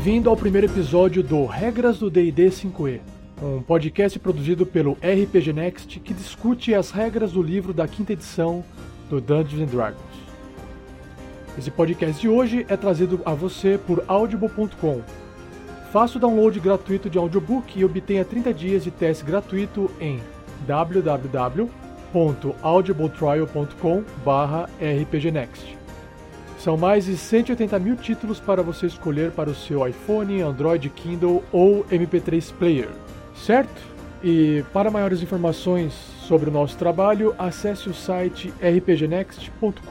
Bem-vindo ao primeiro episódio do Regras do D&D 5e, um podcast produzido pelo RPG Next que discute as regras do livro da quinta edição do Dungeons & Dragons. Esse podcast de hoje é trazido a você por Audible.com. Faça o download gratuito de audiobook e obtenha 30 dias de teste gratuito em www.audibletrial.com/rpgnext. São mais de 180 mil títulos para você escolher para o seu iPhone, Android, Kindle ou MP3 Player, certo? E para maiores informações sobre o nosso trabalho, acesse o site rpgnext.com.br.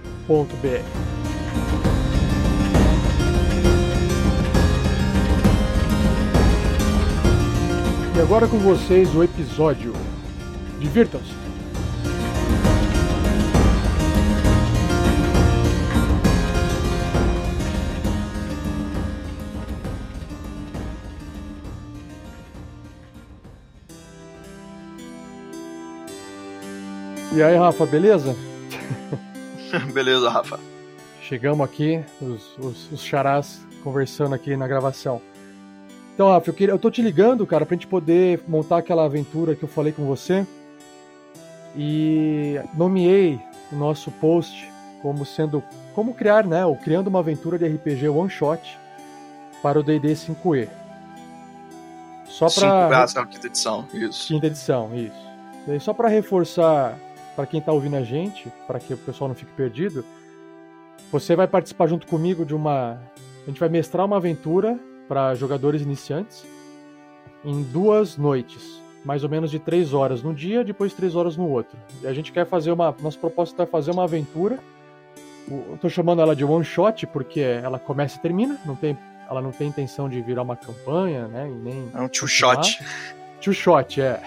E agora com vocês o episódio. Divirtam-se! E aí, Rafa, beleza? Beleza, Rafa. Chegamos aqui, os charás conversando aqui na gravação. Então, Rafa, eu tô te ligando, cara, pra gente poder montar aquela aventura que eu falei com você. E nomeei o nosso post como criar, né, ou criando uma aventura de RPG one shot para o D&D 5e. Só pra... Quinta edição, isso. Quinta edição, isso. E aí, só para reforçar para quem tá ouvindo a gente, para que o pessoal não fique perdido, você vai participar junto comigo a gente vai mestrar uma aventura para jogadores iniciantes em 2 noites, mais ou menos de 3 horas num dia, depois 3 horas no outro. E a gente quer fazer nossa proposta é fazer uma aventura. Eu tô chamando ela de one shot porque ela começa e termina, ela não tem intenção de virar uma campanha, né? E nem é um two shot. Two shot, é.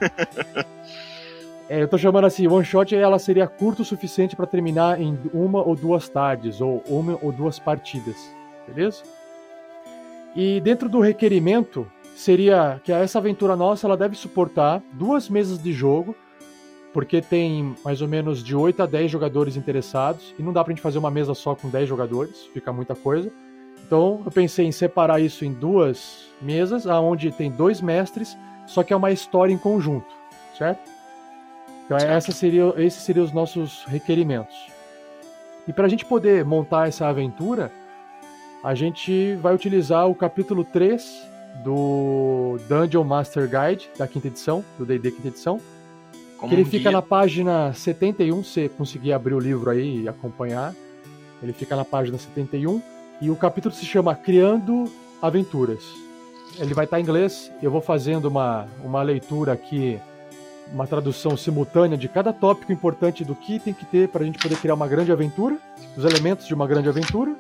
Eu tô chamando assim, one shot, ela seria curto o suficiente para terminar em 1 ou 2 tardes, ou 1 ou 2 partidas, beleza? E dentro do requerimento, seria que essa aventura nossa, ela deve suportar 2 mesas de jogo, porque tem mais ou menos de 8 a 10 jogadores interessados, e não dá pra gente fazer uma mesa só com 10 jogadores, fica muita coisa. Então eu pensei em separar isso em 2 mesas, onde tem 2 mestres, só que é uma história em conjunto, certo? Então esses seriam os nossos requerimentos. E para a gente poder montar essa aventura, a gente vai utilizar o capítulo 3 do Dungeon Master Guide da quinta edição, do D&D quinta edição, que ele fica na página 71, se você conseguir abrir o livro aí e acompanhar, ele fica na página 71, e o capítulo se chama Criando Aventuras. Ele vai estar em inglês, eu vou fazendo uma leitura aqui, uma tradução simultânea de cada tópico importante do que tem que ter para a gente poder criar uma grande aventura, os elementos de uma grande aventura.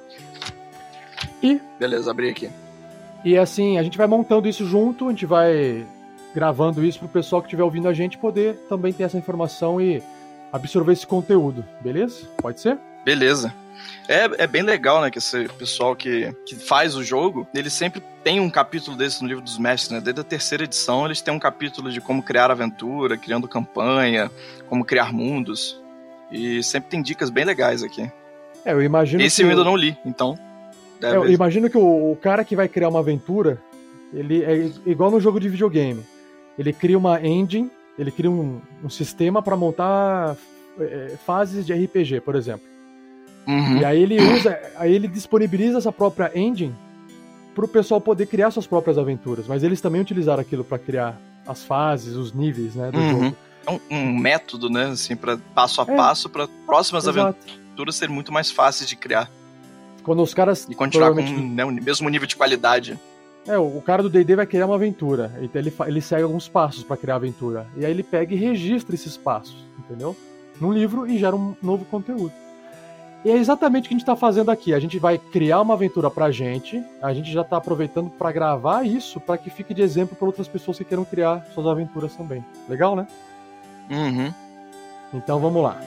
Beleza, abri aqui. E assim, a gente vai montando isso junto, a gente vai gravando isso para o pessoal que estiver ouvindo a gente poder também ter essa informação e absorver esse conteúdo, beleza? Pode ser? Beleza. É bem legal, né, que esse pessoal que faz o jogo, eles sempre tem um capítulo desse no livro dos mestres, né? Desde a 3ª edição eles têm um capítulo de como criar aventura, criando campanha, como criar mundos, e sempre tem dicas bem legais aqui. Eu imagino esse eu ainda não li, então... Eu imagino que o cara que vai criar uma aventura, ele é igual no jogo de videogame. Ele cria uma engine, ele cria um sistema para montar fases de RPG, por exemplo. Uhum. E aí ele disponibiliza essa própria engine para o pessoal poder criar suas próprias aventuras. Mas eles também utilizaram aquilo para criar as fases, os níveis, né, do jogo. É um método, né, assim, para passo a passo, para próximas aventuras serem muito mais fáceis de criar. Quando os caras... E continuar com o mesmo nível de qualidade. O cara do D&D vai criar uma aventura. Então ele segue alguns passos para criar a aventura. E aí ele pega e registra esses passos, entendeu? Num livro e gera um novo conteúdo. E é exatamente o que a gente está fazendo aqui. A gente vai criar uma aventura pra gente, a gente já está aproveitando para gravar isso para que fique de exemplo para outras pessoas que queiram criar suas aventuras também. Legal, né? Uhum. Então vamos lá.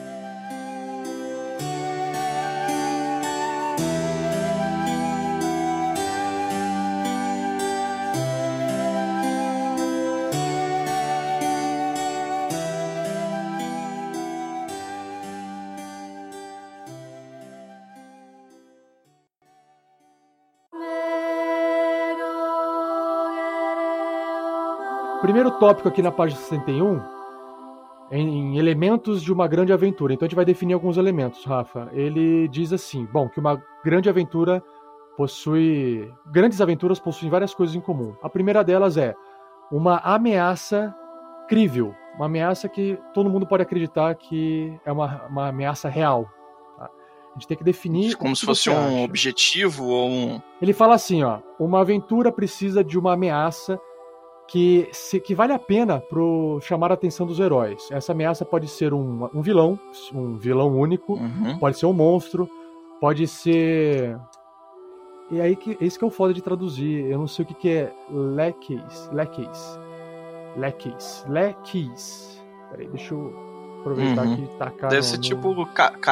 Primeiro tópico aqui na página 61, em elementos de uma grande aventura. Então a gente vai definir alguns elementos, Rafa. Ele diz assim, bom, que uma grande aventura possui... Grandes aventuras possuem várias coisas em comum. A primeira delas é uma ameaça crível. Uma ameaça que todo mundo pode acreditar que é uma ameaça real. Tá? A gente tem que definir... Como se fosse um objetivo ou um... Ele fala assim, ó, uma aventura precisa de uma ameaça que vale a pena para chamar a atenção dos heróis. Essa ameaça pode ser um vilão único, pode ser um monstro, pode ser... E aí, esse que é o foda de traduzir. Eu não sei o que é leques. Peraí, deixa eu aproveitar aqui e tacar. Deve ser tipo não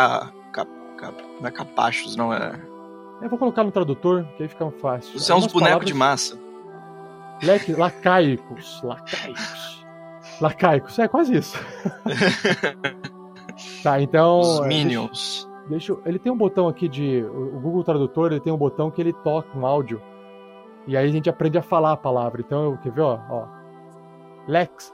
é capachos, não é? Eu vou colocar no tradutor, que aí fica fácil. São uns bonecos de massa. Lacaicos, é quase isso. Tá, então... Os Minions. Ele tem um botão aqui o Google Tradutor, ele tem um botão que ele toca um áudio, e aí a gente aprende a falar a palavra. Então, quer ver, ó. Lex.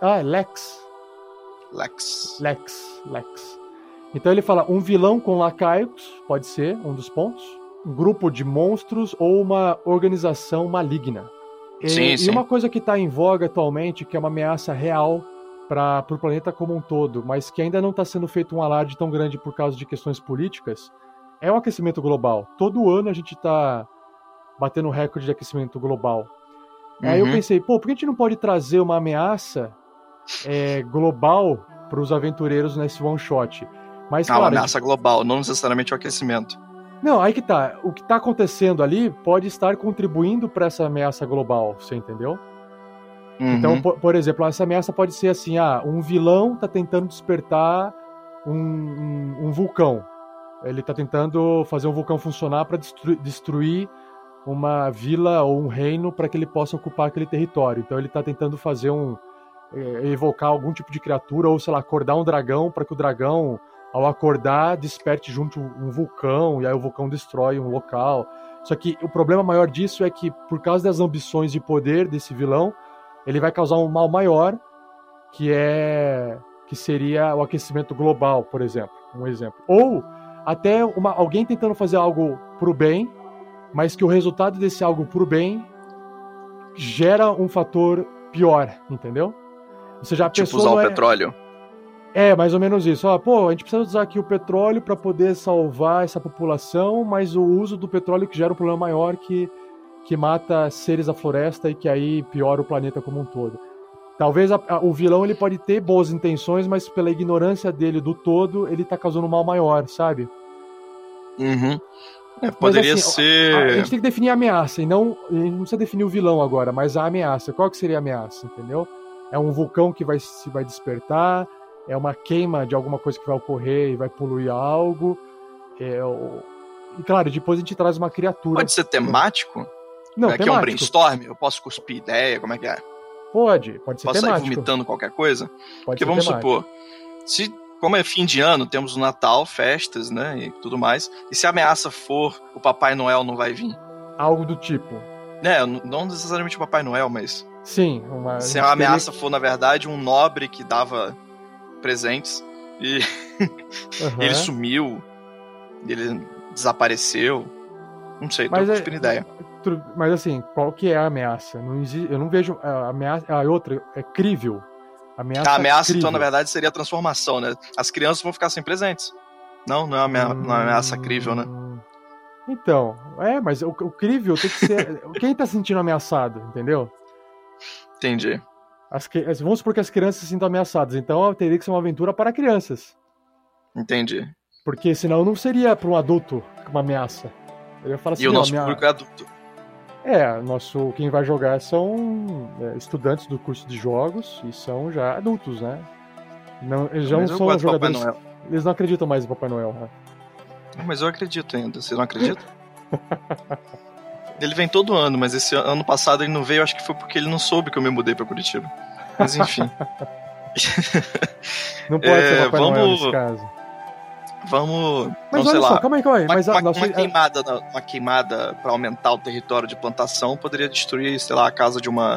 Então ele fala um vilão com lacaios, pode ser um dos pontos, um grupo de monstros ou uma organização maligna. E uma coisa que está em voga atualmente, que é uma ameaça real para o planeta como um todo, mas que ainda não está sendo feito um alarde tão grande por causa de questões políticas, é o aquecimento global. Todo ano a gente está batendo recorde de aquecimento global. Aí eu pensei, por que a gente não pode trazer uma ameaça global para os aventureiros nesse one-shot? Mas, uma ameaça global, não necessariamente o aquecimento. Não, aí que tá. O que tá acontecendo ali pode estar contribuindo para essa ameaça global, você entendeu? Então, por exemplo, essa ameaça pode ser assim, um vilão tá tentando despertar um vulcão. Ele tá tentando fazer um vulcão funcionar para destruir uma vila ou um reino para que ele possa ocupar aquele território. Então ele tá tentando fazer evocar algum tipo de criatura ou, sei lá, acordar um dragão para que o dragão, ao acordar, desperte junto um vulcão, e aí o vulcão destrói um local. Só que o problema maior disso é que, por causa das ambições de poder desse vilão, ele vai causar um mal maior, que seria o aquecimento global, por exemplo. Um exemplo. Ou até alguém tentando fazer algo pro bem, mas que o resultado desse algo pro bem gera um fator pior, entendeu? Ou seja, a pessoa usar o petróleo. É, mais ou menos isso. A gente precisa usar aqui o petróleo para poder salvar essa população, mas o uso do petróleo que gera um problema maior que mata seres da floresta e que aí piora o planeta como um todo. Talvez o vilão ele pode ter boas intenções, mas pela ignorância dele do todo, ele tá causando um mal maior, sabe? Poderia mas, assim, ser... A gente tem que definir a ameaça, a gente não precisa definir o vilão agora, mas a ameaça. Qual que seria a ameaça, entendeu? É um vulcão que vai despertar... É uma queima de alguma coisa que vai ocorrer e vai poluir algo. E claro, depois a gente traz uma criatura. Pode ser temático? Não, temático. É um brainstorm? Eu posso cuspir ideia? Como é que é? Pode ser temático. Posso sair vomitando qualquer coisa? Porque vamos supor, como é fim de ano, temos o Natal, festas, né, e tudo mais. E se a ameaça for o Papai Noel não vai vir? Algo do tipo. Não necessariamente o Papai Noel, mas... Sim. Se a ameaça for, na verdade, um nobre que dava... presentes e ele sumiu, ele desapareceu, não sei, tô cuspindo ideia. Mas assim, qual que é a ameaça? Eu não vejo a ameaça. A outra é crível. A ameaça, então, na verdade, seria a transformação, né? As crianças vão ficar sem presentes. Não é uma ameaça crível, né? Então, mas o crível tem que ser quem tá se sentindo ameaçado, entendeu? Entendi. Vamos supor que as crianças se sintam ameaçadas, então teria que ser uma aventura para crianças. Entendi. Porque senão não seria para um adulto uma ameaça. Eu ia falar assim, e o nosso público é adulto. Quem vai jogar são estudantes do curso de jogos e são já adultos, né? Eles já não são jogadores. Eles não acreditam mais em Papai Noel, né? Mas eu acredito ainda. Vocês não acreditam? Ele vem todo ano, mas esse ano passado ele não veio, acho que foi porque ele não soube que eu me mudei pra Curitiba. Mas enfim. Não pode ser Papai Noel nesse caso. Mas olha só, calma aí. Uma queimada pra aumentar o território de plantação poderia destruir, sei lá, a casa de uma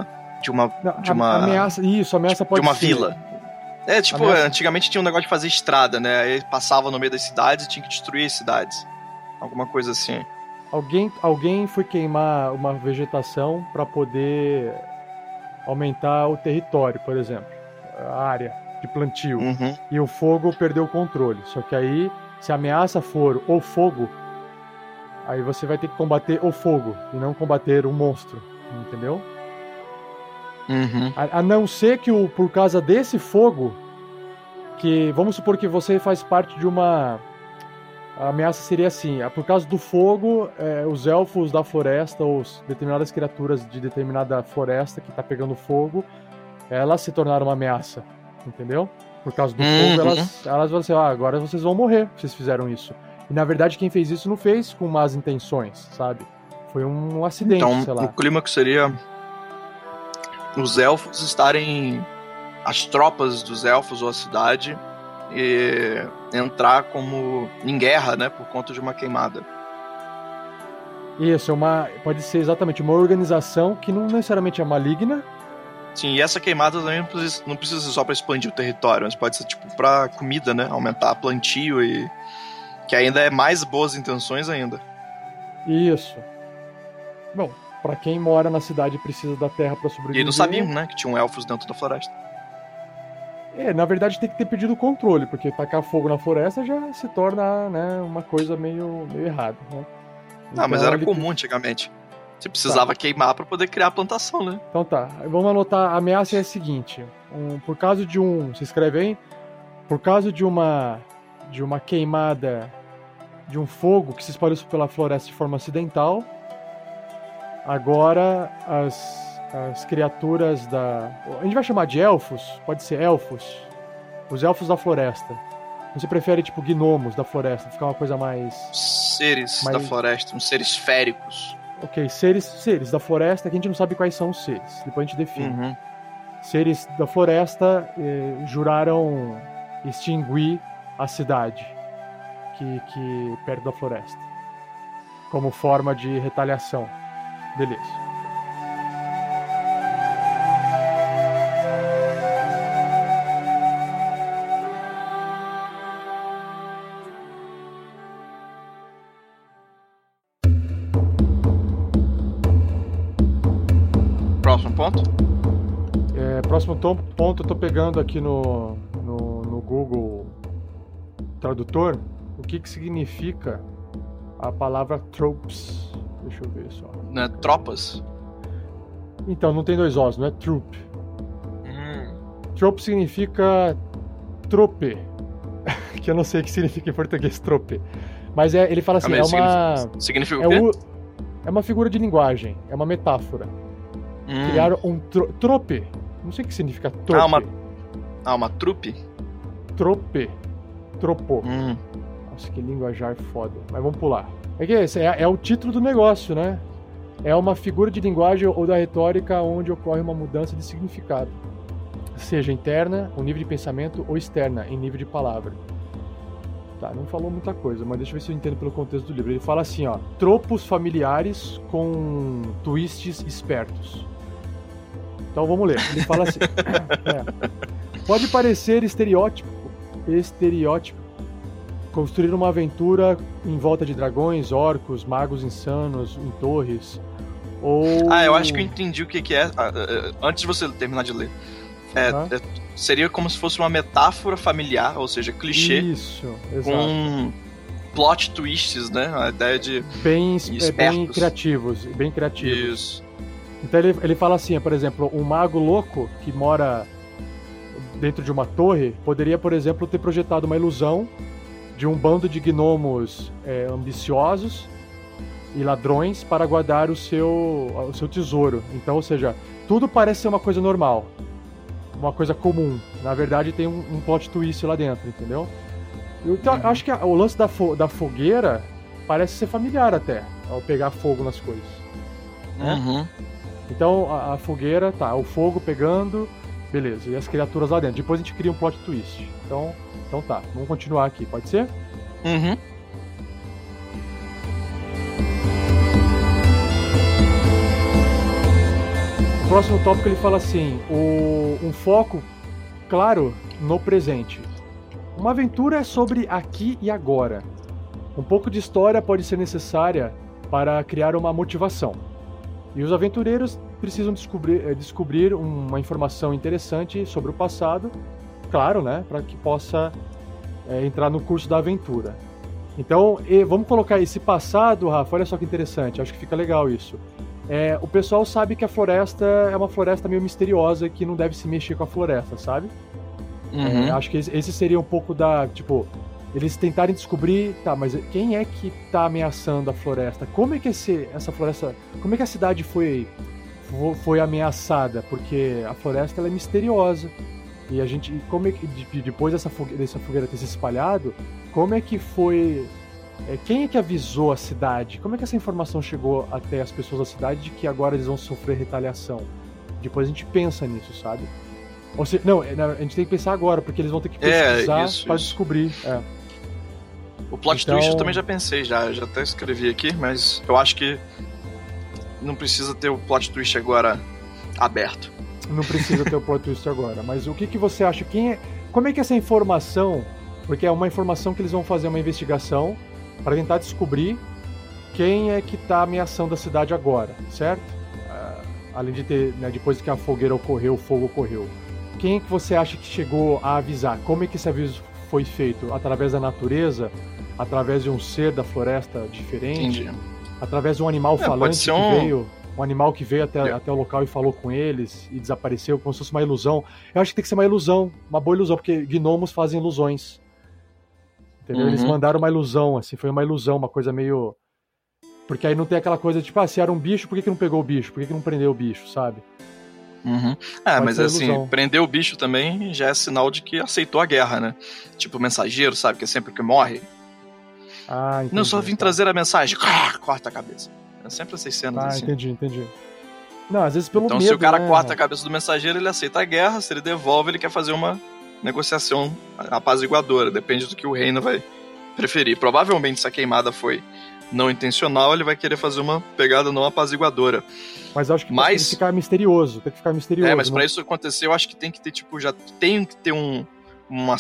de uma ameaça, isso, ameaça pode de uma ser. vila. Tipo, antigamente tinha um negócio de fazer estrada, né? Aí passava no meio das cidades e tinha que destruir as cidades. Alguma coisa assim. Alguém foi queimar uma vegetação para poder aumentar o território, por exemplo, a área de plantio. Uhum. E o fogo perdeu o controle. Só que aí, se a ameaça for o fogo, aí você vai ter que combater o fogo e não combater o monstro, entendeu? Uhum. A não ser que por causa desse fogo, que vamos supor que você faz parte de uma... A ameaça seria assim, por causa do fogo, os elfos da floresta, ou determinadas criaturas de determinada floresta que tá pegando fogo, elas se tornaram uma ameaça, entendeu? Por causa do fogo, elas vão dizer, agora vocês vão morrer, se vocês fizeram isso. E na verdade quem fez isso não fez com más intenções, sabe? Foi um acidente, então, sei lá. O clímax seria os elfos estarem... As tropas dos elfos ou a cidade... e entrar como em guerra, né, por conta de uma queimada. Isso, pode ser exatamente uma organização que não necessariamente é maligna. Sim, e essa queimada também não precisa ser só para expandir o território, mas pode ser tipo para comida, né, aumentar plantio e que ainda é mais boas intenções ainda. Isso. Bom, para quem mora na cidade e precisa da terra para sobreviver. E eles não sabiam, né, que tinham elfos dentro da floresta. Na verdade tem que ter pedido controle, porque tacar fogo na floresta já se torna, né, uma coisa meio errada, né? Então, mas era comum antigamente. Você precisava queimar para poder criar a plantação, né? Então tá, vamos anotar, a ameaça é a seguinte, por causa de se escreve aí, por causa de uma queimada, de um fogo que se espalhou pela floresta de forma acidental, agora as criaturas a gente vai chamar de elfos? Pode ser elfos. Os elfos da floresta. Você prefere, tipo, gnomos da floresta? Ficar uma coisa mais... Seres da floresta, uns seres féricos. Ok, seres da floresta, que a gente não sabe quais são os seres. Depois a gente define. Uhum. Seres da floresta juraram extinguir a cidade que perto da floresta. Como forma de retaliação. Beleza. Próximo ponto? Próximo ponto, eu tô pegando aqui no Google Tradutor o que significa a palavra tropes. Deixa eu ver só. Não é tropas? Então, não tem dois Os, não é troop. Trope significa trope. Que eu não sei o que significa em português trope. Mas ele fala assim, significa o quê? É uma figura de linguagem, é uma metáfora. Criaram um trope. Não sei o que significa trope. Uma trupe? Trope. Tropo. Nossa, que linguajar foda. Mas vamos pular. É que é o título do negócio, né? É uma figura de linguagem ou da retórica onde ocorre uma mudança de significado. Seja interna, um nível de pensamento, ou externa, em nível de palavra. Tá, não falou muita coisa, mas deixa eu ver se eu entendo pelo contexto do livro. Ele fala assim, ó, tropos familiares com twists espertos. Então vamos ler. Ele fala assim, pode parecer estereótipo, construir uma aventura em volta de dragões, orcos, magos insanos, em torres, ou... eu acho que eu entendi o que é, antes de você terminar de ler. Seria como se fosse uma metáfora familiar, ou seja, clichê. Isso, exato. Com plot twists, né? A ideia de bem criativos. Isso. Então ele fala assim, por exemplo, um mago louco que mora dentro de uma torre poderia, por exemplo, ter projetado uma ilusão de um bando de gnomos ambiciosos e ladrões para guardar o seu tesouro. Então, ou seja, tudo parece ser uma coisa normal. Uma coisa comum. Na verdade, tem um plot twist lá dentro, entendeu? Eu acho que o lance da fogueira parece ser familiar até, ao pegar fogo nas coisas. Né? Então, a fogueira, tá, o fogo pegando, beleza, e as criaturas lá dentro. Depois a gente cria um plot twist. Então tá, vamos continuar aqui, pode ser? próximo tópico ele fala assim, um foco claro no presente. Uma aventura é sobre aqui e agora. Um pouco de história pode ser necessária para criar uma motivação. E os aventureiros precisam descobrir uma informação interessante sobre o passado, claro, né, para que possa entrar no curso da aventura. Então, vamos colocar esse passado, Rafa, olha só que interessante, acho que fica legal isso. O pessoal sabe que a floresta é uma floresta meio misteriosa, que não deve se mexer com a floresta, sabe? Uhum. Acho que esse seria um pouco da, tipo, eles tentarem descobrir, tá, mas quem é que tá ameaçando a floresta? Como é que essa floresta, como é que a cidade foi ameaçada? Porque a floresta ela é misteriosa. E a gente, como é que, depois dessa fogueira ter se espalhado, como é que foi... quem é que avisou a cidade? Como é que essa informação chegou até as pessoas da cidade de que agora eles vão sofrer retaliação? Depois a gente pensa nisso, sabe? Ou seja, não, a gente tem que pensar agora, porque eles vão ter que pesquisar para descobrir. O plot twist eu também já pensei, já até escrevi aqui, mas eu acho que não precisa ter o plot twist agora aberto. Não precisa ter o plot twist agora, mas o que você acha? Como é que essa informação, porque é uma informação que eles vão fazer uma investigação para tentar descobrir quem é que está ameaçando a cidade agora, certo? Além de ter, né, depois que a fogueira ocorreu, o fogo ocorreu. Quem é que você acha que chegou a avisar? Como é que esse aviso foi feito? Através da natureza? Através de um ser da floresta diferente? Entendi. Através de um animal falante que veio? Um animal que veio até o local e falou com eles e desapareceu, como se fosse uma ilusão. Eu acho que tem que ser uma ilusão, uma boa ilusão, porque gnomos fazem ilusões. Entendeu? Eles mandaram uma ilusão, assim, foi uma ilusão, uma coisa meio... Porque aí não tem aquela coisa, tipo, se era um bicho, por que não pegou o bicho? Por que não prendeu o bicho, sabe? Mas assim, prender o bicho também já é sinal de que aceitou a guerra, né? Tipo o mensageiro, sabe? Que é sempre que morre. Entendi. Não, só vim trazer a mensagem. Corta a cabeça. É sempre essas cenas assim. Entendi. Não, às vezes pelo medo, se o cara né? corta a cabeça do mensageiro, ele aceita a guerra. Se ele devolve, ele quer fazer uma negociação apaziguadora. Depende do que o reino vai preferir. Provavelmente, se a queimada foi não intencional, ele vai querer fazer uma pegada não apaziguadora. Mas eu acho que tem que ficar misterioso. Mas pra isso acontecer, eu acho que tem que ter, tipo, já tem que ter uma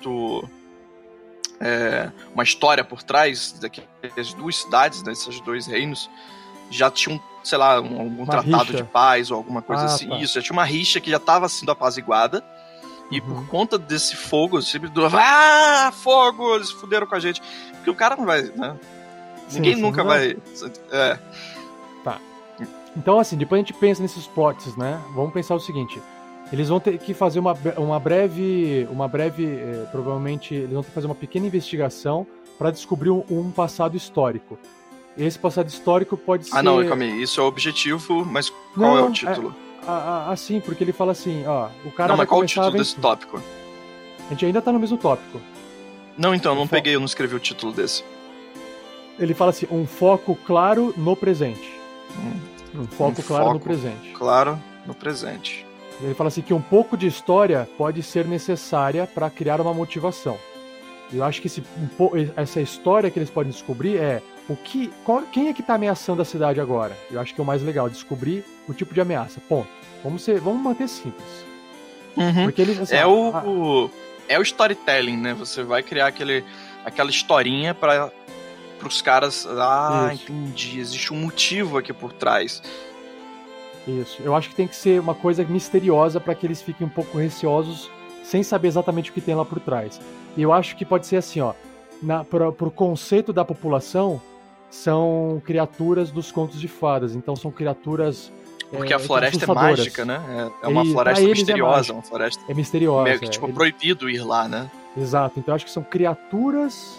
história por trás das duas cidades, desses dois reinos, já tinham, sei lá, algum tratado rixa de paz ou alguma coisa assim. Tá. Isso, já tinha uma rixa que já estava sendo apaziguada. E por conta desse fogo, sempre fogo, eles fuderam com a gente. Porque o cara não vai, né? Ninguém nunca vai. Tá. Então, assim, depois a gente pensa nesses plots, né? Vamos pensar o seguinte: eles vão ter que fazer uma breve, provavelmente, eles vão ter que fazer uma pequena investigação para descobrir um passado histórico. Esse passado histórico pode ser... calma aí, isso é o objetivo, mas qual é o título? Sim, porque ele fala assim, o cara não, vai mas qual o título desse tópico? A gente ainda tá no mesmo tópico. Não, então, eu não escrevi o título desse. Ele fala assim, um foco claro no presente. Um foco claro no presente. Claro no presente. Ele fala assim que um pouco de história pode ser necessária para criar uma motivação. Eu acho que essa história que eles podem descobrir é quem é que está ameaçando a cidade agora. Eu acho que é o mais legal, descobrir o tipo de ameaça. Ponto. Vamos manter simples. Porque eles, assim, é o storytelling, né? Você vai criar aquela historinha para os caras... entendi. Existe um motivo aqui por trás. Isso. Eu acho que tem que ser uma coisa misteriosa para que eles fiquem um pouco receosos sem saber exatamente o que tem lá por trás. E eu acho que pode ser assim, pro conceito da população, são criaturas dos contos de fadas. Então são criaturas... Porque a floresta é mágica, né? É uma floresta misteriosa. Uma floresta misteriosa. Meio que, proibido ir lá, né? Exato. Então eu acho que são criaturas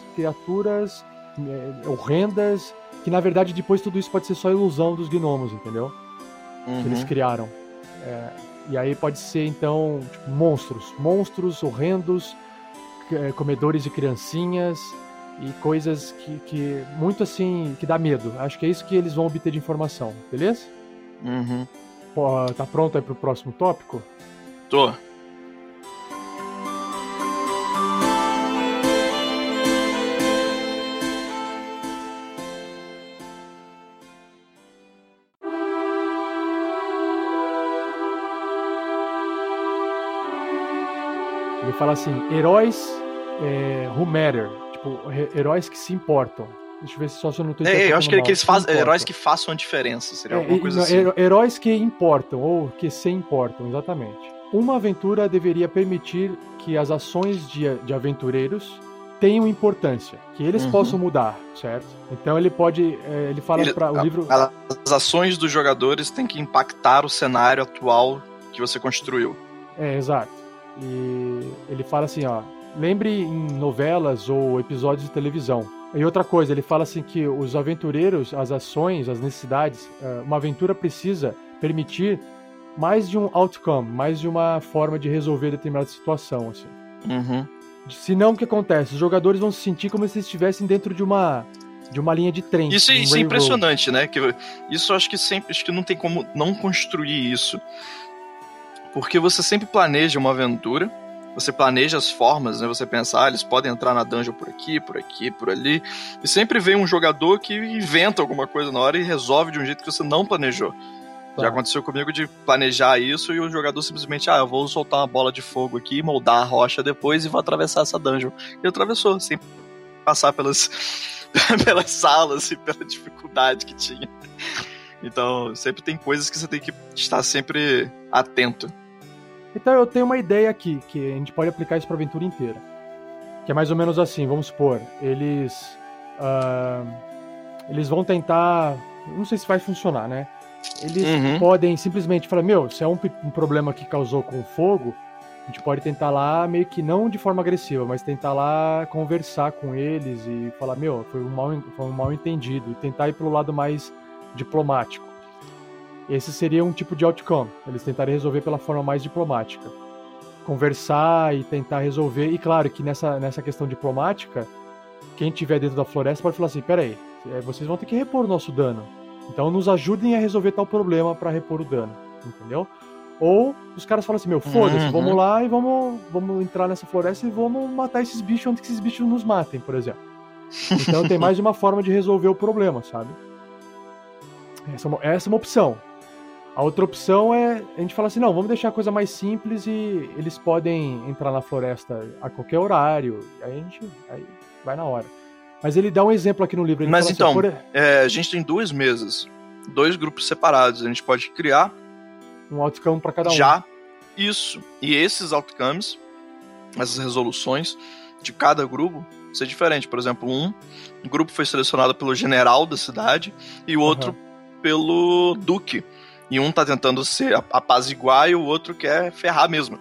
horrendas, que na verdade depois tudo isso pode ser só ilusão dos gnomos, entendeu? Que eles criaram. E aí pode ser, então, tipo, monstros horrendos, comedores de criancinhas e coisas que muito assim, que dá medo. Acho que é isso que eles vão obter de informação, beleza? Tá pronto aí pro próximo tópico? Tô. fala assim, heróis who matter, tipo, heróis que se importam. Deixa eu ver se eu não tô entendendo. Eu acho que eles fazem heróis que façam a diferença, seria alguma coisa assim. Heróis que importam, ou que se importam, exatamente. Uma aventura deveria permitir que as ações de aventureiros tenham importância, que eles possam mudar, certo? Então ele fala para o livro... As ações dos jogadores têm que impactar o cenário atual que você construiu. Exato. E ele fala assim, ó, lembre em novelas ou episódios de televisão. E outra coisa, ele fala assim que os aventureiros, as ações, as necessidades, uma aventura precisa permitir mais de um outcome, mais de uma forma de resolver determinada situação, assim. Senão, o que acontece? Os jogadores vão se sentir como se estivessem dentro de uma linha de trem. Isso é impressionante, né? Isso acho que não tem como não construir isso. Porque você sempre planeja uma aventura, você planeja as formas, né? Você pensa, eles podem entrar na dungeon por aqui, por ali. E sempre vem um jogador que inventa alguma coisa na hora e resolve de um jeito que você não planejou. Tá. Já aconteceu comigo de planejar isso e o jogador simplesmente, eu vou soltar uma bola de fogo aqui, moldar a rocha depois e vou atravessar essa dungeon. E atravessou, sem passar pelas salas e pela dificuldade que tinha. Então, sempre tem coisas que você tem que estar sempre atento. Então eu tenho uma ideia aqui, que a gente pode aplicar isso para a aventura inteira. Que é mais ou menos assim, vamos supor, eles vão tentar, não sei se vai funcionar, né? Eles podem simplesmente falar, se é um problema que causou com o fogo, a gente pode tentar lá, meio que não de forma agressiva, mas tentar lá conversar com eles e falar, foi um mal entendido, e tentar ir pelo lado mais diplomático. Esse seria um tipo de outcome, eles tentarem resolver pela forma mais diplomática. Conversar e tentar resolver, e claro que nessa questão diplomática, quem estiver dentro da floresta pode falar assim, peraí, vocês vão ter que repor o nosso dano, então nos ajudem a resolver tal problema para repor o dano, entendeu? Ou os caras falam assim, foda-se, vamos lá e vamos entrar nessa floresta e vamos matar esses bichos antes que esses bichos nos matem, por exemplo. Então tem mais de uma forma de resolver o problema, sabe? Essa é uma opção. A outra opção é a gente falar assim, não, vamos deixar a coisa mais simples e eles podem entrar na floresta a qualquer horário, aí vai na hora. Mas ele dá um exemplo aqui no livro. Ele Mas então, a gente tem 2 mesas, 2 grupos separados, a gente pode criar um outcome para cada um. Isso. E esses outcomes, essas resoluções de cada grupo, ser diferente. Por exemplo, um grupo foi selecionado pelo general da cidade e o outro pelo duque. E um tá tentando se apaziguar e o outro quer ferrar mesmo.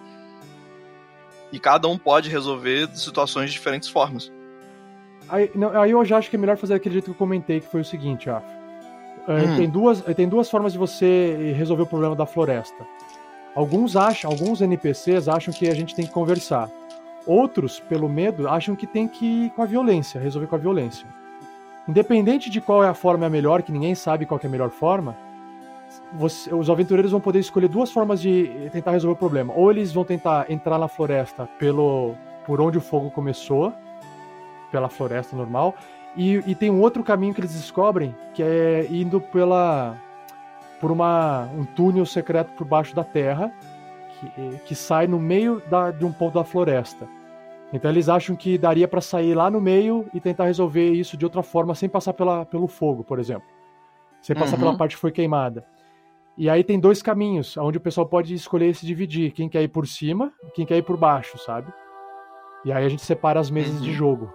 E cada um pode resolver situações de diferentes formas. Aí eu já acho que é melhor fazer aquele jeito que eu comentei, que foi o seguinte, Tem duas formas de você resolver o problema da floresta. Alguns NPCs acham que a gente tem que conversar. Outros, pelo medo, acham que tem que ir com a violência, resolver com a violência. Independente de qual é a forma melhor, que ninguém sabe qual é a melhor forma, os aventureiros vão poder escolher 2 formas de tentar resolver o problema. Ou eles vão tentar entrar na floresta por onde o fogo começou, pela floresta normal, e tem um outro caminho que eles descobrem, que é indo por um túnel secreto por baixo da terra, que sai no meio de um ponto da floresta. Então eles acham que daria para sair lá no meio e tentar resolver isso de outra forma, sem passar pelo fogo, por exemplo. Sem passar pela parte que foi queimada. E aí tem 2 caminhos, onde o pessoal pode escolher se dividir. Quem quer ir por cima, quem quer ir por baixo, sabe? E aí a gente separa as mesas de jogo.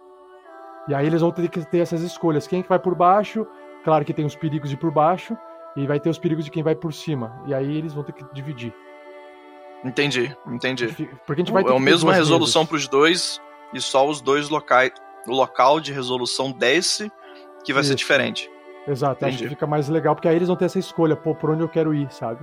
E aí eles vão ter que ter essas escolhas. Quem que vai por baixo, claro que tem os perigos de ir por baixo, e vai ter os perigos de quem vai por cima. E aí eles vão ter que dividir. Entendi. Porque a gente vai ter a mesma resolução para os 2, e só os 2 locais. O local de resolução desse que vai ser diferente. Exato, entendi. Acho que fica mais legal, porque aí eles vão ter essa escolha, por onde eu quero ir, sabe?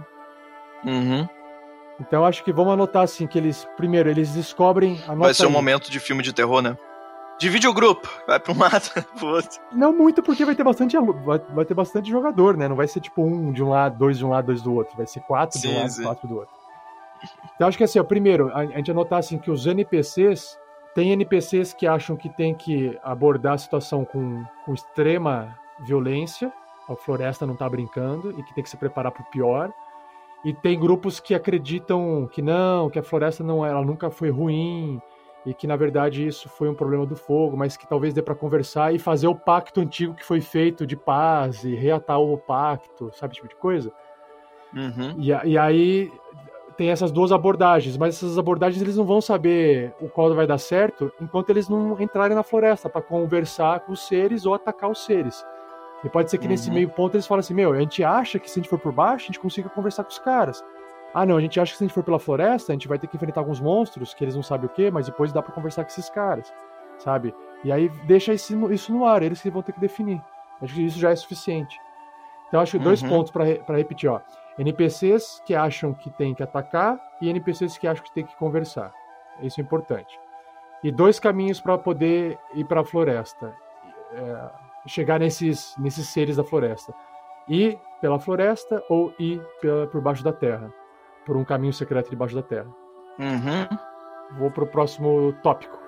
Então acho que vamos anotar assim, que eles descobrem... Vai ser um momento de filme de terror, né? Divide o grupo, vai para um lado, pro outro. Não muito, porque vai ter bastante jogador, né? Não vai ser tipo 1 de um lado, 2 de um lado, 2 do outro. Vai ser 4 de um lado, 4 do outro. Então acho que assim, primeiro, a gente anotar assim que os NPCs... Tem NPCs que acham que tem que abordar a situação com extrema violência, a floresta não tá brincando, e que tem que se preparar pro pior. E tem grupos que acreditam que não, que a floresta não, ela nunca foi ruim, e que, na verdade, isso foi um problema do fogo, mas que talvez dê para conversar e fazer o pacto antigo que foi feito de paz e reatar o pacto, sabe, esse tipo de coisa? Uhum. E aí tem essas duas abordagens, mas essas abordagens eles não vão saber o qual vai dar certo enquanto eles não entrarem na floresta para conversar com os seres ou atacar os seres. E pode ser que nesse meio ponto eles falem assim, a gente acha que se a gente for por baixo, a gente consiga conversar com os caras. Ah, não, a gente acha que se a gente for pela floresta, a gente vai ter que enfrentar alguns monstros, que eles não sabem o que, mas depois dá pra conversar com esses caras, sabe? E aí deixa isso no ar, eles que vão ter que definir. Acho que isso já é suficiente. Então acho que 2 pontos pra repetir, ó. NPCs que acham que tem que atacar e NPCs que acham que tem que conversar. Isso é importante. E 2 caminhos para poder ir para a floresta. Chegar nesses seres da floresta. Ir pela floresta ou ir por baixo da terra. Por um caminho secreto debaixo da terra. Vou pro próximo tópico.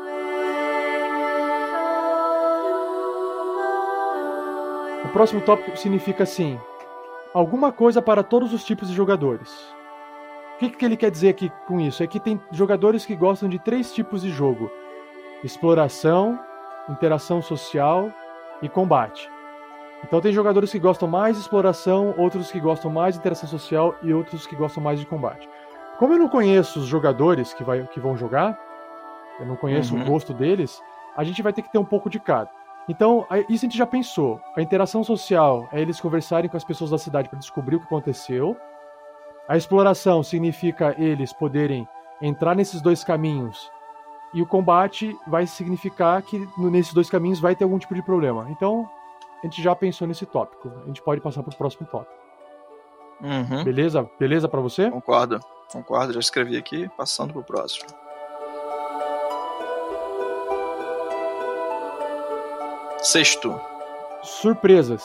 O próximo tópico significa assim: alguma coisa para todos os tipos de jogadores. O que ele quer dizer aqui com isso? É que tem jogadores que gostam de 3 tipos de jogo: exploração, interação social e combate. Então tem jogadores que gostam mais de exploração, outros que gostam mais de interação social e outros que gostam mais de combate. Como eu não conheço os jogadores que vão jogar, eu não conheço o gosto deles, a gente vai ter que ter um pouco de cada. Então, isso a gente já pensou. A interação social é eles conversarem com as pessoas da cidade para descobrir o que aconteceu. A exploração significa eles poderem entrar nesses 2 caminhos. E o combate vai significar que nesses 2 caminhos vai ter algum tipo de problema. Então, a gente já pensou nesse tópico. A gente pode passar para o próximo tópico. Beleza? Beleza para você? Concordo, já escrevi aqui, passando pro próximo. Sexto. Surpresas.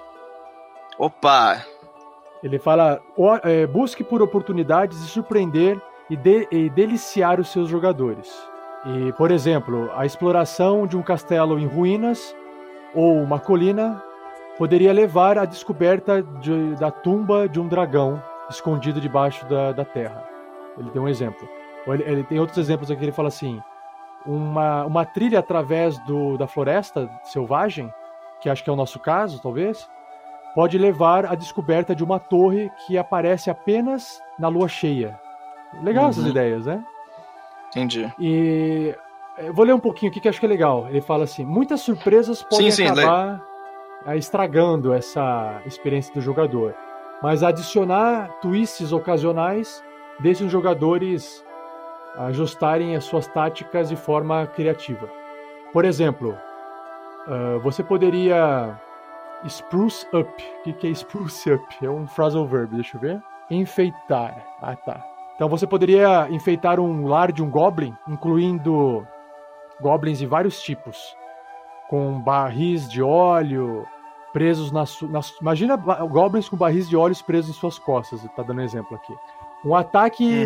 Opa! Ele fala, busque por oportunidades de surpreender e deliciar os seus jogadores. E, por exemplo, a exploração de um castelo em ruínas ou uma colina poderia levar à descoberta da tumba de um dragão escondido debaixo da terra. Ele tem um exemplo. Ele tem outros exemplos aqui, ele fala assim, uma trilha através da floresta selvagem, que acho que é o nosso caso, talvez, pode levar à descoberta de uma torre que aparece apenas na lua cheia. Legal essas ideias, né? Entendi. E eu vou ler um pouquinho aqui que acho que é legal. Ele fala assim, muitas surpresas podem acabar estragando essa experiência do jogador, mas adicionar twists ocasionais deixa os jogadores ajustarem as suas táticas de forma criativa. Por exemplo, você poderia spruce up. O que é spruce up? É um phrasal verb, deixa eu ver. Enfeitar. Ah, tá. Então você poderia enfeitar um lar de um goblin, incluindo goblins de vários tipos, com barris de óleo presos imagina goblins com barris de óleo presos em suas costas, tá dando um exemplo aqui. Um ataque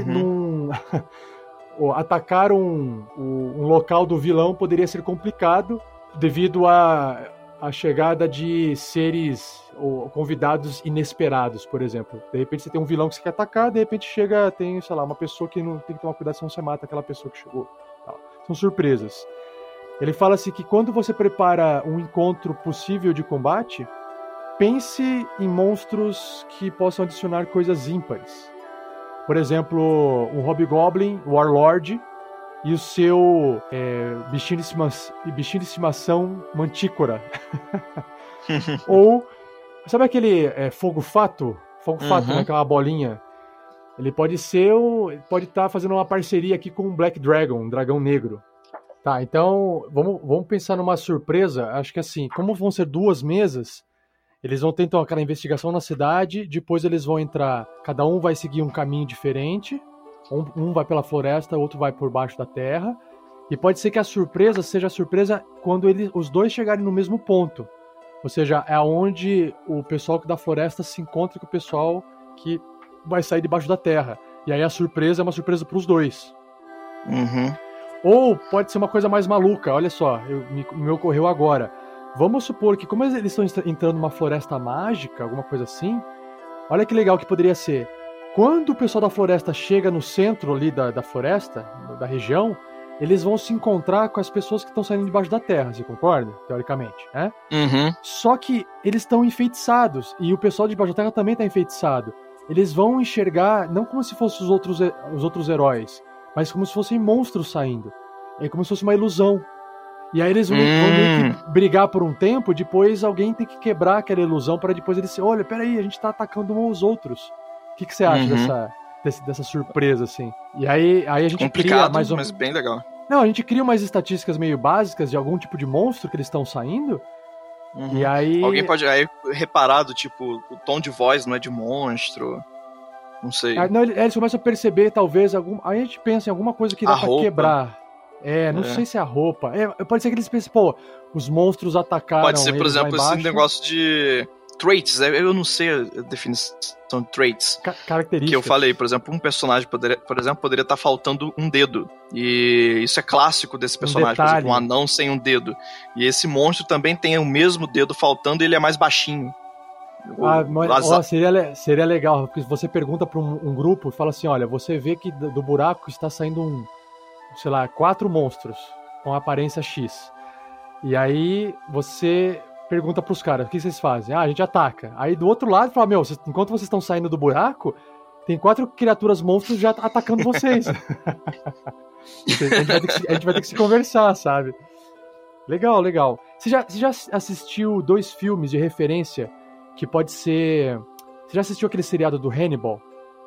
atacar um local do vilão poderia ser complicado devido à chegada de seres ou convidados inesperados, por exemplo. De repente você tem um vilão que você quer atacar, de repente tem, sei lá, uma pessoa que não tem que tomar cuidado, senão você mata aquela pessoa que chegou. São surpresas. Ele fala assim que quando você prepara um encontro possível de combate, pense em monstros que possam adicionar coisas ímpares. Por exemplo, um Hobgoblin, Warlord, e o seu bichinho de estimação Mantícora. Ou, sabe aquele fogo-fato? Fogo-fato, né? Aquela bolinha. Ele pode estar fazendo uma parceria aqui com um Black Dragon, um dragão negro. Tá, então vamos pensar numa surpresa. Acho que assim, como vão ser 2 mesas, eles vão ter então aquela investigação na cidade, depois eles vão entrar, cada um vai seguir um caminho diferente, um vai pela floresta, outro vai por baixo da terra, e pode ser que a surpresa seja a surpresa quando os 2 chegarem no mesmo ponto, ou seja, é onde o pessoal da floresta se encontra com o pessoal que vai sair debaixo da terra, e aí a surpresa é uma surpresa para os 2. Ou pode ser uma coisa mais maluca, olha só, me ocorreu agora. Vamos supor que, como eles estão entrando numa floresta mágica, alguma coisa assim, olha que legal que poderia ser. Quando o pessoal da floresta chega no centro ali da floresta, da região, eles vão se encontrar com as pessoas que estão saindo debaixo da terra, você concorda? Teoricamente, né? Uhum. Só que eles estão enfeitiçados, e o pessoal de debaixo da terra também está enfeitiçado. Eles vão enxergar, não como se fossem os outros heróis, mas como se fossem monstros saindo. É como se fosse uma ilusão. E aí eles vão meio que brigar por um tempo, depois alguém tem que quebrar aquela ilusão para depois eles se... Olha, peraí, a gente tá atacando uns aos outros. O que você acha dessa surpresa, assim? E aí a gente complicado, cria mais mas bem legal. Não, a gente cria umas estatísticas meio básicas de algum tipo de monstro que eles estão saindo. E aí... Alguém pode reparar do tipo, o tom de voz não é de monstro. Não sei. Não, eles começam a perceber, talvez, aí a gente pensa em alguma coisa que dá pra quebrar. Não sei se é a roupa. Pode ser que eles pensem, pô, os monstros atacaram. Pode ser, por exemplo, esse negócio de traits. Eu não sei a definição de traits. Características. Que eu falei, por exemplo, um personagem poderia estar faltando um dedo. E isso é clássico desse personagem, por exemplo, um anão sem um dedo. E esse monstro também tem o mesmo dedo faltando e ele é mais baixinho. Seria legal, porque você pergunta para um grupo e fala assim, olha, você vê que do buraco está saindo 4 monstros com aparência X. E aí você pergunta pros caras, o que vocês fazem? A gente ataca. Aí do outro lado fala, enquanto vocês estão saindo do buraco, tem 4 criaturas monstros já atacando vocês. A gente vai ter que se conversar, sabe? Legal. Você já assistiu 2 filmes de referência que pode ser... Você já assistiu aquele seriado do Hannibal?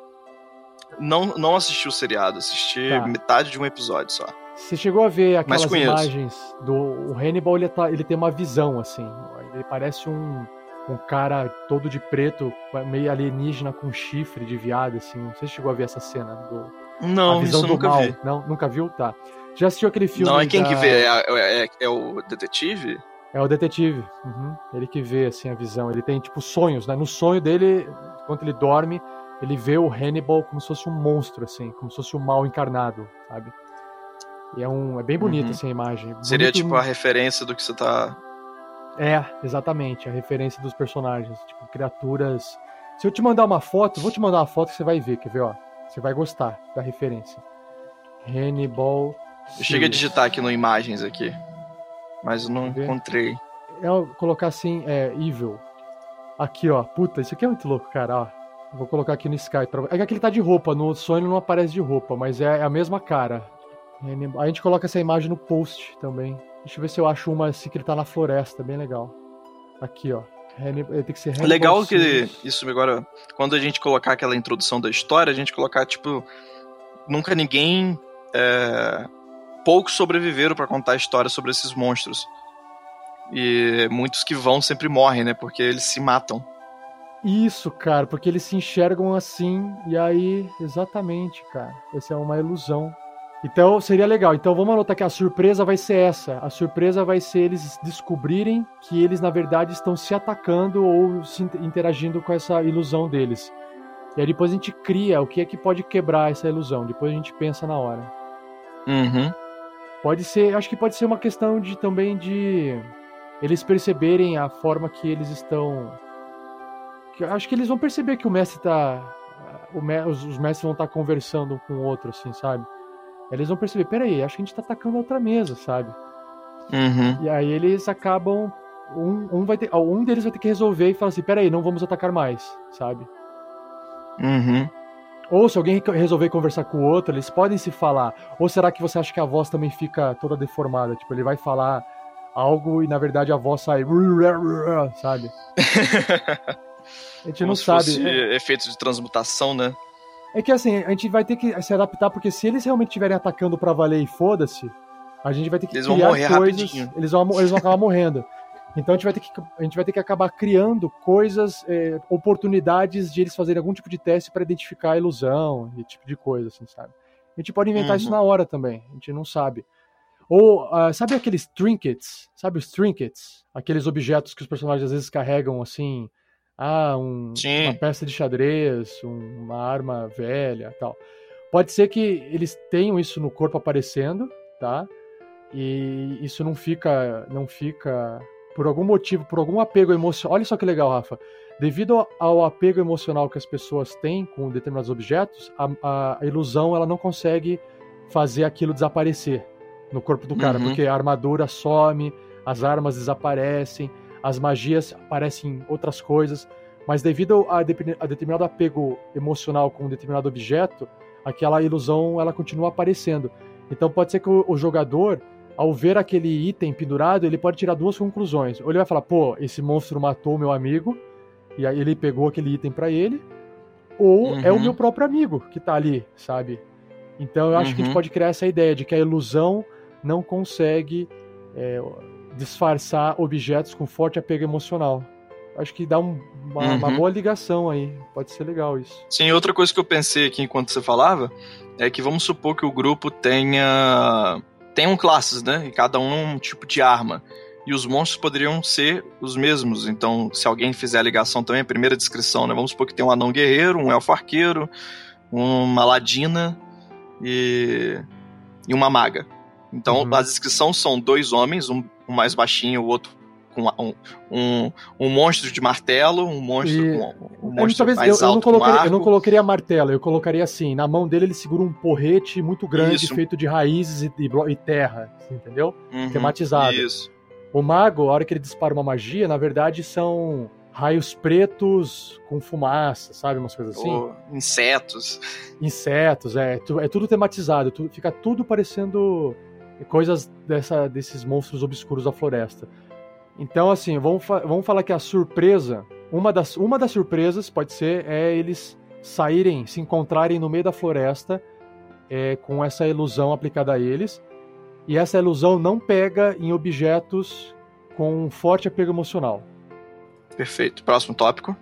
Não assisti o seriado, assisti metade de um episódio só. Você chegou a ver aquelas imagens do Hannibal, ele tem uma visão, assim. Ele parece um cara todo de preto, meio alienígena com chifre de viado, assim. Não sei se chegou a ver essa cena. Não, a visão isso do nunca mal. vi. Não, nunca viu? Tá. Já assistiu aquele filme? Não, é quem que vê? É o detetive? É o detetive. Ele que vê, assim, a visão. Ele tem, tipo, sonhos, né? No sonho dele, enquanto ele dorme, ele vê o Hannibal como se fosse um monstro, assim, como se fosse um mal encarnado, sabe? E é bem bonita, assim, a imagem. Seria, tipo, a referência do que você tá... Exatamente, a referência dos personagens, tipo, criaturas... Se eu te mandar uma foto, vou te mandar uma foto que você vai ver, quer ver, ó? Você vai gostar da referência. Hannibal... Eu cheguei a digitar aqui no Imagens aqui, mas eu não encontrei. Eu vou colocar assim, Evil. Aqui, ó, puta, isso aqui é muito louco, cara, ó. Vou colocar aqui no Skype. É que ele tá de roupa, no sonho não aparece de roupa, mas é a mesma cara. A gente coloca essa imagem no post também. Deixa eu ver se eu acho uma assim que ele tá na floresta, bem legal. Aqui, ó. Ele tem que ser Hannibal. Legal que isso agora, quando a gente colocar aquela introdução da história, a gente colocar, tipo, nunca ninguém... poucos sobreviveram pra contar a história sobre esses monstros. E muitos que vão sempre morrem, né? Porque eles se matam. Isso, cara, porque eles se enxergam assim, e aí, exatamente, cara, essa é uma ilusão. Então, seria legal. Então, vamos anotar que a surpresa vai ser essa. A surpresa vai ser eles descobrirem que eles, na verdade, estão se atacando ou se interagindo com essa ilusão deles. E aí, depois a gente cria o que é que pode quebrar essa ilusão. Depois a gente pensa na hora. Pode ser, acho que pode ser uma questão também de eles perceberem a forma que eles estão... Acho que eles vão perceber que o mestre os mestres vão estar conversando um com o outro, assim, sabe? Eles vão perceber, peraí, acho que a gente tá atacando a outra mesa, sabe? E aí eles acabam... Um deles vai ter que resolver e falar assim, peraí, não vamos atacar mais, sabe? Ou se alguém resolver conversar com o outro, eles podem se falar. Ou será que você acha que a voz também fica toda deformada? Tipo, ele vai falar algo e na verdade a voz sai... Sabe? A gente não sabe. Fosse efeitos de transmutação, né? É que assim, a gente vai ter que se adaptar, porque se eles realmente estiverem atacando pra valer e foda-se, a gente vai ter que eles criar vão morrer coisas. Rapidinho. Eles vão acabar morrendo. Então a gente vai ter que acabar criando coisas, oportunidades de eles fazerem algum tipo de teste pra identificar a ilusão e tipo de coisa, assim, sabe? A gente pode inventar isso na hora também, a gente não sabe. Ou, sabe aqueles trinkets? Sabe os trinkets? Aqueles objetos que os personagens às vezes carregam, assim... uma peça de xadrez, uma arma velha, tal. Pode ser que eles tenham isso no corpo aparecendo, tá? E isso não fica por algum motivo, por algum apego emocional. Olha só que legal, Rafa. Devido ao apego emocional que as pessoas têm com determinados objetos, a ilusão ela não consegue fazer aquilo desaparecer no corpo do cara, porque a armadura some, as armas desaparecem, as magias aparecem outras coisas, mas devido a determinado apego emocional com um determinado objeto, aquela ilusão ela continua aparecendo. Então pode ser que o jogador, ao ver aquele item pendurado, ele pode tirar duas conclusões. Ou ele vai falar, pô, esse monstro matou o meu amigo, e aí ele pegou aquele item pra ele, ou é o meu próprio amigo que tá ali, sabe? Então eu acho que a gente pode criar essa ideia de que a ilusão não consegue disfarçar objetos com forte apego emocional. Acho que dá uma boa ligação aí. Pode ser legal isso. Sim, outra coisa que eu pensei aqui enquanto você falava é que vamos supor que o grupo tenham classes, né? E cada um tipo de arma. E os monstros poderiam ser os mesmos. Então, se alguém fizer a ligação também, a primeira descrição, né? Vamos supor que tem um anão guerreiro, um elfo arqueiro, uma ladina e uma maga. Então, a descrição são 2 homens, um mais baixinho, o outro com um monstro de martelo, um monstro mais alto com arco. Eu não colocaria martelo, eu colocaria assim, na mão dele ele segura um porrete muito grande, feito de raízes e terra, entendeu? Tematizado. Isso. O mago, a hora que ele dispara uma magia, na verdade são raios pretos com fumaça, sabe? Umas coisas assim. Insetos. Insetos, é tudo tematizado, fica tudo parecendo coisas desses monstros obscuros da floresta. Então, assim, vamos falar que a surpresa, uma das surpresas pode ser eles saírem, se encontrarem no meio da floresta com essa ilusão aplicada a eles, e essa ilusão não pega em objetos com um forte apego emocional. Perfeito. Próximo tópico.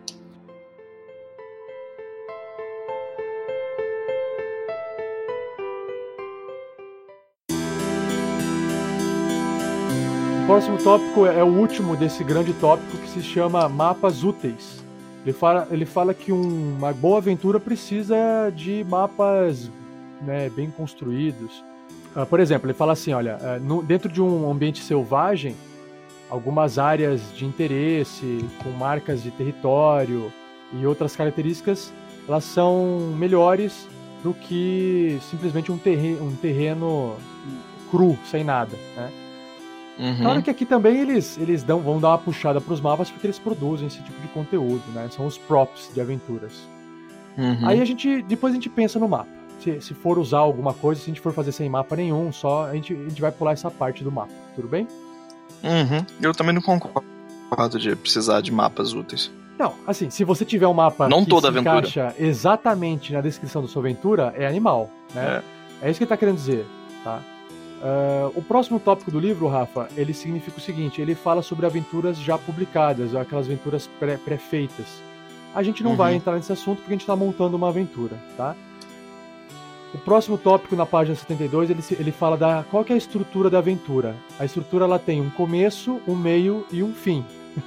O próximo tópico é o último desse grande tópico, que se chama mapas úteis. Ele fala que uma boa aventura precisa de mapas, né, bem construídos. Por exemplo, ele fala assim, olha, dentro de um ambiente selvagem, algumas áreas de interesse, com marcas de território e outras características, elas são melhores do que simplesmente um terreno cru, sem nada, né? Claro que aqui também eles vão dar uma puxada para os mapas, porque eles produzem esse tipo de conteúdo, né? São os props de aventuras. Aí depois a gente pensa no mapa. Se for usar alguma coisa, se a gente for fazer sem mapa nenhum, só a gente vai pular essa parte do mapa, tudo bem? Eu também não concordo de precisar de mapas úteis. Não, assim, se você tiver um mapa não que toda se aventura encaixa exatamente na descrição da sua aventura, é animal, né? É isso que ele tá querendo dizer, tá? O próximo tópico do livro, Rafa, ele significa o seguinte, ele fala sobre aventuras já publicadas, aquelas aventuras pré-feitas. A gente não vai entrar nesse assunto porque a gente está montando uma aventura, tá? O próximo tópico, na página 72, ele fala qual que é a estrutura da aventura. A estrutura ela tem um começo, um meio e um fim.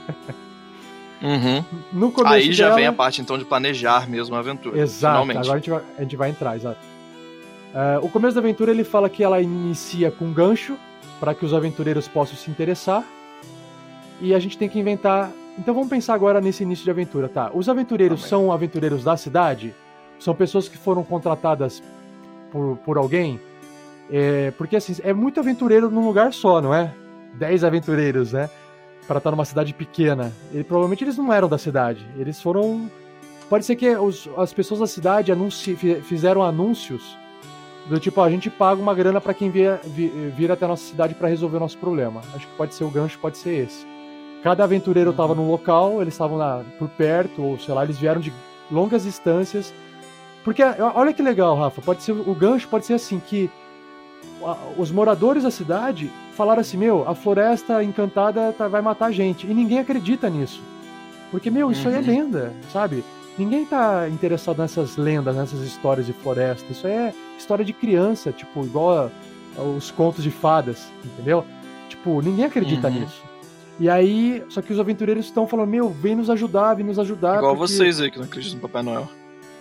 No começo aí já vem a parte então de planejar mesmo a aventura. Exato, finalmente. Agora a gente vai entrar, exato. O começo da aventura ele fala que ela inicia com um gancho para que os aventureiros possam se interessar, e a gente tem que inventar. Então vamos pensar agora nesse início de aventura, tá? Os aventureiros são aventureiros da cidade? São pessoas que foram contratadas por alguém? Porque assim, é muito aventureiro num lugar só, não é? 10 aventureiros, né? Para estar numa cidade pequena. Provavelmente eles não eram da cidade. Eles foram. Pode ser que as pessoas da cidade fizeram anúncios do tipo, a gente paga uma grana para quem vir até a nossa cidade para resolver o nosso problema. Acho que pode ser o gancho, pode ser esse. Cada aventureiro estava num local, eles estavam por perto, ou sei lá, eles vieram de longas distâncias. Porque, olha que legal, Rafa, o gancho pode ser assim, que os moradores da cidade falaram assim, a floresta encantada vai matar a gente, e ninguém acredita nisso. Porque, isso aí é lenda, sabe? Ninguém tá interessado nessas lendas, nessas histórias de floresta. Isso é história de criança, tipo, igual os contos de fadas, entendeu? Tipo, ninguém acredita nisso. E aí, só que os aventureiros estão falando, vem nos ajudar, Igual vocês aí que não acreditam no Papai Noel.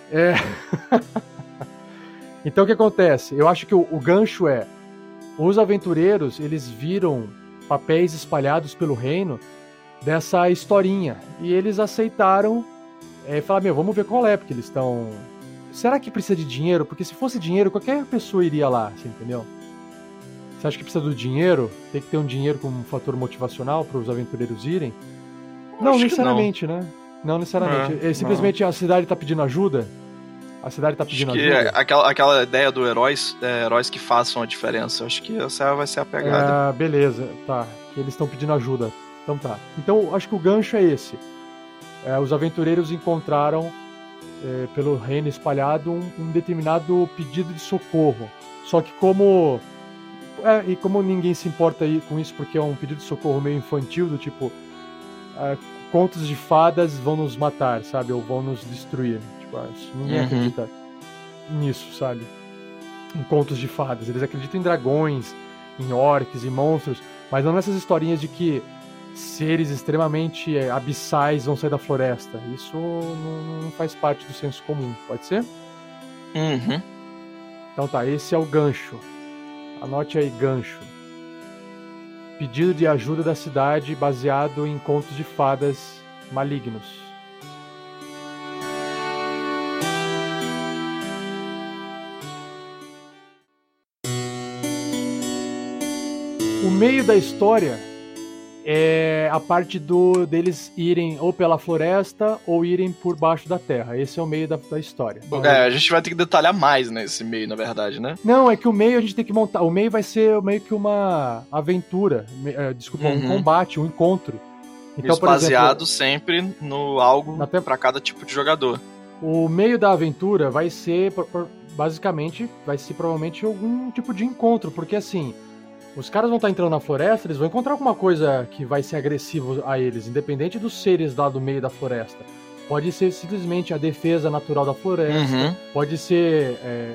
Então o que acontece? Eu acho que o gancho os aventureiros, eles viram papéis espalhados pelo reino dessa historinha. E eles aceitaram e falaram, vamos ver qual é, porque eles estão... Será que precisa de dinheiro? Porque se fosse dinheiro, qualquer pessoa iria lá, você entendeu? Você acha que precisa do dinheiro? Tem que ter um dinheiro como um fator motivacional para os aventureiros irem? Não necessariamente, né? Não necessariamente. Simplesmente a cidade tá pedindo ajuda. A cidade tá pedindo ajuda. Aquela ideia do heróis que façam a diferença. Acho que essa vai ser a pegada. Beleza, tá. Eles estão pedindo ajuda. Então tá. Então acho que o gancho é esse. Os aventureiros encontraram pelo reino espalhado um determinado pedido de socorro. Só que como ninguém se importa aí com isso, porque é um pedido de socorro meio infantil, do tipo contos de fadas vão nos matar, sabe? Ou vão nos destruir. Tipo, ninguém acredita nisso, sabe? Em contos de fadas. Eles acreditam em dragões, em orcs, em monstros, mas não nessas historinhas de que seres extremamente abissais vão sair da floresta. Isso não faz parte do senso comum, pode ser? Então tá, esse é o gancho. Anote aí, gancho. Pedido de ajuda da cidade baseado em contos de fadas malignos. O meio da história é a parte deles irem ou pela floresta ou irem por baixo da terra. Esse é o meio da história. A gente vai ter que detalhar mais nesse meio, na verdade, né? Não, é que o meio a gente tem que montar. O meio vai ser meio que uma aventura. Um combate, um encontro. Então, isso baseado sempre no algo para cada tipo de jogador. O meio da aventura vai ser, basicamente, provavelmente algum tipo de encontro. Porque assim... Os caras vão estar entrando na floresta, eles vão encontrar alguma coisa que vai ser agressivo a eles, independente dos seres lá do meio da floresta. Pode ser simplesmente a defesa natural da floresta, pode ser...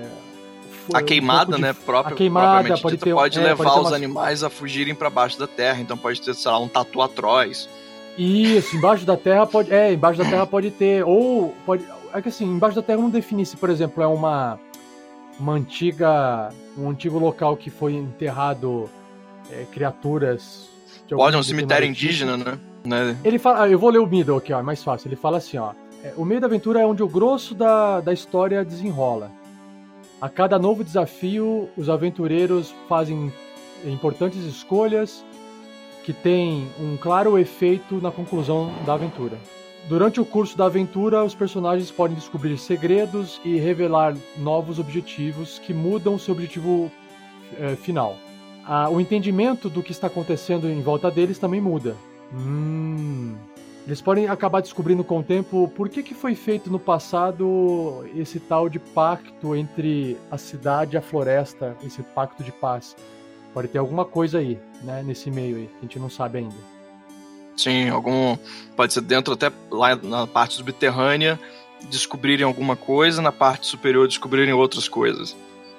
a queimada, né? A queimada pode levar os animais a fugirem para baixo da terra, então pode ter, sei lá, um tatu atroz. Isso, embaixo da terra pode ter, ou pode... É que assim, embaixo da terra não define se, por exemplo, é um antigo local que foi enterrado criaturas... Pode, um cemitério indígena, né? Ele fala, eu vou ler o middle aqui, ó, é mais fácil. Ele fala assim, ó, o meio da aventura é onde o grosso da história desenrola. A cada novo desafio, os aventureiros fazem importantes escolhas que têm um claro efeito na conclusão da aventura. Durante o curso da aventura, os personagens podem descobrir segredos e revelar novos objetivos que mudam seu objetivo final. O entendimento do que está acontecendo em volta deles também muda. Eles podem acabar descobrindo com o tempo por que foi feito no passado esse tal de pacto entre a cidade e a floresta, esse pacto de paz. Pode ter alguma coisa aí, né, nesse meio aí, que a gente não sabe ainda. Sim, pode ser dentro, até lá na parte subterrânea, descobrirem alguma coisa, na parte superior descobrirem outras coisas.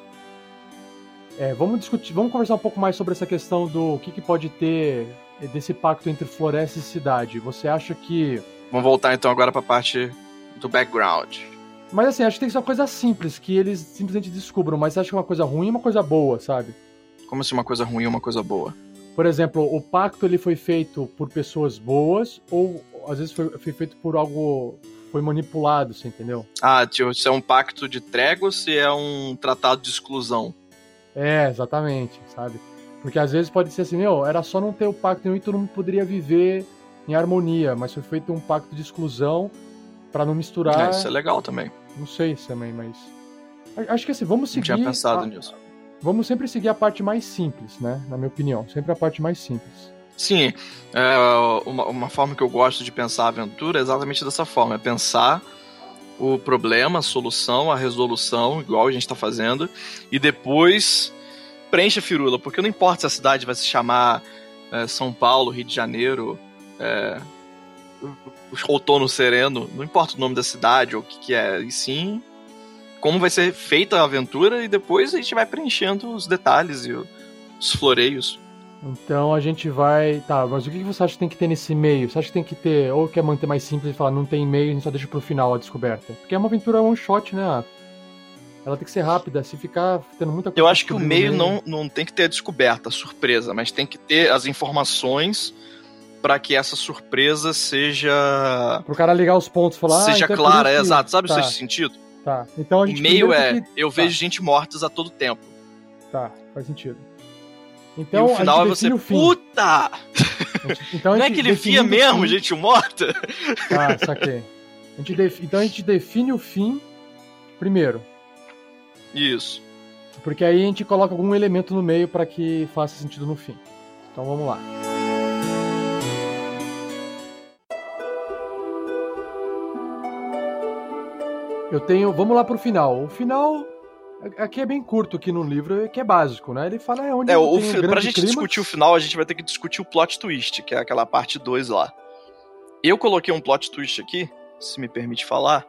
Vamos conversar um pouco mais sobre essa questão do que pode ter desse pacto entre floresta e cidade. Você acha que... Vamos voltar então agora para a parte do background. Mas assim, acho que tem que ser uma coisa simples, que eles simplesmente descubram, mas você acha que é uma coisa ruim ou uma coisa boa, sabe? Como assim uma coisa ruim ou uma coisa boa? Por exemplo, o pacto ele foi feito por pessoas boas ou às vezes foi feito por algo... Foi manipulado, você entendeu? Se é um pacto de trégua ou se é um tratado de exclusão? Exatamente, sabe? Porque às vezes pode ser assim, era só não ter o pacto e todo mundo poderia viver em harmonia, mas foi feito um pacto de exclusão pra não misturar... Isso é legal também. Não sei também, mas... Acho que assim, vamos seguir... Não tinha pensado nisso. Vamos sempre seguir a parte mais simples, né? Na minha opinião, sempre a parte mais simples. Sim, uma forma que eu gosto de pensar a aventura é exatamente dessa forma, é pensar o problema, a solução, a resolução, igual a gente está fazendo, e depois preenche a firula, porque não importa se a cidade vai se chamar São Paulo, Rio de Janeiro, Outono Sereno, não importa o nome da cidade ou o que é, e sim como vai ser feita a aventura, e depois a gente vai preenchendo os detalhes e os floreios. Então a gente vai... Tá, mas o que você acha que tem que ter nesse meio? Você acha que tem que ter... Ou quer manter mais simples e falar, não tem meio, a gente só deixa pro final a descoberta? Porque é uma aventura one shot, né? Ela tem que ser rápida, se ficar tendo muita coisa... Eu acho que o meio não tem que ter a descoberta, a surpresa, mas tem que ter as informações pra que essa surpresa seja... Pro cara ligar os pontos e falar... seja então clara, que... exato. Sabe tá. o seu sentido? Tá. Então a gente o meio eu tá. vejo gente mortas a todo tempo. Tá, faz sentido. Então, e o final é você, puta! Então, não é que ele via mesmo gente morta? Tá, saquei. Então a gente define o fim primeiro. Isso. Porque aí a gente coloca algum elemento no meio para que faça sentido no fim. Então vamos lá. Vamos lá pro final. O final aqui é bem curto aqui no livro, que é básico, né? Ele fala onde pra gente discutir o final, a gente vai ter que discutir o plot twist, que é aquela parte 2 lá. Eu coloquei um plot twist aqui, se me permite falar,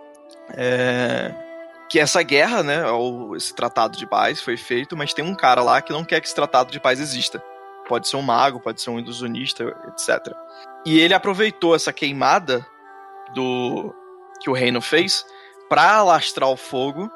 que essa guerra, né, esse tratado de paz foi feito, mas tem um cara lá que não quer que esse tratado de paz exista. Pode ser um mago, pode ser um ilusionista, etc. E ele aproveitou essa queimada que o reino fez para alastrar o fogo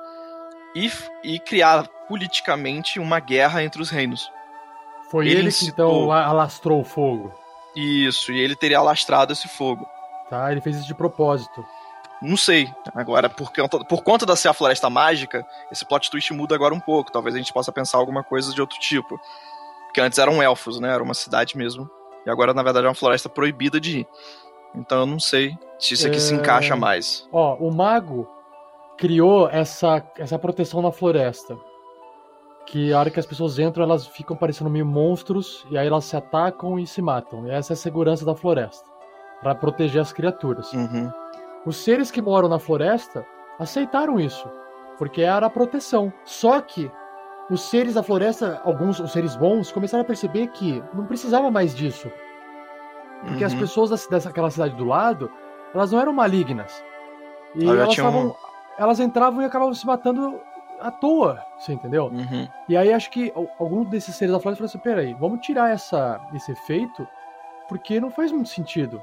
e criar politicamente uma guerra entre os reinos. Foi ele que então alastrou o fogo. Isso, e ele teria alastrado esse fogo. Tá, ele fez isso de propósito. Não sei. Agora, por conta de ser a floresta mágica, esse plot twist muda agora um pouco. Talvez a gente possa pensar alguma coisa de outro tipo. Porque antes eram elfos, né? Era uma cidade mesmo. E agora, na verdade, é uma floresta proibida de ir. Então eu não sei se isso aqui se encaixa mais. O mago criou essa proteção na floresta. Que a hora que as pessoas entram, elas ficam parecendo meio monstros, e aí elas se atacam e se matam. E essa é a segurança da floresta, para proteger as criaturas. Uhum. Os seres que moram na floresta aceitaram isso, porque era a proteção. Só que os seres da floresta, os seres bons, começaram a perceber que não precisava mais disso. Porque as pessoas daquela cidade do lado, elas não eram malignas. E elas entravam e acabavam se matando à toa, você entendeu? Uhum. E aí acho que algum desses seres da floresta falou assim, peraí, vamos tirar esse efeito, porque não faz muito sentido.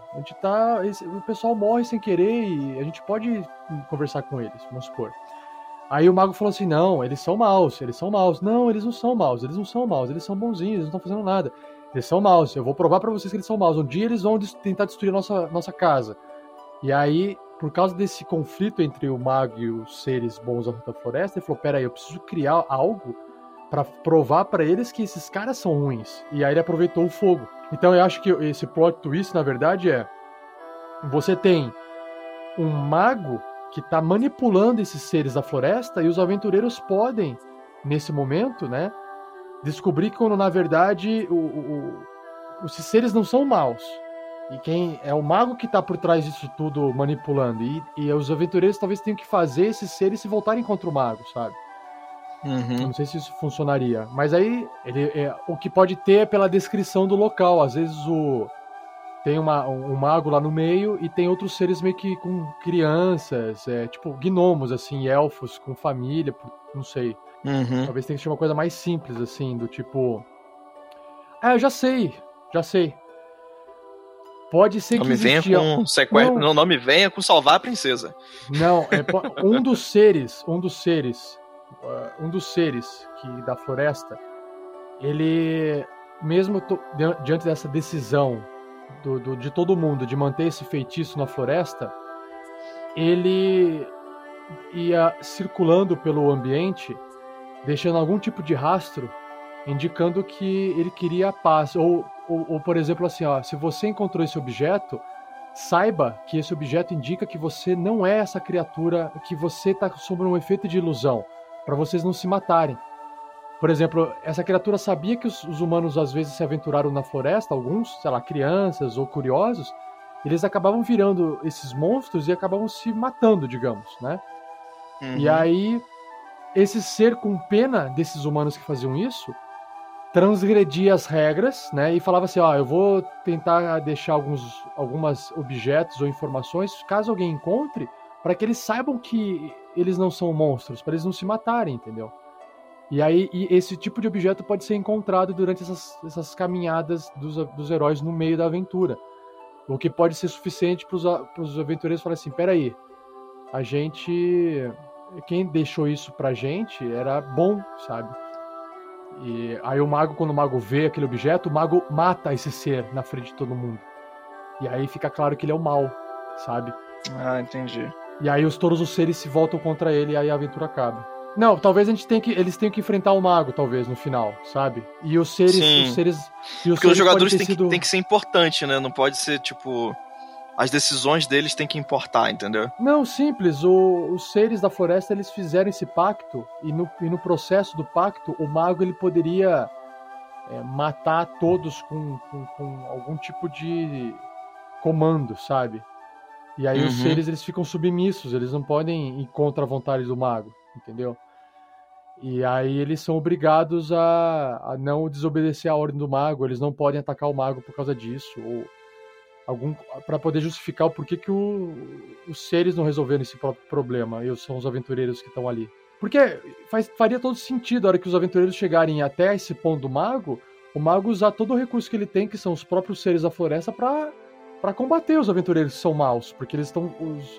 O pessoal morre sem querer e a gente pode conversar com eles, vamos supor. Aí o mago falou assim, não, eles são maus. Não, eles não são maus, eles são bonzinhos, eles não estão fazendo nada. Eles são maus, eu vou provar pra vocês que eles são maus. Um dia eles vão tentar destruir a nossa casa. E aí, por causa desse conflito entre o mago e os seres bons da floresta, ele falou, peraí, eu preciso criar algo pra provar pra eles que esses caras são ruins. E aí ele aproveitou o fogo. Então eu acho que esse plot twist, na verdade, você tem um mago que tá manipulando esses seres da floresta, e os aventureiros podem, nesse momento, né, descobrir que, na verdade, esses seres não são maus. E quem é o mago que tá por trás disso tudo manipulando. E os aventureiros talvez tenham que fazer esses seres se voltarem contra o mago, sabe? Uhum. Não sei se isso funcionaria. Mas aí, o que pode ter é pela descrição do local. Às vezes tem um mago lá no meio e tem outros seres meio que com crianças, tipo gnomos, assim, elfos com família, não sei. Uhum. Talvez tenha que ser uma coisa mais simples, assim, do tipo... eu já sei. Pode ser que existia... Venha com sequestro... Não me venha com salvar a princesa. Não, um dos seres da floresta, ele, mesmo diante dessa decisão de todo mundo de manter esse feitiço na floresta, ele ia circulando pelo ambiente, deixando algum tipo de rastro, indicando que ele queria a paz. Ou por exemplo, assim, se você encontrou esse objeto, saiba que esse objeto indica que você não é essa criatura, que você está sob um efeito de ilusão, para vocês não se matarem. Por exemplo, essa criatura sabia que os humanos às vezes se aventuraram na floresta, alguns, sei lá, crianças ou curiosos, eles acabavam virando esses monstros e acabavam se matando, digamos, né? Uhum. E aí, esse ser com pena desses humanos que faziam isso, transgredia as regras, né? E falava assim, eu vou tentar deixar alguns objetos ou informações, caso alguém encontre, para que eles saibam que eles não são monstros, para eles não se matarem, entendeu? E aí esse tipo de objeto pode ser encontrado durante essas caminhadas dos heróis no meio da aventura. O que pode ser suficiente para os aventureiros falarem assim, peraí, quem deixou isso pra gente era bom, sabe? E aí quando o mago vê aquele objeto, o mago mata esse ser na frente de todo mundo. E aí fica claro que ele é o mal, sabe? Ah, entendi. E aí todos os seres se voltam contra ele e aí a aventura acaba. Não, talvez eles tenham que enfrentar o mago, talvez, no final, sabe? E os seres... Sim. Porque os jogadores têm que ser importante, né? Não pode ser, tipo... As decisões deles têm que importar, entendeu? Não, simples. Os seres da floresta, eles fizeram esse pacto e no processo do pacto, o mago ele poderia matar todos com algum tipo de comando, sabe? E aí os seres, eles ficam submissos, eles não podem ir contra a vontade do mago, entendeu? E aí eles são obrigados a não desobedecer a ordem do mago, eles não podem atacar o mago por causa disso, ou para poder justificar o porquê que os seres não resolveram esse próprio problema, e são os aventureiros que estão ali. Porque faria todo sentido a hora que os aventureiros chegarem até esse ponto do mago, o mago usar todo o recurso que ele tem, que são os próprios seres da floresta, para combater os aventureiros que são maus, porque eles estão...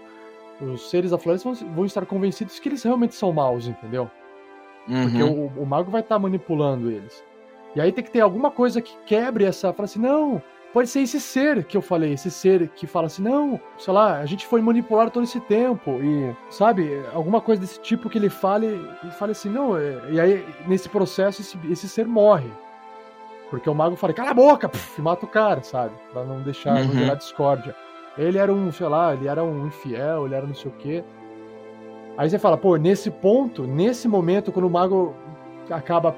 Os seres da floresta vão estar convencidos que eles realmente são maus, entendeu? Porque o mago vai estar manipulando eles. E aí tem que ter alguma coisa que quebre essa... Fala assim, não, pode ser esse ser que eu falei, esse ser que fala assim, não, sei lá, a gente foi manipulado todo esse tempo, e, sabe, alguma coisa desse tipo que ele fale, e fale assim, não, e aí nesse processo esse ser morre. Porque o mago fala, cala a boca, e mata o cara, sabe? Pra não deixar, não gerar discórdia. Ele era sei lá, ele era um infiel, ele era não sei o quê. Aí você fala, pô, nesse momento, quando o mago acaba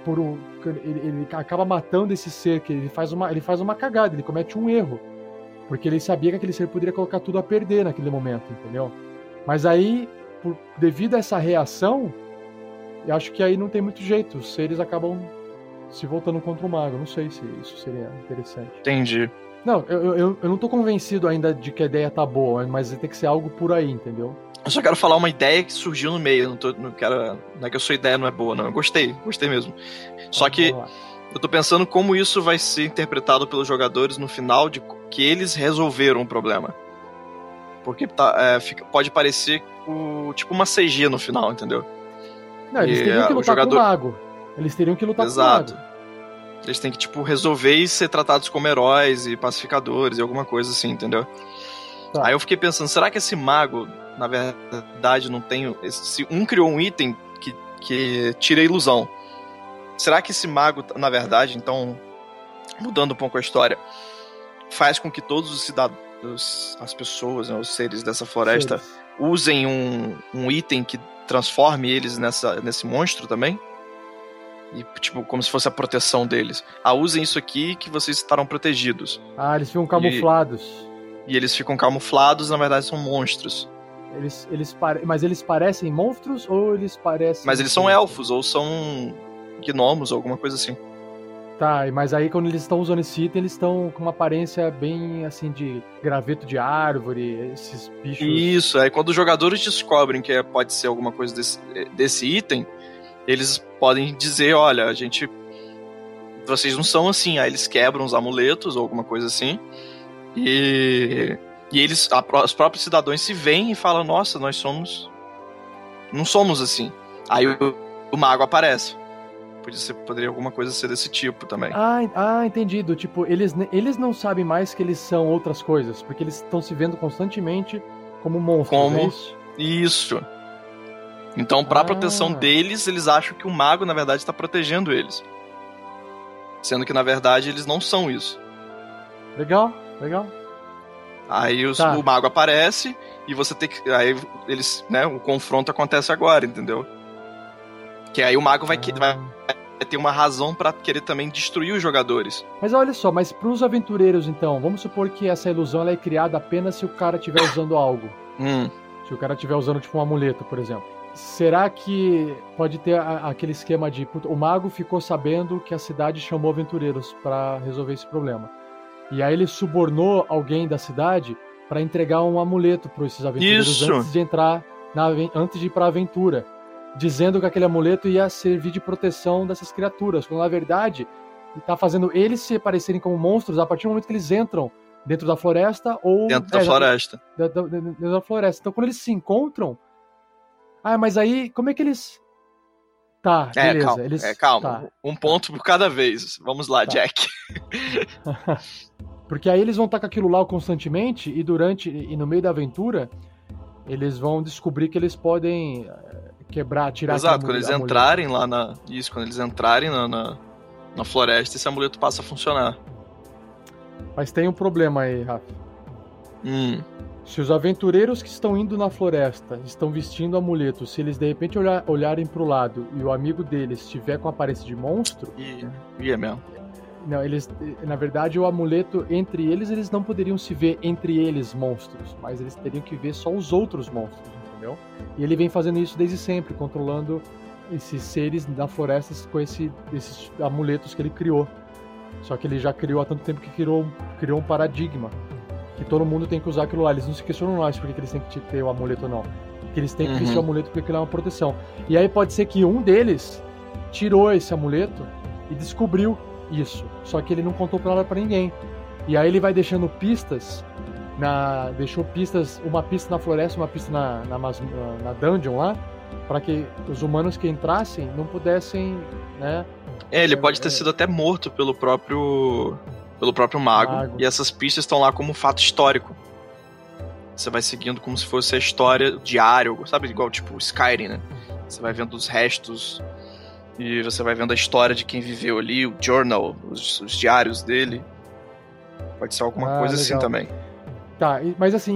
ele acaba matando esse ser, que ele faz uma cagada, ele comete um erro. Porque ele sabia que aquele ser poderia colocar tudo a perder naquele momento, entendeu? Mas aí, devido a essa reação, eu acho que aí não tem muito jeito. Os seres acabam se voltando contra o mago. Não sei se isso seria interessante. Entendi. Não, eu não tô convencido ainda de que a ideia tá boa, mas tem que ser algo por aí, entendeu? Eu só quero falar uma ideia que surgiu no meio. Não é que a sua ideia não é boa, não. Eu gostei mesmo. Só que eu tô pensando como isso vai ser interpretado pelos jogadores no final, de que eles resolveram o problema. Porque pode parecer tipo uma CG no final, entendeu? Não, eles teriam que lutar com o mago. Eles teriam que lutar com o mago. Eles têm que, tipo, resolver e ser tratados como heróis e pacificadores e alguma coisa assim, entendeu? Tá. Aí eu fiquei pensando, será que esse mago, na verdade, não tem... Se um criou um item que tira a ilusão. Será que esse mago, na verdade, então, mudando um pouco a história, faz com que todos os cidadãos, as pessoas, né, os seres dessa floresta, usem um item que transforme eles nesse monstro também? E, tipo, como se fosse a proteção deles. Usem isso aqui que vocês estarão protegidos. Eles ficam camuflados. E eles ficam camuflados, na verdade são monstros. Mas eles parecem monstros ou eles parecem... Mas eles são elfos, ou são gnomos, ou alguma coisa assim. Tá, mas aí quando eles estão usando esse item, eles estão com uma aparência bem, assim, de graveto de árvore, esses bichos... Isso, aí quando os jogadores descobrem que pode ser alguma coisa desse item, eles podem dizer, olha, vocês não são assim. Aí eles quebram os amuletos ou alguma coisa assim. E os próprios cidadãos se veem e falam, nossa, não somos assim. Aí o mago aparece. Poderia alguma coisa ser desse tipo também. Entendido. Tipo, eles não sabem mais que eles são outras coisas, porque eles estão se vendo constantemente como monstros, é isso? Isso. Então, pra proteção deles, eles acham que o mago, na verdade, está protegendo eles. Sendo que, na verdade, eles não são isso. Legal. Aí o mago aparece e você tem que... Aí eles, né, o confronto acontece agora, entendeu? Que aí o mago vai ter uma razão pra querer também destruir os jogadores. Mas olha só, mas pros aventureiros, então, vamos supor que essa ilusão ela é criada apenas se o cara estiver usando algo. Se o cara estiver usando, tipo, um amuleto, por exemplo. Será que pode ter aquele esquema de... o mago ficou sabendo que a cidade chamou aventureiros pra resolver esse problema. E aí ele subornou alguém da cidade pra entregar um amuleto para esses aventureiros antes de ir pra aventura. Dizendo que aquele amuleto ia servir de proteção dessas criaturas. Quando na verdade tá fazendo eles se parecerem como monstros a partir do momento que eles entram dentro da floresta ou... Dentro da floresta. Dentro da floresta. Então quando eles se encontram... mas aí, como é que eles... Tá, beleza. Calma, Eles... calma. Tá. Um ponto por cada vez. Vamos lá, Tá. Jack. Porque aí eles vão estar com aquilo lá constantemente e no meio da aventura, eles vão descobrir que eles podem tirar Exato, quando eles entrarem lá na... Isso, quando eles entrarem na floresta, esse amuleto passa a funcionar. Mas tem um problema aí, Rafa. Se Se os aventureiros que estão indo na floresta estão vestindo amuletos, se eles de repente olharem pro lado e o amigo deles estiver com a aparência de monstro... é mesmo. Não, eles, na verdade, o amuleto entre eles não poderiam se ver entre eles monstros, mas eles teriam que ver só os outros monstros, entendeu? E ele vem fazendo isso desde sempre, controlando esses seres da floresta com esses amuletos que ele criou. Só que ele já criou há tanto tempo que criou um paradigma, que todo mundo tem que usar aquilo lá. Eles não se questionam mais porque eles têm que ter o amuleto ou não. Que eles têm que vestir o amuleto porque ele é uma proteção. E aí pode ser que um deles tirou esse amuleto e descobriu isso, só que ele não contou pra ninguém. E aí ele vai deixando pistas, deixou uma pista na floresta, uma pista na dungeon lá, para que os humanos que entrassem não pudessem, né? Ele pode ter sido até morto pelo próprio mago. E essas pistas estão lá como um fato histórico. Você vai seguindo como se fosse a história diário, sabe? Igual tipo Skyrim, né? Você vai vendo os restos e você vai vendo a história de quem viveu ali, o journal, os diários dele. Pode ser alguma coisa legal. Assim também. Tá, mas assim,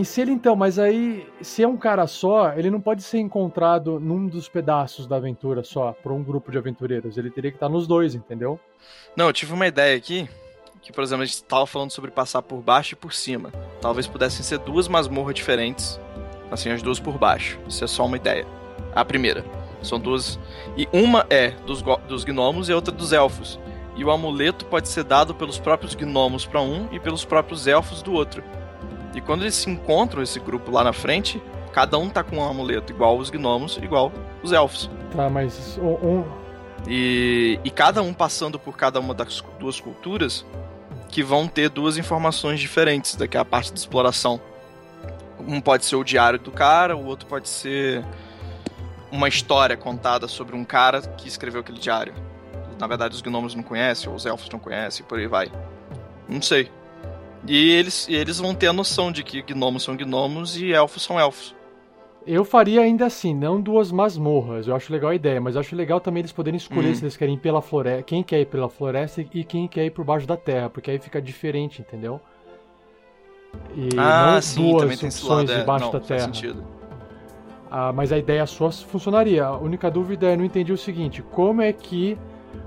se é um cara só, ele não pode ser encontrado num dos pedaços da aventura só, por um grupo de aventureiros. Ele teria que estar nos dois, entendeu? Não, eu tive uma ideia aqui, que por exemplo, a gente estava falando sobre passar por baixo e por cima. Talvez pudessem ser duas masmorras diferentes, assim, as duas por baixo. Isso é só uma ideia. A primeira. São duas. E uma é dos gnomos e a outra dos elfos. E o amuleto pode ser dado pelos próprios gnomos para um e pelos próprios elfos do outro. E quando eles se encontram, esse grupo lá na frente, cada um tá com um amuleto igual os gnomos, igual os elfos. Tá, mas E cada um passando por cada uma das duas culturas, que vão ter duas informações diferentes, daqui a parte de exploração. Um pode ser o diário do cara, o outro pode ser uma história contada sobre um cara que escreveu aquele diário. Na verdade, os gnomos não conhecem, ou os elfos não conhecem, por aí vai. Não sei. E eles vão ter a noção de que gnomos são gnomos e elfos são elfos. Eu faria ainda assim, não duas masmorras. Eu acho legal a ideia, mas eu acho legal também eles poderem escolher se eles querem ir pela floresta, quem quer ir pela floresta e quem quer ir por baixo da terra, porque aí fica diferente, entendeu? E não sim, duas também tem opções debaixo da terra. Faz sentido. Mas a ideia sua funcionaria. A única dúvida eu não entendi o seguinte: como é que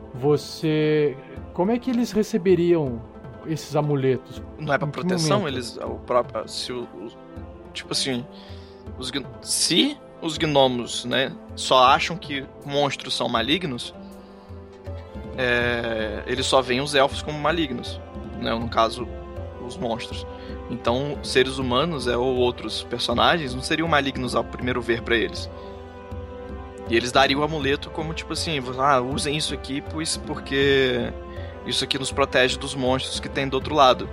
eles receberiam esses amuletos? Não é pra proteção? Eles, o próprio, tipo assim, se os gnomos, né, só acham que monstros são malignos, eles só veem os elfos como malignos, né, no caso, os monstros. Então, seres humanos ou outros personagens não seriam malignos ao primeiro ver pra eles. E eles dariam o amuleto como tipo assim, usem isso aqui, porque isso aqui nos protege dos monstros que tem do outro lado.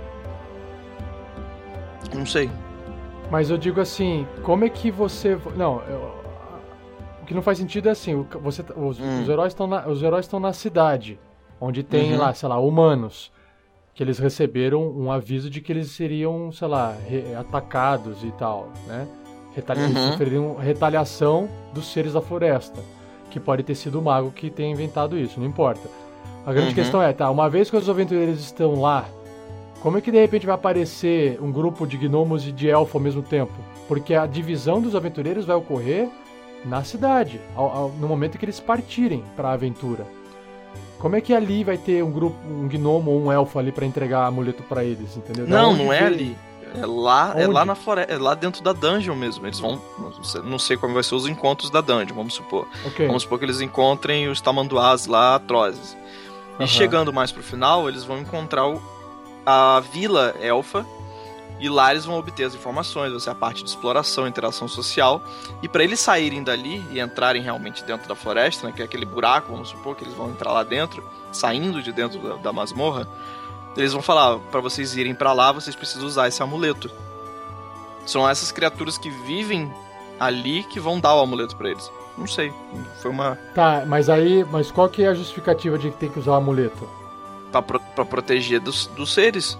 Não sei. Mas eu digo assim, como é que você... Não, o que não faz sentido é assim, os heróis estão na cidade, onde tem lá, sei lá, humanos, que eles receberam um aviso de que eles seriam, sei lá, atacados e tal, né? Eles sofreriam retaliação dos seres da floresta, que pode ter sido o mago que tenha inventado isso, não importa. A grande questão é, uma vez que os aventureiros estão lá, como é que de repente vai aparecer um grupo de gnomos e de elfo ao mesmo tempo? Porque a divisão dos aventureiros vai ocorrer na cidade, no momento em que eles partirem para a aventura. Como é que ali vai ter um grupo, um gnomo ou um elfo ali para entregar amuleto para eles, entendeu? Não é ali. É lá na floresta, é lá dentro da dungeon mesmo. Eles vão, não sei como vai ser os encontros da dungeon, vamos supor. Okay. Vamos supor que eles encontrem os tamanduás lá atrozes. E chegando mais pro final, eles vão encontrar a vila elfa, e lá eles vão obter as informações, vai ser a parte de exploração, interação social. E para eles saírem dali e entrarem realmente dentro da floresta, né, que é aquele buraco, vamos supor que eles vão entrar lá dentro, saindo de dentro da masmorra, eles vão falar, para vocês irem para lá, vocês precisam usar esse amuleto. São essas criaturas que vivem ali que vão dar o amuleto para eles. Não sei. Foi uma... Tá, mas qual que é a justificativa de que tem que usar o amuleto? Pra proteger dos seres.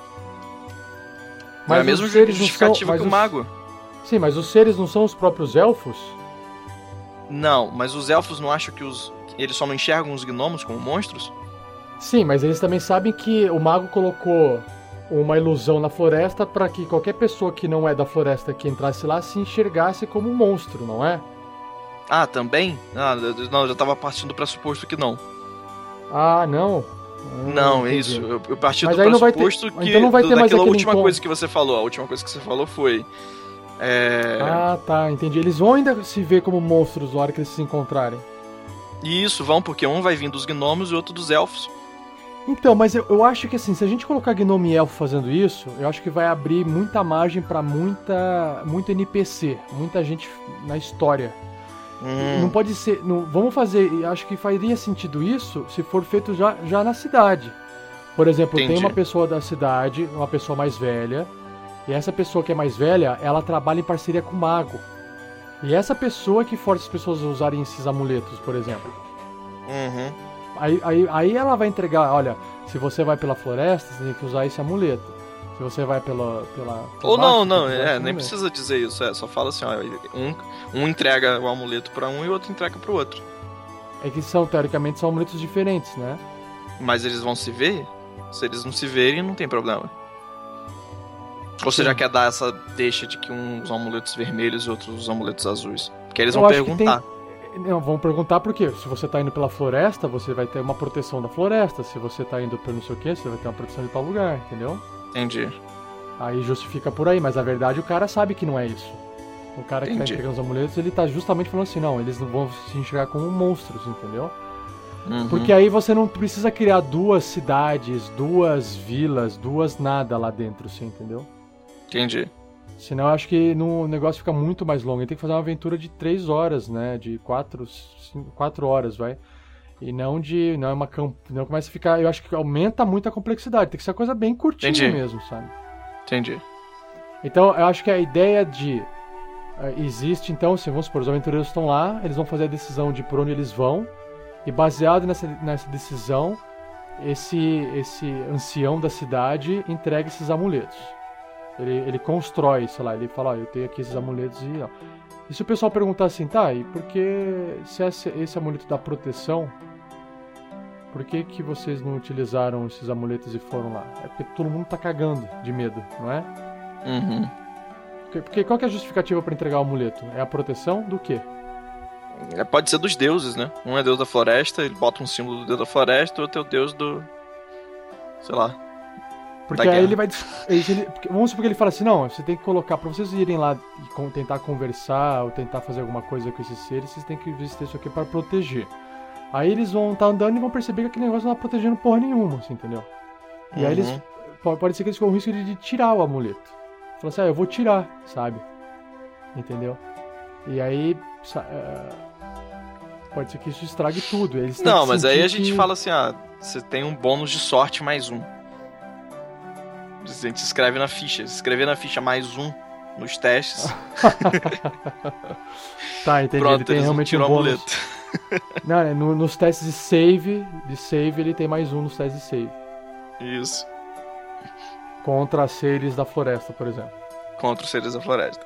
Mas é a mesma justificativa que o mago. Sim, mas os seres não são os próprios elfos? Não, mas os elfos não acham que eles só não enxergam os gnomos como monstros? Sim, mas eles também sabem que o mago colocou uma ilusão na floresta para que qualquer pessoa que não é da floresta que entrasse lá se enxergasse como um monstro, não é? Ah, também? Não, eu já tava partindo do pressuposto que não. Ah, não? Não, é isso. Eu parti do pressuposto que... Então não vai ter mais aquela última coisa que você falou. A última coisa que você falou foi... Ah, tá, entendi. Eles vão ainda se ver como monstros na hora que eles se encontrarem. Isso, vão, porque um vai vir dos gnomos e o outro dos elfos. Então, mas eu acho que assim, se a gente colocar gnomo e elfo fazendo isso, eu acho que vai abrir muita margem pra muito NPC, muita gente na história. Não pode ser... vamos fazer... Acho que faria sentido isso se for feito já na cidade. Por exemplo, Entendi. tem uma pessoa da cidade, uma pessoa mais velha, e essa pessoa que é mais velha, ela trabalha em parceria com o mago. E essa pessoa que força as pessoas a usarem esses amuletos, por exemplo. Aí ela vai entregar, olha, se você vai pela floresta, você tem que usar esse amuleto. Se você vai pela ou baixo, não, nem precisa dizer isso, só fala assim, ó, um entrega o amuleto pra um e o outro entrega pro outro. É que teoricamente são amuletos diferentes, né? Mas eles vão se ver? Se eles não se verem, não tem problema. Ou você já quer dar essa deixa de que uns usam amuletos vermelhos e outros usam amuletos azuis? Porque eles vão perguntar. Não, vão perguntar por quê? Se você tá indo pela floresta, você vai ter uma proteção da floresta. Se você tá indo pelo não sei o que, você vai ter uma proteção de tal lugar, entendeu? Entendi. Aí justifica por aí, mas na verdade o cara sabe que não é isso. O cara que tá entregando os amuletos, ele tá justamente falando assim, não, eles não vão se enxergar como monstros, entendeu? Porque aí você não precisa criar 2 cidades, 2 vilas, 2 nada lá dentro, assim, entendeu? Entendi. Senão eu acho que o negócio fica muito mais longo. Ele tem que fazer uma aventura de 3 horas, né? De 4 horas, vai. E não começa a ficar... Eu acho que aumenta muito a complexidade. Tem que ser uma coisa bem curtinha mesmo, sabe? Entendi. Então, eu acho que a ideia de... existe, então, assim, vamos supor, os aventureiros estão lá, eles vão fazer a decisão de por onde eles vão. E baseado nessa decisão, esse ancião da cidade entrega esses amuletos. Ele constrói, sei lá, ele fala, ó, eu tenho aqui esses amuletos e... Ó. E se o pessoal perguntar assim, tá, e por que se esse amuleto dá proteção, por que vocês não utilizaram esses amuletos e foram lá? É porque todo mundo tá cagando de medo, não é? Porque qual que é a justificativa pra entregar o amuleto? É a proteção do quê? Pode ser dos deuses, né? Um é deus da floresta, ele bota um símbolo do deus da floresta, o outro é o deus do... sei lá... Porque aí ele vai... vamos supor que ele fala assim, não, você tem que colocar, pra vocês irem lá e tentar conversar ou tentar fazer alguma coisa com esses seres, vocês têm que visitar isso aqui pra proteger. Aí eles vão estar andando e vão perceber que aquele negócio não tá protegendo porra nenhuma, assim, entendeu? E aí eles... Pode ser que eles corram o risco de tirar o amuleto. Fala assim, eu vou tirar, sabe? Entendeu? E aí... pode ser que isso estrague tudo. Eles não, mas aí a gente fala assim, você tem um bônus de sorte mais 1. A gente escreve na ficha. Se escrever na ficha mais 1 nos testes. Tá, entendi. Pronto, ele tem realmente um bônus. Não, nos testes de save, ele tem mais 1 nos testes de save. Isso. Contra seres da floresta, por exemplo. Contra os seres da floresta.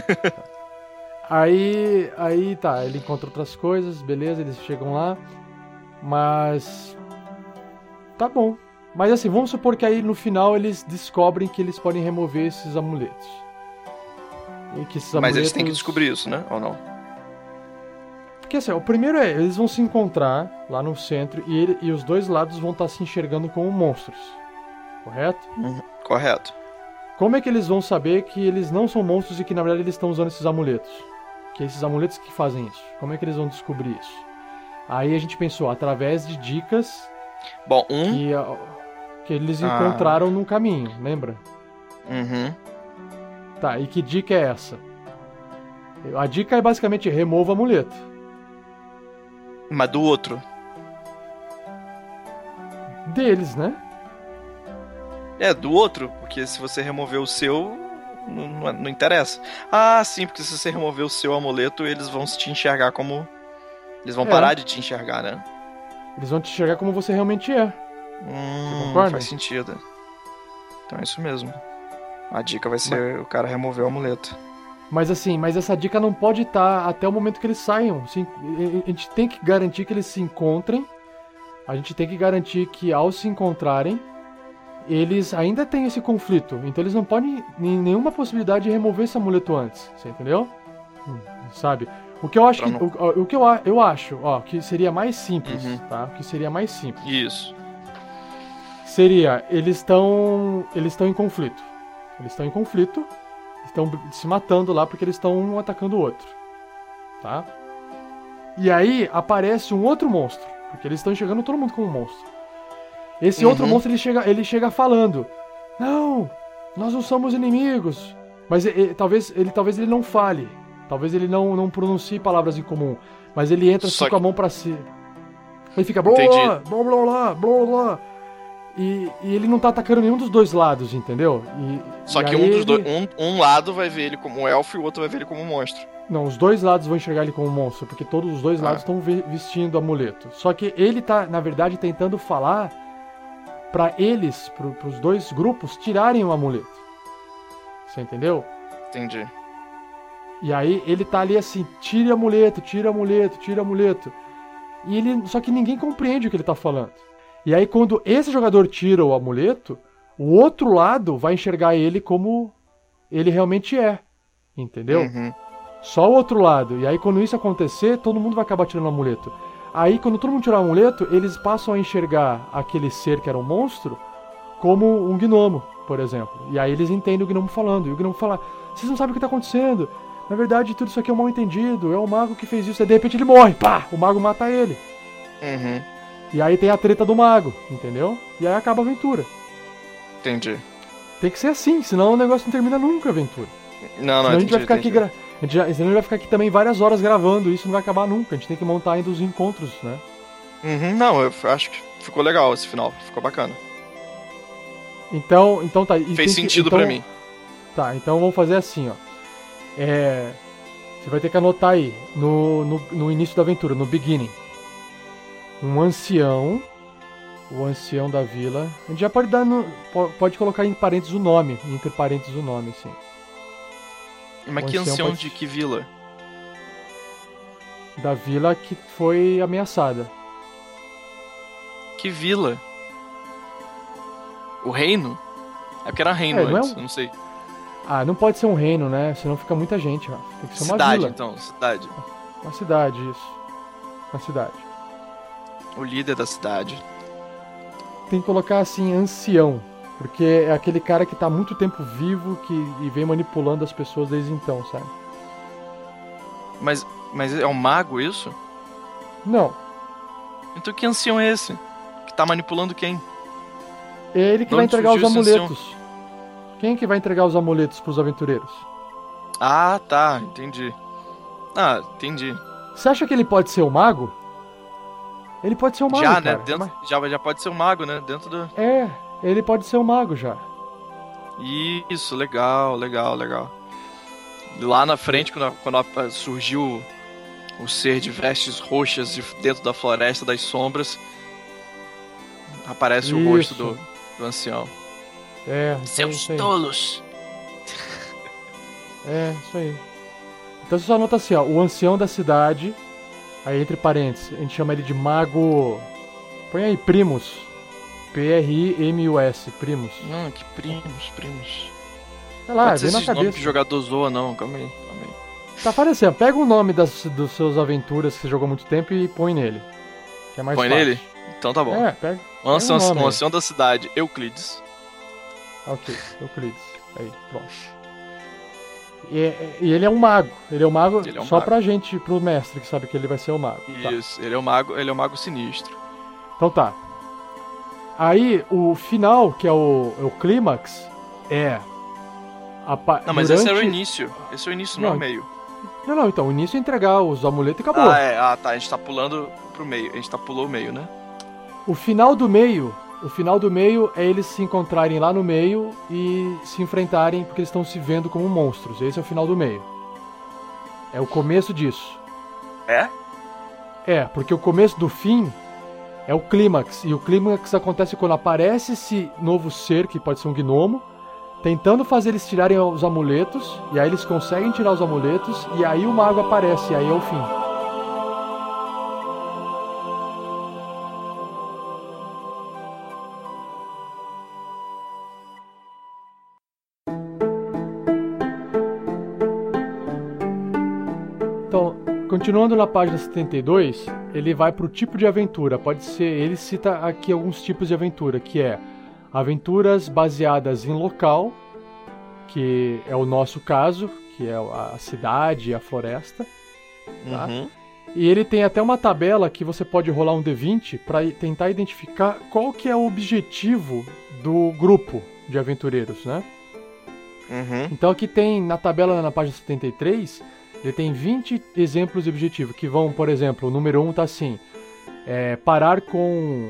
Aí tá, ele encontra outras coisas, beleza, eles chegam lá, mas... Tá bom. Mas assim, vamos supor que aí no final eles descobrem que eles podem remover esses amuletos. E que esses amuletos... Mas eles têm que descobrir isso, né? Ou não? Porque assim, o primeiro eles vão se encontrar lá no centro e os dois lados vão estar se enxergando como monstros. Correto? Correto. Como é que eles vão saber que eles não são monstros e que na verdade eles estão usando esses amuletos? Que é esses amuletos que fazem isso. Como é que eles vão descobrir isso? Aí a gente pensou, através de dicas... Bom, que eles encontraram no caminho, lembra? Tá, e que dica é essa? A dica é basicamente remova o amuleto. Mas do outro? Deles, né? Do outro, porque se você remover o seu, não interessa. Ah, sim, porque se você remover o seu amuleto, eles vão te enxergar como... Eles vão parar de te enxergar, né? Eles vão te enxergar como você realmente é. Você concorda? Faz sentido. Então é isso mesmo. A dica vai ser o cara remover o amuleto. Mas assim, essa dica não pode estar até o momento que eles saiam. Assim, a gente tem que garantir que eles se encontrem. A gente tem que garantir que ao se encontrarem, eles ainda têm esse conflito. Então eles não podem, em nenhuma possibilidade, de remover esse amuleto antes. Você entendeu? Sabe? O que eu acho eu acho, que seria mais simples, tá? O que seria mais simples. Isso. Seria, eles estão em conflito. Eles estão em conflito, estão se matando lá porque eles estão um atacando o outro. Tá? E aí aparece um outro monstro, porque eles estão enxergando todo mundo como um monstro. Esse outro monstro, ele chega falando: não, nós não somos inimigos. Mas talvez ele não fale. Talvez ele não pronuncie palavras em comum. Mas ele entra assim com a mão pra si. Ele fica blá blá blá blá blá. E ele não tá atacando nenhum dos dois lados, entendeu? Só que um lado vai ver ele como um elfo e o outro vai ver ele como um monstro. Não, os dois lados vão enxergar ele como um monstro, porque todos os dois lados estão vestindo amuleto. Só que ele tá, na verdade, tentando falar pra eles, pros dois grupos, tirarem o amuleto. Você entendeu? Entendi. E aí ele tá ali assim, tira amuleto, tira amuleto, tira amuleto. Só que ninguém compreende o que ele tá falando. E aí quando esse jogador tira o amuleto, o outro lado vai enxergar ele como ele realmente é. Entendeu? Só o outro lado. E aí quando isso acontecer, todo mundo vai acabar tirando o amuleto. Aí quando todo mundo tirar o amuleto, eles passam a enxergar aquele ser que era um monstro como um gnomo, por exemplo. E aí eles entendem o gnomo falando. E o gnomo fala: vocês não sabem o que tá acontecendo. Na verdade, tudo isso aqui é um mal entendido. É o mago que fez isso. E de repente ele morre. Pá! O mago mata ele. E aí tem a treta do mago, entendeu? E aí acaba a aventura. Entendi. Tem que ser assim, senão o negócio não termina nunca a aventura. Não, senão a gente vai ficar aqui senão a gente vai ficar aqui também várias horas gravando. Isso não vai acabar nunca. A gente tem que montar ainda os encontros, né? Não, eu acho que ficou legal esse final. Ficou bacana. Então tá. Fez sentido pra mim. Tá, então vamos fazer assim, ó. Você vai ter que anotar aí, no início da aventura, no beginning. Um ancião, o ancião da vila. A gente já pode pode colocar em parênteses o nome, entre parênteses o nome, sim. Mas que ancião de que vila? Da vila que foi ameaçada. Que vila? O reino? É porque era reino antes, eu não sei. Não pode ser um reino, né? Senão fica muita gente, ó. Tem que ser uma cidade, vila. Então, cidade. Uma cidade, isso. Uma cidade. O líder da cidade. Tem que colocar assim, ancião. Porque é aquele cara que tá há muito tempo vivo e vem manipulando as pessoas desde então, sabe? Mas é um mago isso? Não. Então que ancião é esse? Que tá manipulando quem? É ele que vai entregar os amuletos. Quem que vai entregar os amuletos pros aventureiros? Ah, tá, entendi. Entendi. Você acha que ele pode ser o mago? Ele pode ser o mago, já, cara. Né? Já pode ser o mago, né? Dentro do... Ele pode ser o mago já. Isso, legal. Lá na frente, quando surgiu o ser de vestes roxas dentro da floresta das sombras, aparece o rosto do ancião. Seus tolos! Isso aí. Então você só anota assim, ó, o ancião da cidade, aí entre parênteses, a gente chama ele de mago... Põe aí, Primus. Primus, Primus. Que Primus. Sei lá, pode ser vem na esses cabeça. Nomes que o jogador zoa, não, calma aí. Tá parecendo, pega o nome dos seus aventuras que você jogou há muito tempo e põe nele. Que é mais põe fácil. nele? Então tá bom. Pega. O ancião da cidade, Euclides. Ok, Euclides. Aí, pronto. E ele é um mago. Ele é um mago só pra gente, pro mestre que sabe que ele vai ser o mago. Isso, tá. Ele é um mago sinistro. Então tá. Aí, o final, que é o clímax, mas esse era o início. Esse é o início, não é o meio. Não, então, o início é entregar os amuletos e acabou. Tá, a gente tá pulando pro meio. A gente pulou o meio, né? O final do meio O final do meio é eles se encontrarem lá no meio e se enfrentarem porque eles estão se vendo como monstros. Esse é o final do meio. É o começo disso. É? É, porque o começo do fim é o clímax. E o clímax acontece quando aparece esse novo ser, que pode ser um gnomo, tentando fazer eles tirarem os amuletos. E aí eles conseguem tirar os amuletos. E aí o mago aparece. E aí é o fim. Então, continuando na página 72, ele vai para o tipo de aventura. Pode ser, ele cita aqui alguns tipos de aventura, que é aventuras baseadas em local, que é o nosso caso, que é a cidade e a floresta. Tá? Uhum. E ele tem até uma tabela que você pode rolar um D20 para tentar identificar qual que é o objetivo do grupo de aventureiros, né? Uhum. Então aqui tem, na tabela na página 73, ele tem 20 exemplos de objetivo, que vão, por exemplo, o número 1 tá assim, parar com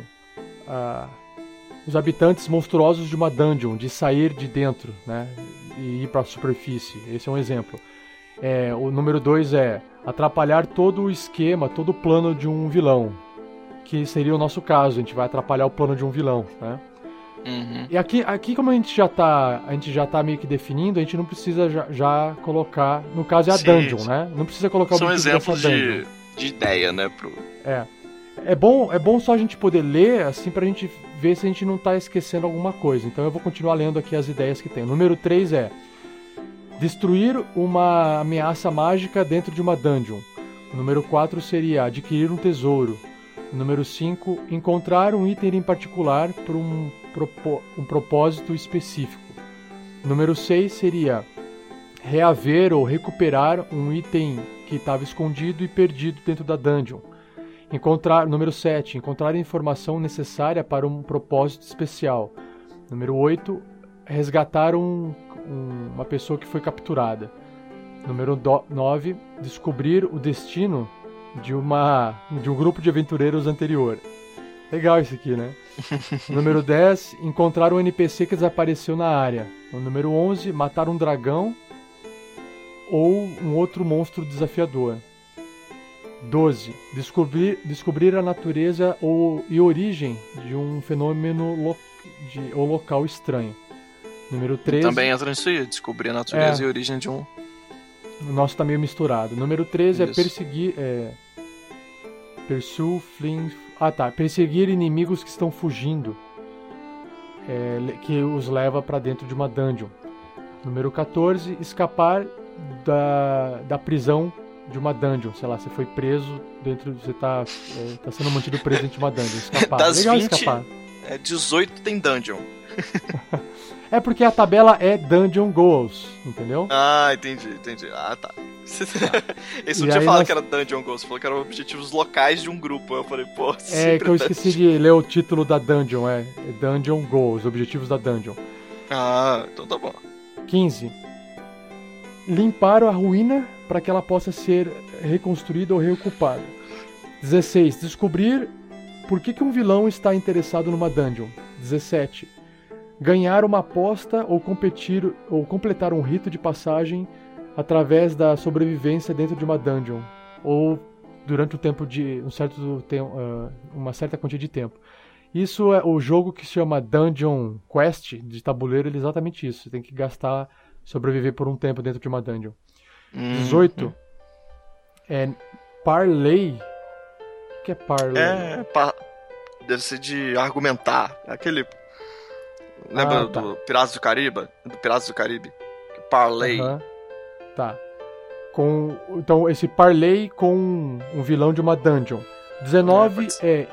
os habitantes monstruosos de uma dungeon, de sair de dentro, né, e ir para a superfície. Esse é um exemplo. O número 2 é atrapalhar todo o esquema, todo o plano de um vilão, que seria o nosso caso, a gente vai atrapalhar o plano de um vilão, né? Uhum. E aqui como a gente já tá meio que definindo, a gente não precisa já colocar, no caso é a dungeon, né? Não precisa colocar o São objetivo exemplos dessa dungeon. de ideia, né? É bom só a gente poder ler, assim, pra gente ver se a gente não tá esquecendo alguma coisa. Então eu vou continuar lendo aqui as ideias que tem. O número 3 é destruir uma ameaça mágica dentro de uma dungeon. O número 4 seria adquirir um tesouro. O número 5, encontrar um item em particular por um propósito específico. O número 6 seria reaver ou recuperar um item que estava escondido e perdido dentro da dungeon. Número 7, encontrar a informação necessária para um propósito especial. Número 8, resgatar uma pessoa que foi capturada. Número 9, descobrir o destino de um grupo de aventureiros anterior. Legal isso aqui, né? Número 10, encontrar um NPC que desapareceu na área. O número 11, matar um dragão ou um outro monstro desafiador. 12, descobrir a natureza e origem de um fenômeno ou local estranho. Número 13... Também entra nisso aí, descobrir a natureza e a origem de um... O nosso tá meio misturado. Número 13 é perseguir... perseguir inimigos que estão fugindo, que os leva para dentro de uma dungeon. Número 14, escapar da prisão de uma dungeon. Sei lá, você foi preso você tá sendo mantido preso dentro de uma dungeon. Escapar. Das Legal 20, escapar. 18 tem dungeon. É porque a tabela é Dungeon Goals, entendeu? Ah, entendi. Ah, tá. Esse não tinha falado que era Dungeon Goals, você falou que eram objetivos locais de um grupo. Eu falei, pô... É que eu esqueci de ler o título da Dungeon, é Dungeon Goals, objetivos da Dungeon. Ah, então tá bom. 15. Limpar a ruína para que ela possa ser reconstruída ou reocupada. 16. Descobrir por que um vilão está interessado numa dungeon. 17. Ganhar uma aposta ou competir ou completar um rito de passagem através da sobrevivência dentro de uma dungeon ou durante o tempo de uma certa quantia de tempo. Isso é o jogo que se chama Dungeon Quest de tabuleiro, ele é exatamente isso. Você tem que sobreviver por um tempo dentro de uma dungeon. 18 é Parley. O que é Parley? Deve ser de argumentar. Aquele... Lembra do Piratas do Caribe? Do Piratas do Caribe? Parley. Tá. Então, esse Parley com um vilão de uma dungeon. 19 é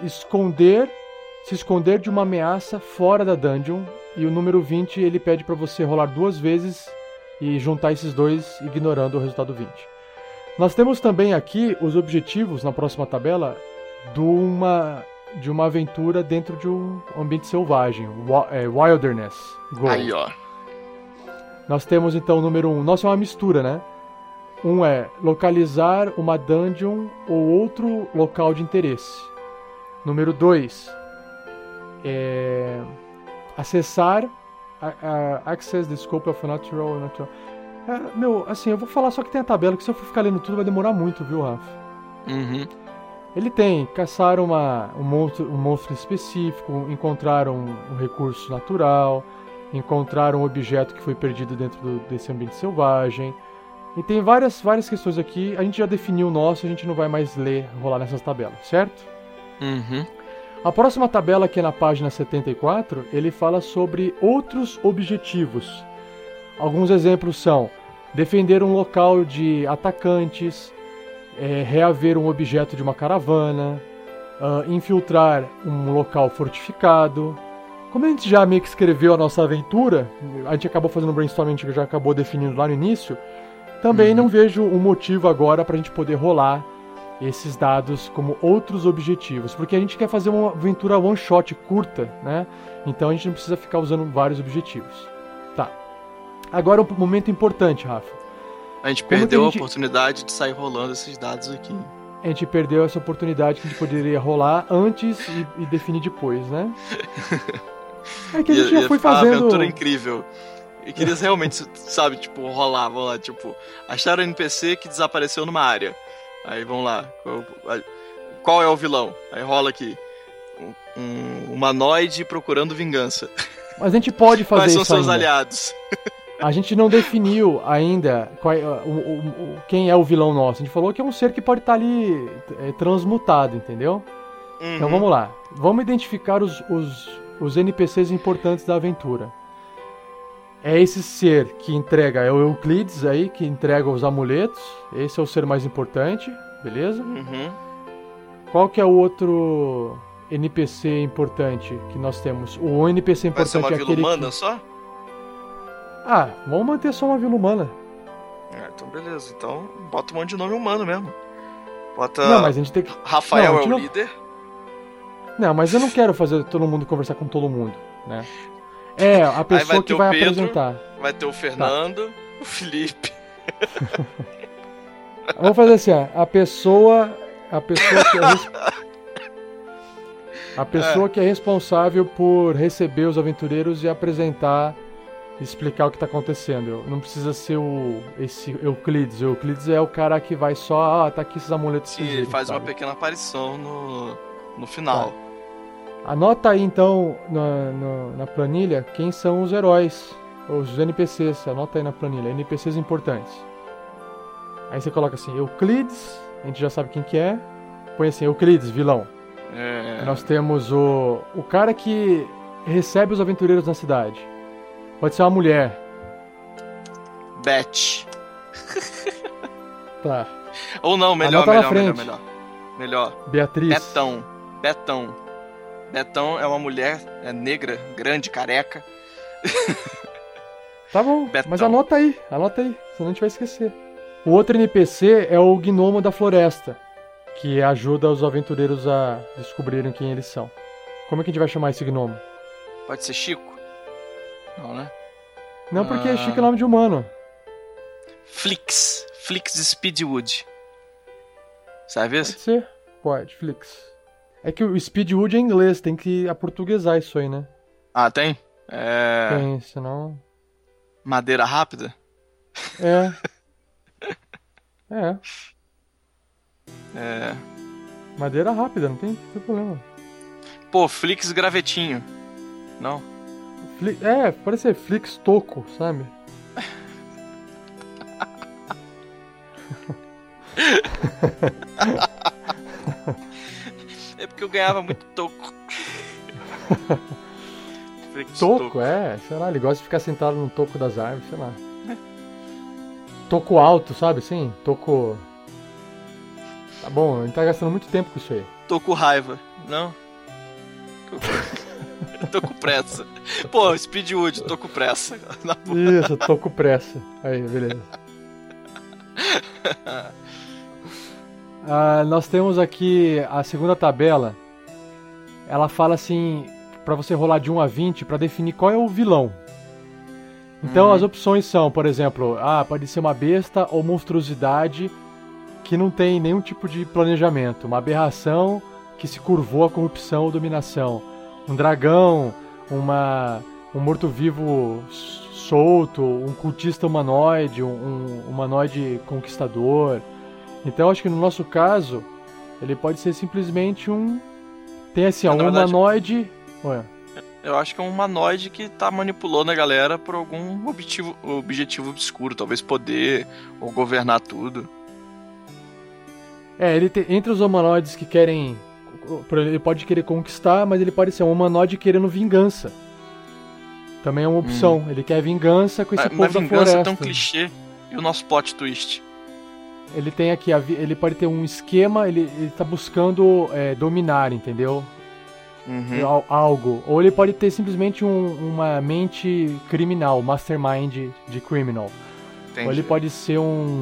se esconder de uma ameaça fora da dungeon. E o número 20, ele pede pra você rolar 2 vezes e juntar esses dois, ignorando o resultado 20. Nós temos também aqui os objetivos, na próxima tabela, de uma aventura dentro de um ambiente selvagem, Wilderness Goal. Aí, ó. Nós temos então o número 1. Nossa, é uma mistura, né? Um é localizar uma dungeon ou outro local de interesse. Número 2, acessar, access the scope of natural. Assim, eu vou falar só que tem a tabela, que se eu for ficar lendo tudo vai demorar muito, viu, Rafa? Uhum. Ele tem caçar um monstro específico, encontrar um recurso natural, encontrar um objeto que foi perdido dentro desse ambiente selvagem. E tem várias questões aqui. A gente já definiu o nosso, a gente não vai mais rolar nessas tabelas, certo? Uhum. A próxima tabela, que é na página 74, ele fala sobre outros objetivos. Alguns exemplos são defender um local de atacantes, reaver um objeto de uma caravana, infiltrar um local fortificado. Como a gente já meio que escreveu a nossa aventura, a gente acabou fazendo um brainstorming que já acabou definindo lá no início, também não vejo um motivo agora para a gente poder rolar esses dados como outros objetivos, porque a gente quer fazer uma aventura one shot curta, né? Então a gente não precisa ficar usando vários objetivos. Tá. Agora um momento importante, Rafa. A gente perdeu a oportunidade de sair rolando esses dados aqui. A gente perdeu essa oportunidade que a gente poderia rolar antes e definir depois, né? É que a gente já foi fazendo... Uma aventura incrível. E queria realmente, sabe, tipo, rolar, vamos lá, tipo, acharam um NPC que desapareceu numa área. Aí vamos lá, qual é o vilão? Aí rola aqui, um humanoide procurando vingança. Mas a gente pode fazer isso. Quais são seus aliados? A gente não definiu ainda quem é o vilão nosso. A gente falou que é um ser que pode estar ali transmutado, entendeu? Uhum. Então vamos lá. Vamos identificar os NPCs importantes da aventura. É esse ser que entrega, é o Euclides aí, que entrega os amuletos. Esse é o ser mais importante, beleza? Uhum. Qual que é o outro NPC importante que nós temos? O NPC importante é aquele... Vai ser uma vila humana só? Ah, vamos manter só uma vila humana. Então beleza. Então bota um monte de nome humano mesmo. Bota... Não, mas a gente tem que... Rafael é o líder. Não, mas eu não quero fazer todo mundo conversar com todo mundo, né? A pessoa que vai apresentar. Vai ter o Fernando, o Felipe. Vamos fazer assim, a pessoa que é responsável por receber os aventureiros e apresentar, explicar o que está acontecendo. Não precisa ser esse Euclides. O Euclides é o cara que vai só, tá aqui esses amuletos. Sim, ele faz uma pequena aparição no final. Tá. Anota aí então na planilha quem são os heróis, os NPCs. Anota aí na planilha, NPCs importantes. Aí você coloca assim, Euclides, a gente já sabe quem que é. Põe assim, Euclides, vilão. Nós temos o cara que recebe os aventureiros na cidade. Pode ser uma mulher. Beth. Tá. Ou não, melhor. Beatriz. Betão é uma mulher negra, grande, careca. Tá bom, Betão. Mas anota aí, senão a gente vai esquecer. O outro NPC é o gnomo da floresta, que ajuda os aventureiros a descobrirem quem eles são. Como é que a gente vai chamar esse gnomo? Pode ser Chico? Não, né? Não, porque Chico é nome de humano. Flix Speedwood. Sabe isso? Pode ser, pode, Flix. É que o Speedwood é inglês, tem que aportuguesar isso aí, né? Ah, tem? Tem, senão... Madeira rápida? É. Madeira rápida, não tem problema. Pô, Flix Gravetinho. Não? Pode ser Flix Toco, sabe? É porque eu ganhava muito toco. Toco, sei lá, ele gosta de ficar sentado no toco das árvores, sei lá. Toco alto, sabe assim? Toco... Tá bom, a gente tá gastando muito tempo com isso aí. Toco raiva, não? Tô com pressa. Pô, Speedwood, tô com pressa. Isso, tô com pressa. Aí, beleza. Nós temos aqui a segunda tabela. Ela fala assim, pra você rolar de 1 a 20 pra definir qual é o vilão. Então as opções são, por exemplo, pode ser uma besta ou monstruosidade que não tem nenhum tipo de planejamento. Uma aberração que se curvou à corrupção ou dominação. um dragão, um morto-vivo solto, um cultista humanoide, um humanoide conquistador. Então acho que no nosso caso, ele pode ser simplesmente tem assim, um humanoide... Ué. Eu acho que é um humanoide que tá manipulando a galera por algum objetivo obscuro, talvez poder ou governar tudo. Entre os humanoides que querem... Ele pode querer conquistar, mas ele pode ser um humanoide querendo vingança. Também é uma opção. Ele quer vingança com esse povo da floresta. Mas vingança é tão clichê. E o nosso plot twist? Ele tem aqui, ele pode ter um esquema, ele tá buscando dominar, entendeu? Algo. Ou ele pode ter simplesmente uma mente criminal, mastermind de criminal. Entendi. Ou ele pode ser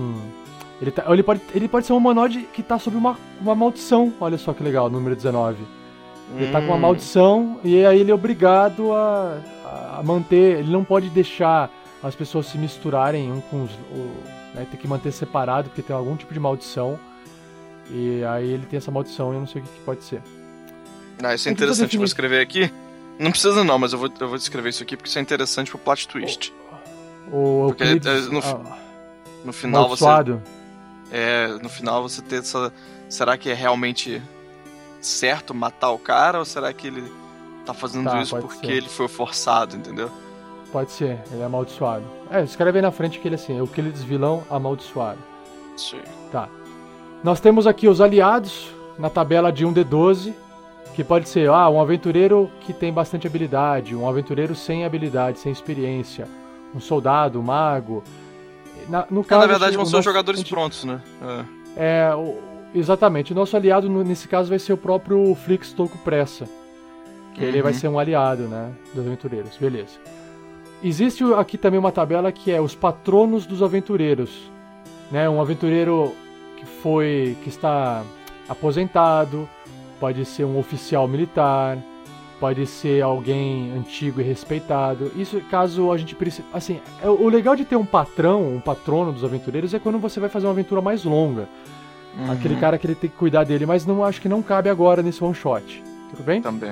ele pode ser um humanoide que tá sob uma maldição. Olha só que legal, número 19. Ele tá com uma maldição e aí ele é obrigado a manter... Ele não pode deixar as pessoas se misturarem um com os... Tem que manter separado porque tem algum tipo de maldição. E aí ele tem essa maldição e eu não sei o que pode ser. Isso é interessante, eu vou escrever aqui. Não precisa não, mas eu vou descrever isso aqui porque isso é interessante pro plot twist. Porque no final amaldiçoado. No final você ter essa... Será que é realmente certo matar o cara ou será que ele tá fazendo isso porque ele foi forçado, entendeu? Pode ser, ele é amaldiçoado. Escreve aí na frente que ele é assim, Euclides vilão amaldiçoado. Sim. Tá. Nós temos aqui os aliados na tabela de 1d12, que pode ser um aventureiro que tem bastante habilidade, um aventureiro sem habilidade, sem experiência, um soldado, um mago. No caso, na verdade, vão ser jogadores prontos, né? Exatamente. O nosso aliado, nesse caso, vai ser o próprio Flix Toco Pressa. Que ele vai ser um aliado, né? Dos aventureiros. Beleza. Existe aqui também uma tabela que é os patronos dos aventureiros. Né? Um aventureiro que está aposentado, pode ser um oficial militar, pode ser alguém antigo e respeitado. Isso caso a gente precise... Assim, o legal de ter um patrono dos aventureiros é quando você vai fazer uma aventura mais longa. Aquele cara que ele tem que cuidar dele, mas acho que não cabe agora nesse one shot. Tudo bem? Também.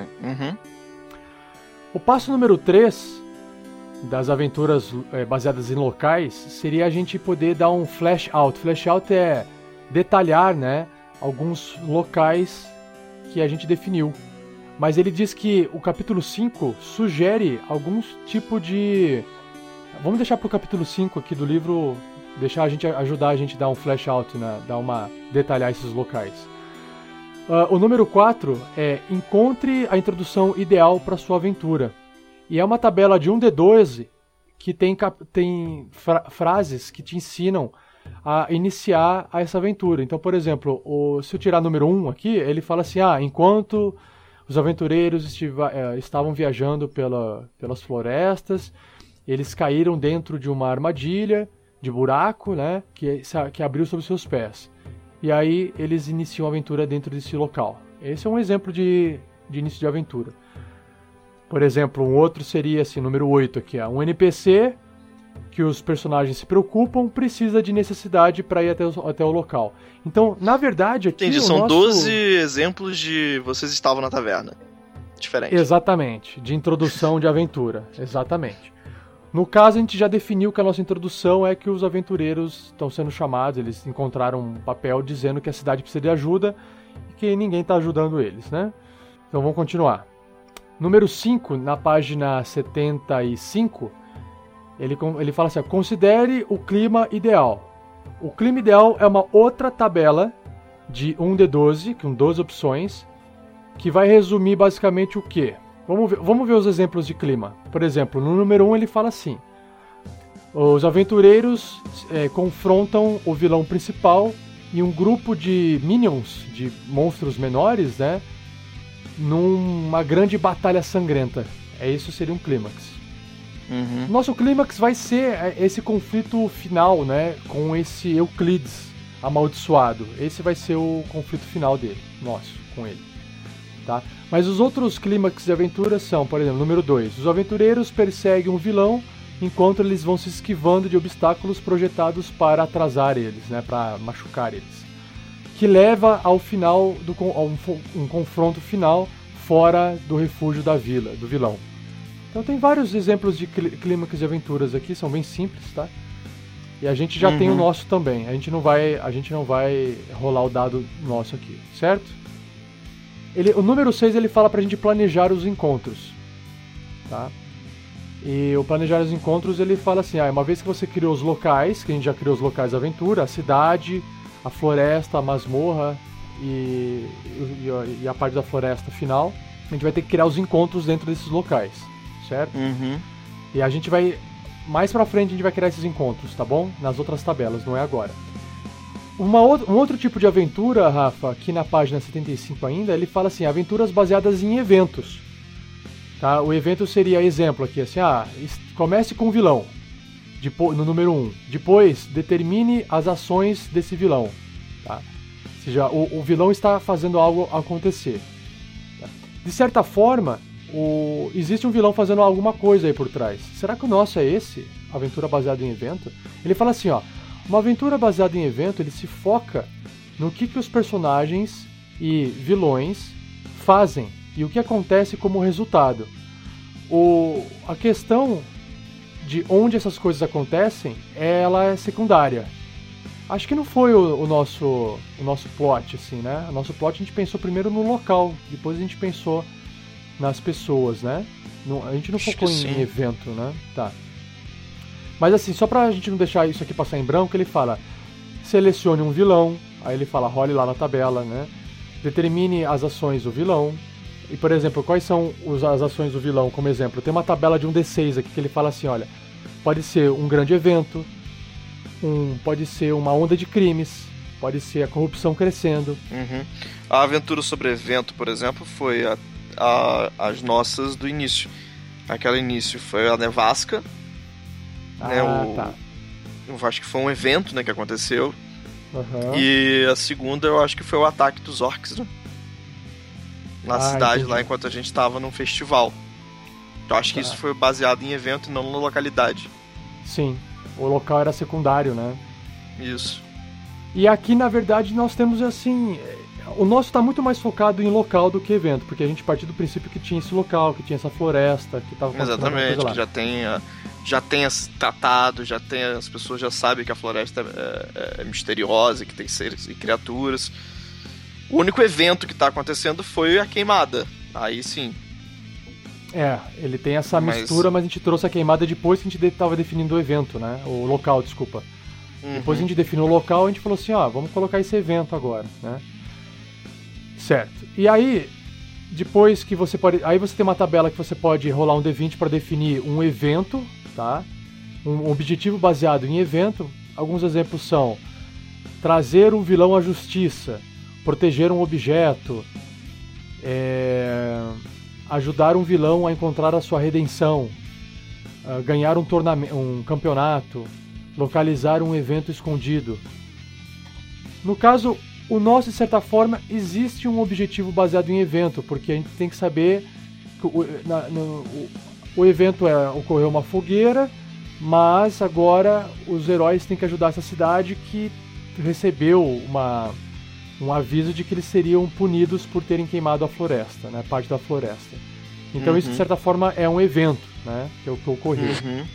O passo número 3 das aventuras baseadas em locais seria a gente poder dar um flash out. Flash out é detalhar, né, alguns locais que a gente definiu. Mas ele diz que o capítulo 5 sugere alguns tipos de... Vamos deixar pro capítulo 5 aqui do livro, ajudar a gente a dar um flash out, né? Detalhar esses locais. O número 4 é encontre a introdução ideal para sua aventura. E é uma tabela de 1d12 que tem frases que te ensinam a iniciar essa aventura. Então, por exemplo, se eu tirar número 1 aqui, ele fala assim, enquanto os aventureiros estavam viajando pelas florestas, eles caíram dentro de uma armadilha de buraco, né, que abriu sob seus pés. E aí eles iniciam a aventura dentro desse local. Esse é um exemplo de início de aventura. Por exemplo, um outro seria assim, número 8 aqui, um NPC que os personagens se preocupam, precisa de necessidade para ir até o local. Então, na verdade, aqui entendi, são 12 exemplos de vocês estavam na taverna. Diferente. Exatamente, de introdução de aventura. Exatamente. No caso, a gente já definiu que a nossa introdução é que os aventureiros estão sendo chamados, eles encontraram um papel dizendo que a cidade precisa de ajuda e que ninguém está ajudando eles, né? Então vamos continuar. Número 5, na página 75, ele fala assim, considere o clima ideal. O clima ideal é uma outra tabela de 1d12, com 12 opções, que vai resumir basicamente o quê? Vamos ver os exemplos de clima. Por exemplo, no número 1 ele fala assim, os aventureiros confrontam o vilão principal e um grupo de minions, de monstros menores, né, numa grande batalha sangrenta. Isso seria um clímax. Nosso clímax vai ser esse conflito final, né, com esse Euclides amaldiçoado. Esse vai ser o conflito final dele, nosso, com ele. Tá? Mas os outros clímax de aventura são, por exemplo, número 2. Os aventureiros perseguem um vilão enquanto eles vão se esquivando de obstáculos projetados para atrasar eles, né, para machucar eles. Que leva ao final, um confronto final fora do refúgio do vilão. Então tem vários exemplos de clímax de aventuras aqui, são bem simples, tá? E a gente já tem o nosso também. A gente não vai rolar o dado nosso aqui, certo? O número 6 ele fala pra gente planejar os encontros, tá? E o planejar os encontros ele fala assim, uma vez que você criou os locais, que a gente já criou os locais da aventura, a cidade, a floresta, a masmorra e a parte da floresta final, a gente vai ter que criar os encontros dentro desses locais, certo? E a gente vai, mais pra frente a gente vai criar esses encontros, tá bom? Nas outras tabelas, não é agora. Um outro tipo de aventura, Rafa, aqui na página 75 ainda, ele fala assim, aventuras baseadas em eventos. Tá? O evento seria, exemplo aqui, assim, comece com o vilão, no número 1. Depois, determine as ações desse vilão. Tá? Ou seja, o vilão está fazendo algo acontecer. Tá? De certa forma, existe um vilão fazendo alguma coisa aí por trás. Será que o nosso é esse? Aventura baseada em evento? Ele fala assim, uma aventura baseada em evento, ele se foca no que os personagens e vilões fazem e o que acontece como resultado. A questão de onde essas coisas acontecem, ela é secundária. Acho que não foi o nosso plot, assim, né? O nosso plot a gente pensou primeiro no local, depois a gente pensou nas pessoas, né? A gente não focou em evento, né? Tá. Mas assim, só pra gente não deixar isso aqui passar em branco, ele fala, selecione um vilão, aí ele fala, role lá na tabela, né? Determine as ações do vilão. E, por exemplo, quais são as ações do vilão, como exemplo? Tem uma tabela de um D6 aqui que ele fala assim, olha, pode ser um grande evento, pode ser uma onda de crimes, pode ser a corrupção crescendo. A aventura sobre evento, por exemplo, foi as nossas do início. Aquela início foi a nevasca, né? Tá. Eu acho que foi um evento, né, que aconteceu. E a segunda eu acho que foi o ataque dos orcs, né? Na cidade, entendi. Lá enquanto a gente estava num festival. Eu acho que isso foi baseado em evento e não na localidade. Sim, o local era secundário, né? Isso. E aqui, na verdade, nós temos assim... O nosso está muito mais focado em local do que evento, porque a gente partiu do princípio que tinha esse local, que tinha essa floresta, que estava acontecendo alguma coisa lá. Que já tenha tratado, as pessoas já sabem que a floresta é misteriosa, que tem seres e criaturas. O único evento que está acontecendo foi a queimada. Aí sim. Ele tem essa mistura, mas a gente trouxe a queimada depois que a gente estava definindo o evento, né? O local, desculpa. Depois a gente definiu o local, a gente falou assim, vamos colocar esse evento agora, né? Certo. E aí, depois que você pode... Aí você tem uma tabela que você pode rolar um D20 para definir um evento, tá? Um objetivo baseado em evento. Alguns exemplos são trazer um vilão à justiça, proteger um objeto, ajudar um vilão a encontrar a sua redenção, ganhar um campeonato, localizar um evento escondido. No caso, o nosso, de certa forma, existe um objetivo baseado em evento, porque a gente tem que saber que o evento ocorreu uma fogueira, mas agora os heróis têm que ajudar essa cidade que recebeu um aviso de que eles seriam punidos por terem queimado a floresta, né, parte da floresta. Então isso, de certa forma, é um evento, né, que é o que ocorreu.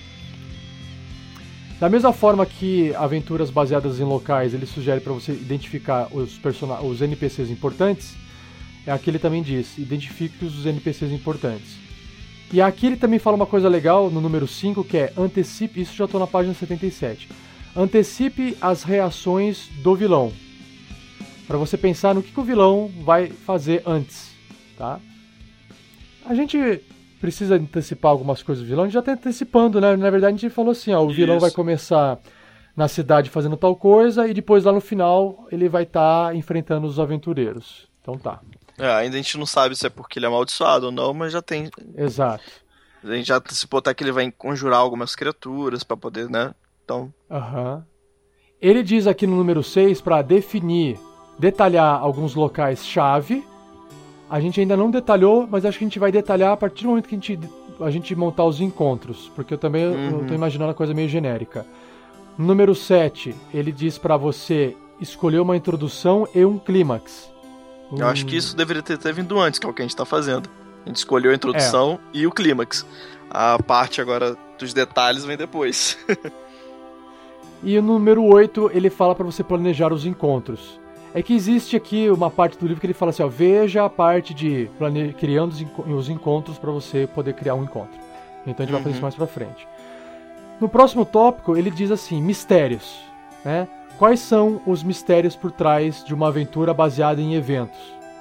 Da mesma forma que aventuras baseadas em locais, ele sugere para você identificar os NPCs importantes, aqui ele também diz, identifique os NPCs importantes. E aqui ele também fala uma coisa legal, no número 5, que é antecipe, isso já estou na página 77, antecipe as reações do vilão. Para você pensar no que o vilão vai fazer antes, tá? A gente precisa antecipar algumas coisas do vilão, a gente já está antecipando, né? Na verdade a gente falou assim, o vilão vai começar na cidade fazendo tal coisa e depois lá no final ele vai estar enfrentando os aventureiros. Então tá. Ainda a gente não sabe se é porque ele é amaldiçoado ou não, mas já tem... Exato. A gente já antecipou até que ele vai conjurar algumas criaturas para poder, né? Então... Ele diz aqui no número 6 para detalhar alguns locais-chave. A gente ainda não detalhou, mas acho que a gente vai detalhar a partir do momento que a gente montar os encontros, porque eu também estou imaginando a coisa meio genérica. No número 7, ele diz para você escolher uma introdução e um clímax. Eu acho que isso deveria ter vindo antes, que é o que a gente tá fazendo. A gente escolheu a introdução e o clímax. A parte agora dos detalhes vem depois. E o número 8, ele fala para você planejar os encontros. É que existe aqui uma parte do livro que ele fala assim, ó, veja a parte de criando os encontros para você poder criar um encontro. Então a gente vai fazer isso mais pra frente. No próximo tópico, ele diz assim, mistérios, né? Quais são os mistérios por trás de uma aventura baseada em eventos?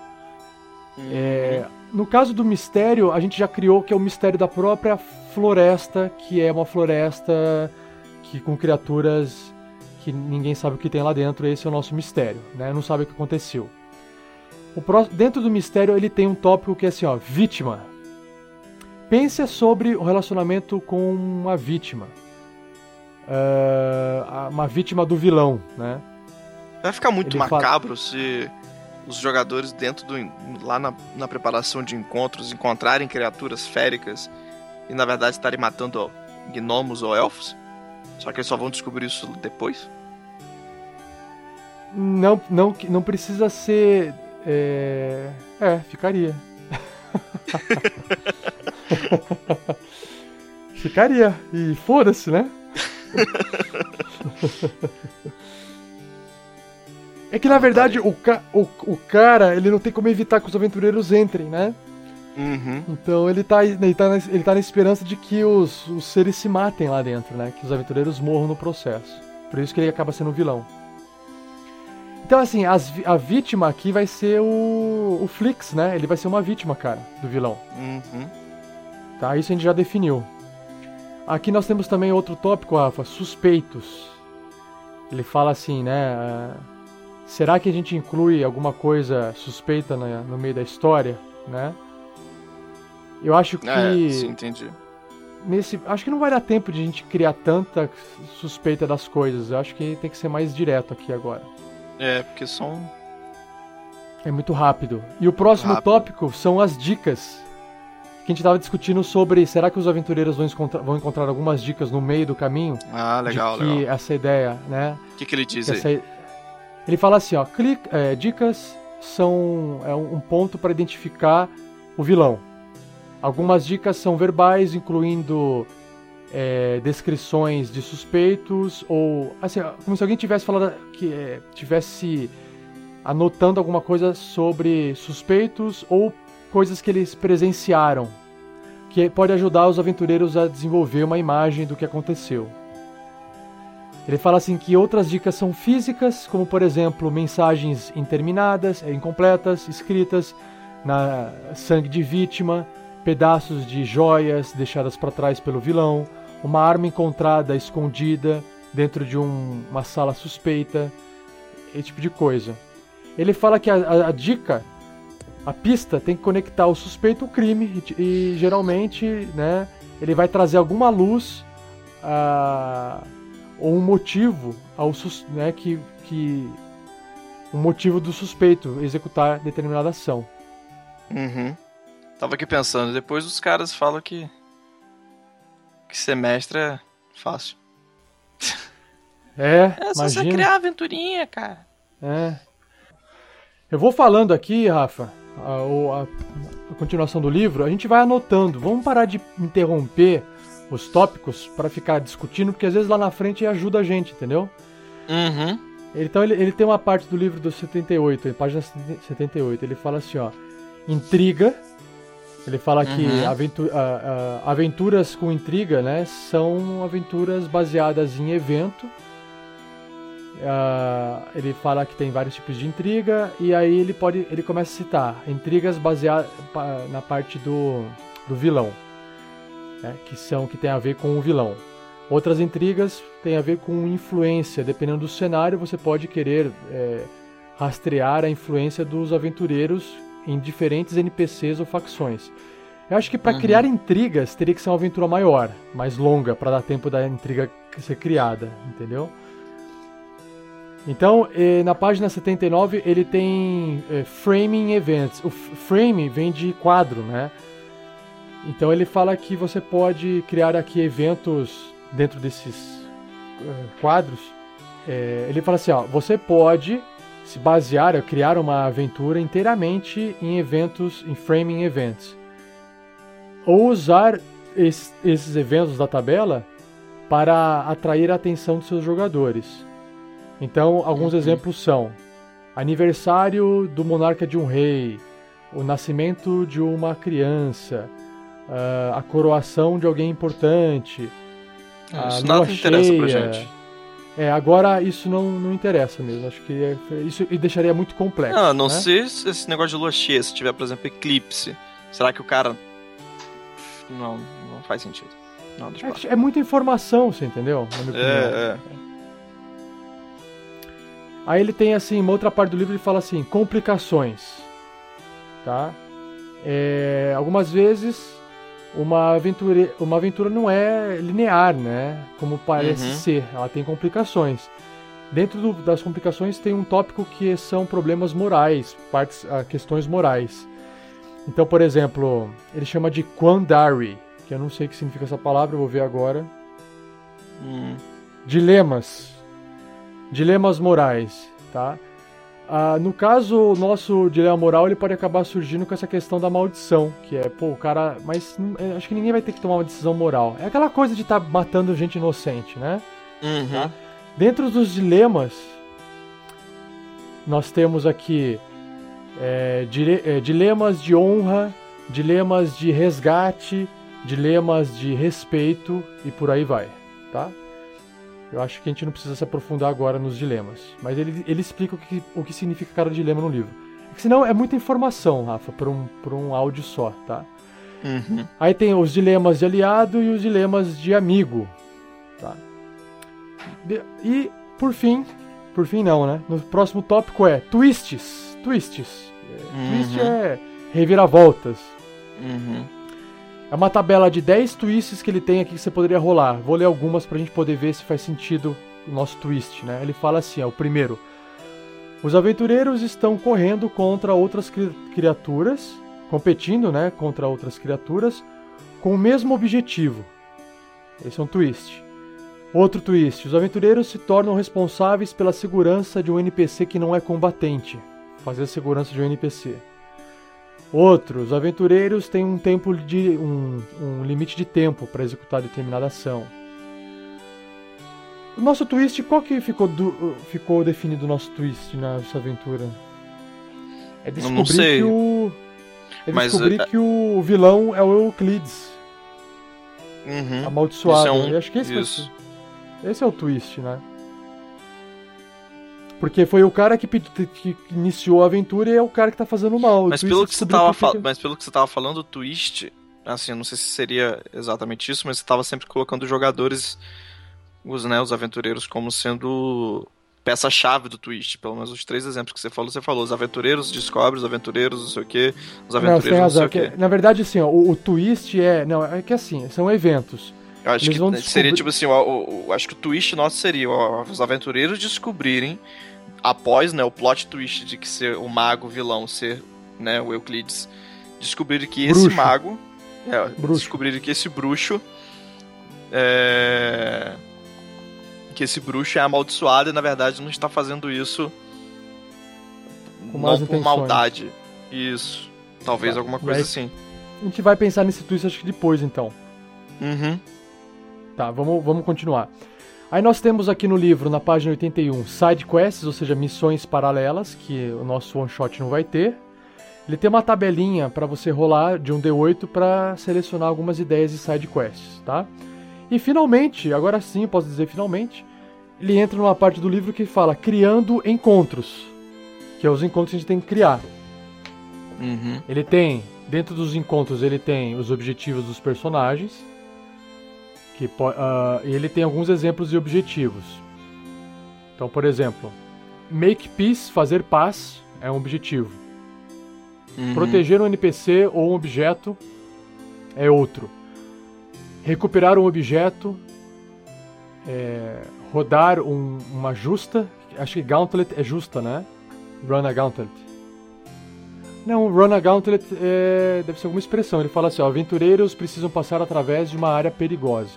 No caso do mistério, a gente já criou que é o mistério da própria floresta, que é uma floresta com criaturas que ninguém sabe o que tem lá dentro. Esse é o nosso mistério, né? Não sabe o que aconteceu. Dentro do mistério, ele tem um tópico que é assim, ó, vítima. Pense sobre o relacionamento com uma vítima. Uma vítima do vilão, né? Vai ficar muito macabro se os jogadores lá na preparação de encontros encontrarem criaturas féricas e na verdade estarem matando gnomos ou elfos? Só que eles só vão descobrir isso depois? Não precisa ser... ficaria. Ficaria. E foda-se, né? É que na verdade o cara, ele não tem como evitar que os aventureiros entrem, né? Uhum. Então ele tá na esperança de que os seres se matem lá dentro, né? Que os aventureiros morram no processo. Por isso que ele acaba sendo o vilão. Então assim, a vítima aqui vai ser o Flix, né? Ele vai ser uma vítima, cara, do vilão. Uhum. Tá, isso a gente já definiu. Aqui nós temos também outro tópico, Rafa, suspeitos. Ele fala assim, né? Será que a gente inclui alguma coisa suspeita no meio da história, né? Eu acho que... sim, entendi. Acho que não vai dar tempo de a gente criar tanta suspeita das coisas. Eu acho que tem que ser mais direto aqui agora. Porque são... É muito rápido. E o próximo tópico são as dicas. Que a gente estava discutindo sobre, será que os aventureiros vão encontrar algumas dicas no meio do caminho? Ah, legal, legal. Essa ideia, né? O que ele diz aí? Ele fala assim, ó, dicas são um ponto para identificar o vilão. Algumas dicas são verbais, incluindo descrições de suspeitos, ou assim, como se alguém tivesse falado tivesse anotando alguma coisa sobre suspeitos ou coisas que eles presenciaram, que pode ajudar os aventureiros a desenvolver uma imagem do que aconteceu. Ele fala assim que outras dicas são físicas, como por exemplo mensagens interminadas, incompletas, escritas na sangue de vítima, pedaços de joias deixadas para trás pelo vilão, uma arma encontrada escondida dentro de uma sala suspeita, esse tipo de coisa. Ele fala que a dica, a pista, tem que conectar o suspeito ao crime e geralmente, né, ele vai trazer alguma luz ou um motivo um motivo do suspeito executar determinada ação. Uhum. Tava aqui pensando, depois os caras falam que ser mestre é fácil. É só você criar uma aventurinha, cara. Eu vou falando aqui, Rafa, a continuação do livro, a gente vai anotando. Vamos parar de interromper os tópicos para ficar discutindo, porque às vezes lá na frente ajuda a gente, entendeu? Uhum. Então ele tem uma parte do livro do 78, página 78, ele fala assim, ó, intriga. Ele fala que aventuras com intriga, né, são aventuras baseadas em evento. Ele fala que tem vários tipos de intriga, e aí ele começa a citar intrigas baseadas na parte do vilão, né, que tem a ver com o vilão. Outras intrigas têm a ver com influência. Dependendo do cenário, você pode querer rastrear a influência dos aventureiros em diferentes NPCs ou facções. Eu acho que para criar intrigas teria que ser uma aventura maior, mais longa, para dar tempo da intriga ser criada, entendeu? Então, na página 79, ele tem framing events. O frame vem de quadro, né? Então ele fala que você pode criar aqui eventos dentro desses quadros. Ele fala assim, ó, você pode se basear, criar uma aventura inteiramente em eventos, em framing events. Ou usar esses eventos da tabela para atrair a atenção de seus jogadores. Então, alguns exemplos são aniversário do monarca de um rei, o nascimento de uma criança, a coroação de alguém importante, isso nada interessa pra gente. Agora isso não interessa mesmo. Acho que isso deixaria muito complexo. Não sei se esse negócio de lua cheia, se tiver, por exemplo, eclipse. Será que o cara... Não faz sentido. Não, é muita informação, você entendeu? Aí ele tem assim, uma outra parte do livro, ele fala assim, complicações. Tá? Algumas vezes uma aventura não é linear, né? Como parece ser. Ela tem complicações. Dentro das complicações tem um tópico que são problemas morais, questões morais. Então, por exemplo, ele chama de quandary, que eu não sei o que significa essa palavra, eu vou ver agora. Dilemas morais, tá? No caso, o nosso dilema moral, ele pode acabar surgindo com essa questão da maldição, que é, o cara... Mas acho que ninguém vai ter que tomar uma decisão moral. É aquela coisa de estar matando gente inocente, né? Tá? Dentro dos dilemas, nós temos aqui dilemas de honra, dilemas de resgate, dilemas de respeito e por aí vai, tá? Eu acho que a gente não precisa se aprofundar agora nos dilemas. Mas ele explica o que significa cada dilema no livro. Porque senão é muita informação, Rafa, por um áudio só, tá? Aí tem os dilemas de aliado e os dilemas de amigo, tá? E, por fim não, né? No próximo tópico é twists. Twist é reviravoltas. É uma tabela de 10 twists que ele tem aqui que você poderia rolar. Vou ler algumas pra gente poder ver se faz sentido o nosso twist, né? Ele fala assim, o primeiro. Os aventureiros estão correndo contra outras criaturas, competindo, né, contra outras criaturas, com o mesmo objetivo. Esse é um twist. Outro twist. Os aventureiros se tornam responsáveis pela segurança de um NPC que não é combatente. Fazer a segurança de um NPC. Outros aventureiros têm um limite de tempo para executar determinada ação. O nosso twist, qual que ficou definido o nosso twist nessa aventura? É descobrir que o vilão é o Euclides. Amaldiçoado. Eu acho que esse é o twist, né? Porque foi o cara que iniciou a aventura e é o cara que tá fazendo mal. Mas pelo que você tava falando, o twist, assim, eu não sei se seria exatamente isso, mas você tava sempre colocando os jogadores, os aventureiros, como sendo peça-chave do twist. Pelo menos os 3 exemplos que você falou. Os aventureiros descobrem, os aventureiros não sei o quê, os aventureiros não sei o quê. Na verdade, assim, o twist é que assim, são eventos. Eu acho que seria tipo assim, acho que o twist nosso seria os aventureiros descobrirem, após, né, o plot twist de que ser o mago vilão ser, né, o Euclides, descobrirem que esse mago, descobrirem que esse bruxo é amaldiçoado e na verdade não está fazendo isso não por maldade. Isso. Talvez alguma coisa assim. A gente vai pensar nesse twist acho que depois, então. Tá, vamos continuar. Aí nós temos aqui no livro, na página 81, side quests, ou seja, missões paralelas, que o nosso one shot não vai ter. Ele tem uma tabelinha para você rolar de um D8 para selecionar algumas ideias de side quests, tá? E finalmente, agora sim, eu posso dizer finalmente, ele entra numa parte do livro que fala criando encontros, que é os encontros que a gente tem que criar. Ele tem, dentro dos encontros, ele tem os objetivos dos personagens, ele tem alguns exemplos de objetivos. Então, por exemplo, make peace, fazer paz, é um objetivo. Proteger um NPC ou um objeto é outro. Recuperar um objeto, rodar uma justa, acho que Gauntlet é justa, né? Run a Gauntlet. Não, Run a Gauntlet deve ser alguma expressão. Ele fala assim, aventureiros precisam passar através de uma área perigosa.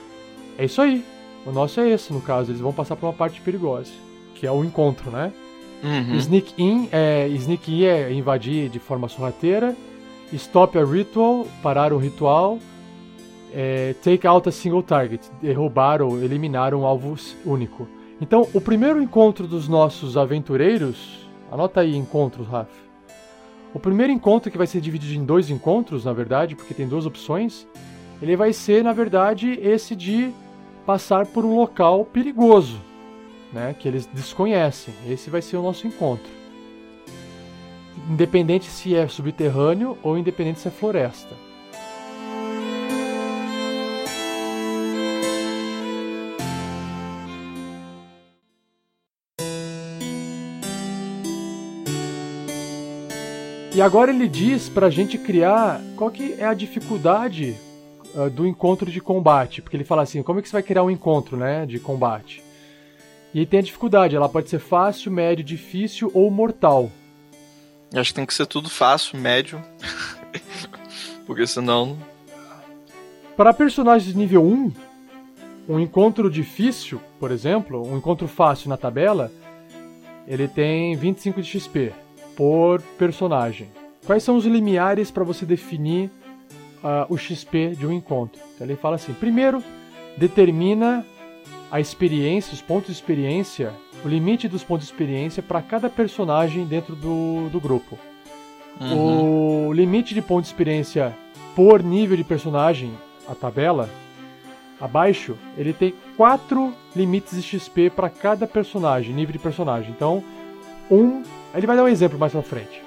É isso aí. O nosso é esse, no caso. Eles vão passar por uma parte perigosa, que é o encontro, né? Sneak in é invadir de forma sorrateira. Stop a ritual, parar um ritual. Take out a single target, derrubar ou eliminar um alvo único. Então, o primeiro encontro dos nossos aventureiros, anota aí encontros, Rafa. O primeiro encontro, que vai ser dividido em 2 encontros, na verdade, porque tem 2 opções, ele vai ser, na verdade, esse de passar por um local perigoso, né, que eles desconhecem. Esse vai ser o nosso encontro. Independente se é subterrâneo ou independente se é floresta. E agora ele diz pra gente criar qual que é a dificuldade do encontro de combate. Porque ele fala assim, como é que você vai criar um encontro, né, de combate? E aí tem a dificuldade, ela pode ser fácil, médio, difícil ou mortal. Eu acho que tem que ser tudo fácil, médio. Porque senão... Para personagens de nível 1, um encontro difícil, por exemplo, um encontro fácil na tabela, ele tem 25 de XP por personagem. Quais são os limiares para você definir o XP de um encontro? Então ele fala assim, primeiro, determina a experiência, os pontos de experiência, o limite dos pontos de experiência para cada personagem dentro do grupo. O limite de pontos de experiência por nível de personagem, a tabela, abaixo, ele tem 4 limites de XP para cada personagem, nível de personagem. Então, ele vai dar um exemplo mais pra frente.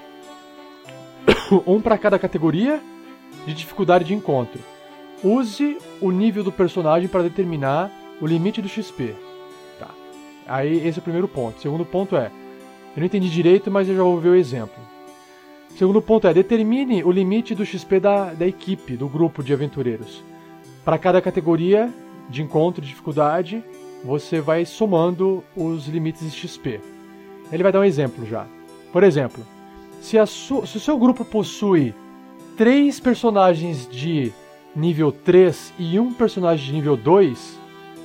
Um para cada categoria de dificuldade de encontro. Use o nível do personagem para determinar o limite do XP. Tá. Aí esse é o primeiro ponto. O segundo ponto eu não entendi direito, mas eu já vou ver o exemplo. O segundo ponto determine o limite do XP da equipe, do grupo de aventureiros. Para cada categoria de encontro, de dificuldade, você vai somando os limites de XP. Ele vai dar um exemplo já. Por exemplo, se o seu grupo possui 3 personagens de nível 3 e 1 personagem de nível 2,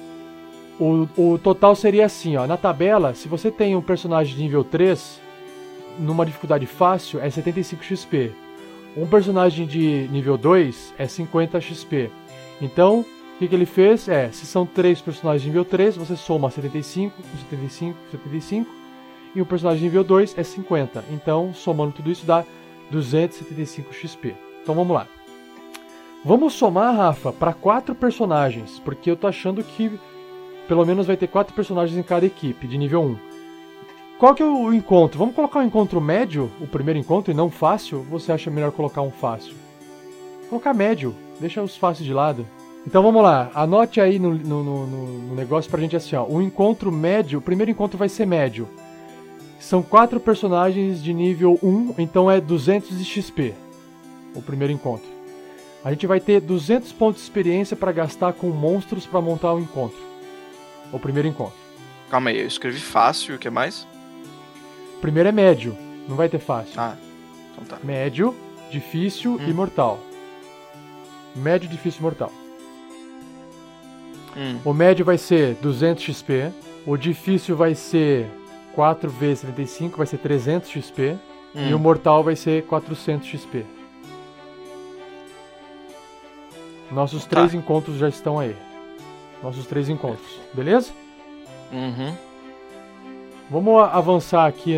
o total seria assim, ó. Na tabela, se você tem um personagem de nível 3, numa dificuldade fácil, é 75 XP. Um personagem de nível 2 é 50 XP. Então, o que ele fez se são 3 personagens de nível 3, você soma 75 com 75 com 75, e o personagem de nível 2 é 50. Então, somando tudo isso, dá 275 XP. Então, vamos lá. Vamos somar, Rafa, para 4 personagens, porque eu tô achando que pelo menos vai ter 4 personagens em cada equipe, de nível 1. Qual que é o encontro? Vamos colocar um encontro médio, o primeiro encontro, e não fácil? Ou você acha melhor colocar um fácil? Colocar médio, deixa os fáceis de lado. Então vamos lá, anote aí no negócio pra gente assim, ó. O encontro médio, o primeiro encontro vai ser médio. São 4 personagens de nível 1, então é 200 de XP, o primeiro encontro. A gente vai ter 200 pontos de experiência para gastar com monstros para montar o encontro, o primeiro encontro. Calma aí, eu escrevi fácil, o que mais? Primeiro é médio, não vai ter fácil. Ah, então tá. Médio, difícil e mortal. Médio, difícil e mortal. O médio vai ser 200 XP, o difícil vai ser 4 vezes 75, vai ser 300 XP, e o mortal vai ser 400 XP. Nossos 3 encontros já estão aí. Nossos 3 encontros, beleza? Vamos avançar aqui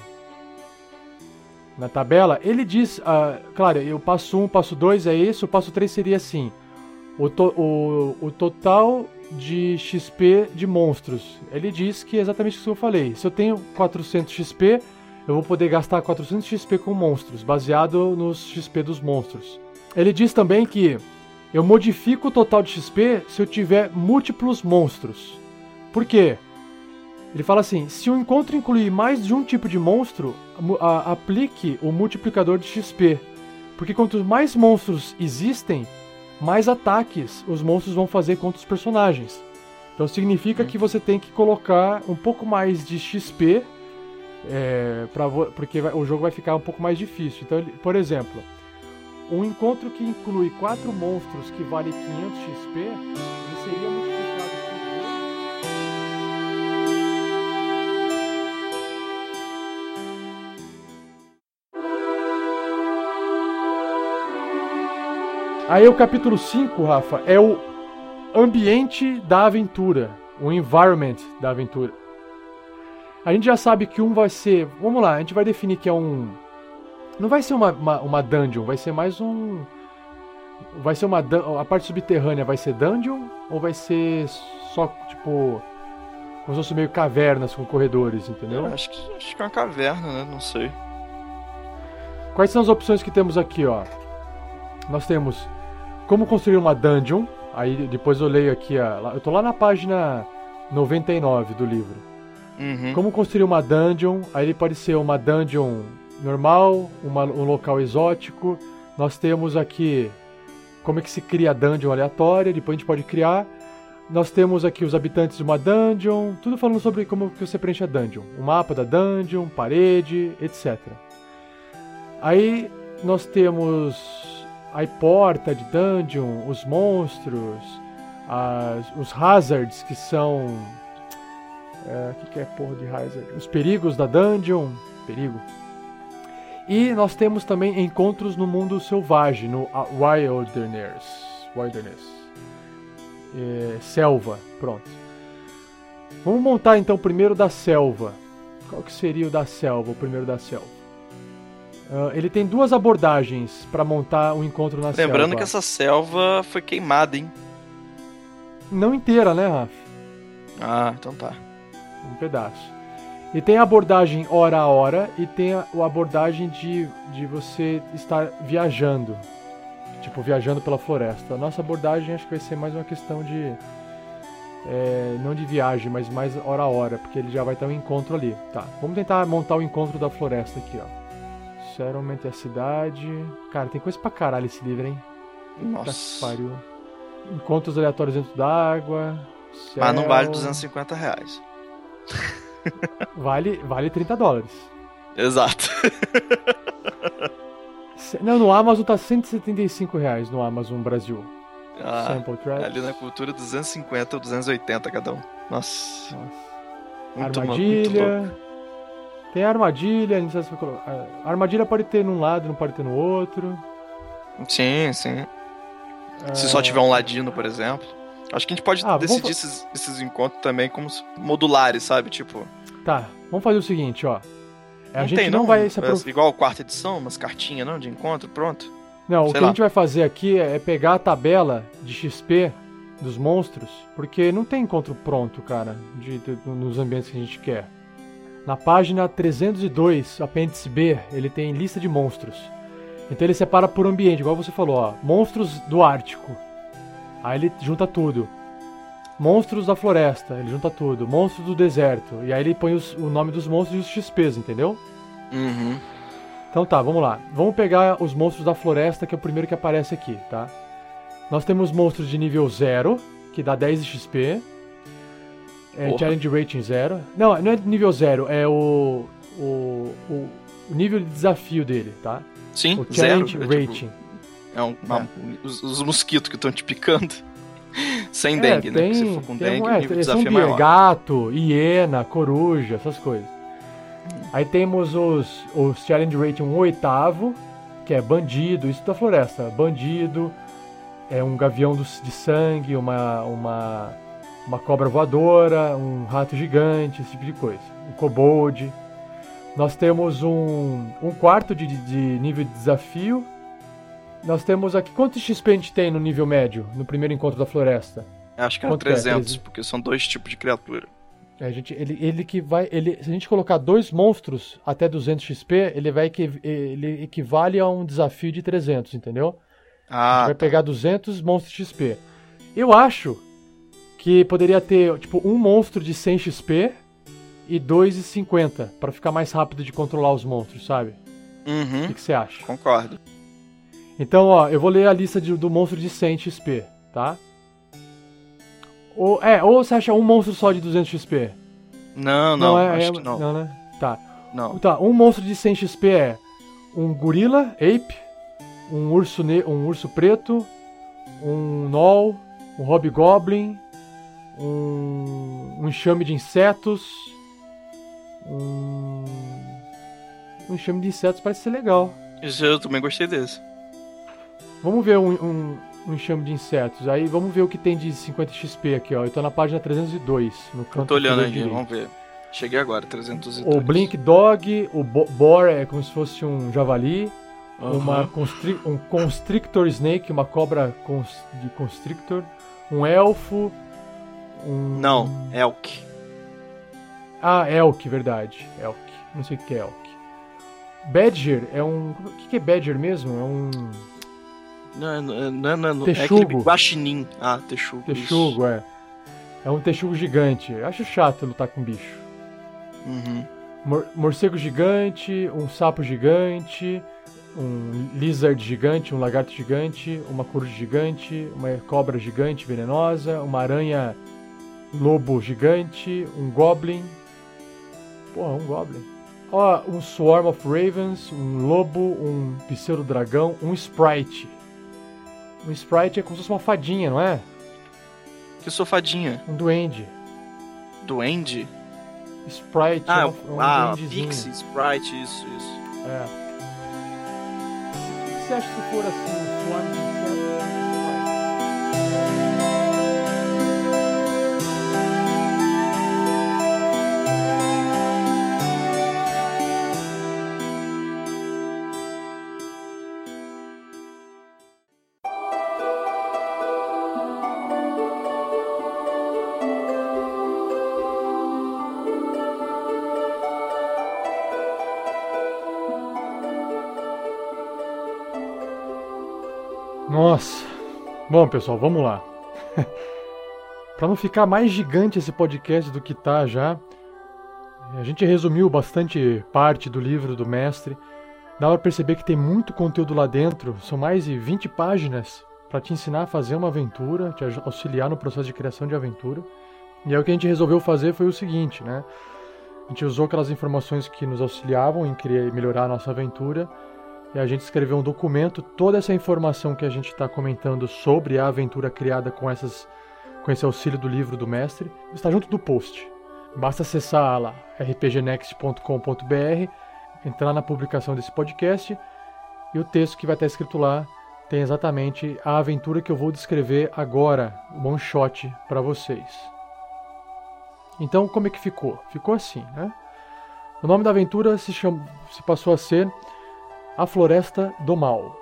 na tabela. Ele diz, claro, o passo 1, passo 2 é esse, o passo 3 seria assim. O total de XP de monstros. Ele diz que é exatamente isso que eu falei. Se eu tenho 400 XP, eu vou poder gastar 400 XP com monstros, baseado nos XP dos monstros. Ele diz também que eu modifico o total de XP se eu tiver múltiplos monstros. Por quê? Ele fala assim, se o encontro incluir mais de um tipo de monstro, aplique o multiplicador de XP. Porque quanto mais monstros existem, mais ataques os monstros vão fazer contra os personagens. Então significa que você tem que colocar um pouco mais de XP, porque o jogo vai ficar um pouco mais difícil. Então, por exemplo, um encontro que inclui 4 monstros que vale 500 XP, ele seria multiplicado por 2. Aí o capítulo 5, Rafa, é o ambiente da aventura, o environment da aventura. A gente já sabe que um vai ser... Vamos lá, a gente vai definir que é um... Não vai ser uma dungeon, vai ser mais um... Vai ser a parte subterrânea vai ser dungeon ou vai ser só, tipo... Como se fosse meio cavernas com corredores, entendeu? Acho que é uma caverna, né? Não sei. Quais são as opções que temos aqui, ó? Nós temos como construir uma dungeon. Aí depois eu leio aqui, eu tô lá na página 99 do livro. Uhum. Como construir uma dungeon. Aí ele pode ser uma dungeon normal, um local exótico. Nós temos aqui como é que se cria a dungeon aleatória. Depois a gente pode criar. Nós temos aqui os habitantes de uma dungeon. Tudo falando sobre como que você preenche a dungeon. O mapa da dungeon, parede, etc. Aí nós temos a porta de dungeon, os monstros, os hazards, que são... O que é porra de hazard? Os perigos da dungeon. Perigo. E nós temos também encontros no mundo selvagem, no Wilderness. Selva, pronto. Vamos montar então o primeiro da selva. Qual que seria o da selva, o primeiro da selva? Ele tem duas abordagens para montar um encontro na selva. Lembrando que essa selva foi queimada, hein? Não inteira, né, Rafa? Ah, então tá. Um pedaço. E tem a abordagem hora a hora e tem a abordagem de você estar viajando. Tipo, viajando pela floresta. A nossa abordagem acho que vai ser mais uma questão de... não de viagem, mas mais hora a hora, porque ele já vai ter um encontro ali. Tá, vamos tentar montar o encontro da floresta aqui, ó. Settlement é a cidade... Cara, tem coisa pra caralho esse livro, hein? Nossa. Pariu. Encontros aleatórios dentro d'água... Mas não vale R$250. Vale $30. Exato. Não, no Amazon tá R$175 no Amazon Brasil. Sample Tracks. Ali na cultura 250 ou 280 cada um. Nossa. Muito armadilha. Muito tem a armadilha. A armadilha pode ter num lado, não pode ter no outro. Sim. Se só tiver um ladino, por exemplo. Acho que a gente pode decidir esses encontros também como modulares, sabe? Tipo... Tá, vamos fazer o seguinte, ó. A gente não vai... Igual a quarta edição, umas cartinhas, não? De encontro, pronto? Não, o que a gente vai fazer aqui é pegar a tabela de XP dos monstros, porque não tem encontro pronto, cara, nos ambientes que a gente quer. Na página 302, apêndice B, ele tem lista de monstros. Então ele separa por ambiente, igual você falou, ó. Monstros do Ártico. Aí ele junta tudo. Monstros da floresta, ele junta tudo. Monstros do deserto. E aí ele põe o nome dos monstros e os XPs, entendeu? Uhum. Então tá, vamos lá. Vamos pegar os monstros da floresta, que é o primeiro que aparece aqui, tá? Nós temos monstros de nível 0, que dá 10 XP. Challenge Rating 0. Não é nível 0, é o nível de desafio dele, tá? Sim, o Challenge Rating. Os mosquitos que estão te picando. Sem dengue, né? Porque se for com dengue, o nível de desafio é maior. Gato, hiena, coruja, essas coisas. Aí temos os Challenge Rating 1/8, que é bandido, isso da floresta. Bandido, um gavião de sangue, uma cobra voadora, um rato gigante, esse tipo de coisa. Um kobold. Nós temos um quarto de nível de desafio. Nós temos aqui... Quanto XP a gente tem no nível médio, no primeiro encontro da floresta? Acho que era 300, porque são 2 tipos de criatura. Se a gente colocar 2 monstros até 200 XP, ele equivale a um desafio de 300, entendeu? A gente vai pegar 200 monstros XP. Eu acho que poderia ter, tipo, um monstro de 100 XP e 2,50, para ficar mais rápido de controlar os monstros, sabe? Uhum. O que você acha? Concordo. Então, ó, eu vou ler a lista do monstro de 100 XP, tá? Ou você acha um monstro só de 200 XP? Não, acho que não. Não, né? Tá. Não. Tá, um monstro de 100 XP é um gorila, ape, um urso preto, um gnoll, um hobgoblin, um enxame de insetos, um enxame de insetos parece ser legal. Eu também gostei desse. Vamos ver um enxame de insetos. Aí vamos ver o que tem de 50 XP aqui, ó. Eu tô na página 302, no canto. Eu tô olhando aqui, vamos ver. Cheguei agora, 302. O Blink Dog, o Boar é como se fosse um javali. Um Constrictor Snake, uma cobra de Constrictor. Um elfo. Não, Elk. Ah, Elk, verdade. Elk. Não sei o que é Elk. Badger é um... O que é Badger mesmo? É um... Não. Texugo. É aquele guaxinim. Ah, texugo. Texugo, isso. É. É um texugo gigante. Eu acho chato lutar com bicho. Morcego gigante, um sapo gigante, um lizard gigante, um lagarto gigante, uma coruja gigante, uma cobra gigante venenosa, uma aranha lobo gigante, um goblin. Porra, um goblin. Ó, um swarm of ravens, um lobo, um pseudo-dragão, um sprite. Um sprite é como se fosse uma fadinha, não é? Que sofadinha? Um duende. Duende? Sprite é um duendezinho. Pixie, Sprite, isso. É. O que você acha se for assim, um swarm de insetos? Nossa. Bom, pessoal, vamos lá. Para não ficar mais gigante esse podcast do que tá já, a gente resumiu bastante parte do livro do mestre. Dá para perceber que tem muito conteúdo lá dentro. São mais de 20 páginas para te ensinar a fazer uma aventura, te auxiliar no processo de criação de aventura. E aí o que a gente resolveu fazer foi o seguinte, né? A gente usou aquelas informações que nos auxiliavam em melhorar a nossa aventura. E a gente escreveu um documento, toda essa informação que a gente está comentando sobre a aventura criada com esse auxílio do livro do mestre, está junto do post. Basta acessar lá, rpgnext.com.br, entrar na publicação desse podcast, e o texto que vai estar escrito lá tem exatamente a aventura que eu vou descrever agora, um one shot para vocês. Então, como é que ficou? Ficou assim, né? O nome da aventura se passou a ser A Floresta do Mal.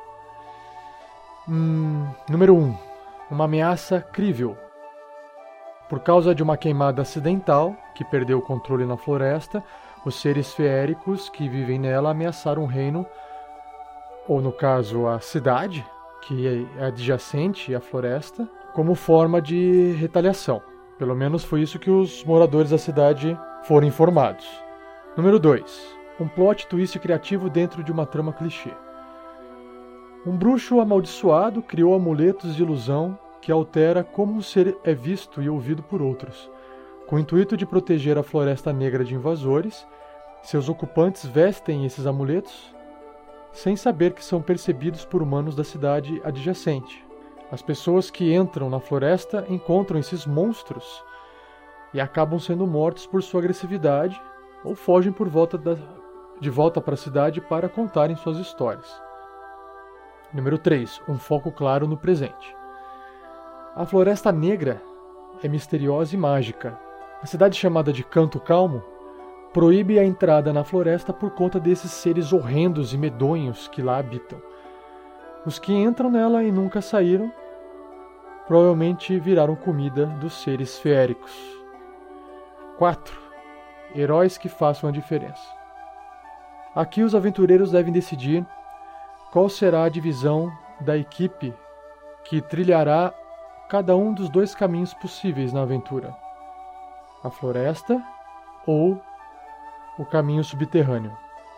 Número 1. Uma ameaça crível. Por causa de uma queimada acidental, que perdeu o controle na floresta, os seres feéricos que vivem nela ameaçaram o reino, ou no caso a cidade, que é adjacente à floresta, como forma de retaliação. Pelo menos foi isso que os moradores da cidade foram informados. Número 2. Um plot twist criativo dentro de uma trama clichê. Um bruxo amaldiçoado criou amuletos de ilusão que altera como um ser é visto e ouvido por outros. Com o intuito de proteger a Floresta Negra de invasores, seus ocupantes vestem esses amuletos sem saber que são percebidos por humanos da cidade adjacente. As pessoas que entram na floresta encontram esses monstros e acabam sendo mortos por sua agressividade ou fogem de volta para a cidade para contarem suas histórias. Número 3. Um foco claro no presente. A Floresta Negra é misteriosa e mágica. A cidade chamada de Canto Calmo proíbe a entrada na floresta por conta desses seres horrendos e medonhos que lá habitam. Os que entram nela e nunca saíram provavelmente viraram comida dos seres feéricos. 4. Heróis que façam a diferença. Aqui os aventureiros devem decidir qual será a divisão da equipe que trilhará cada um dos dois caminhos possíveis na aventura: a floresta ou o caminho subterrâneo.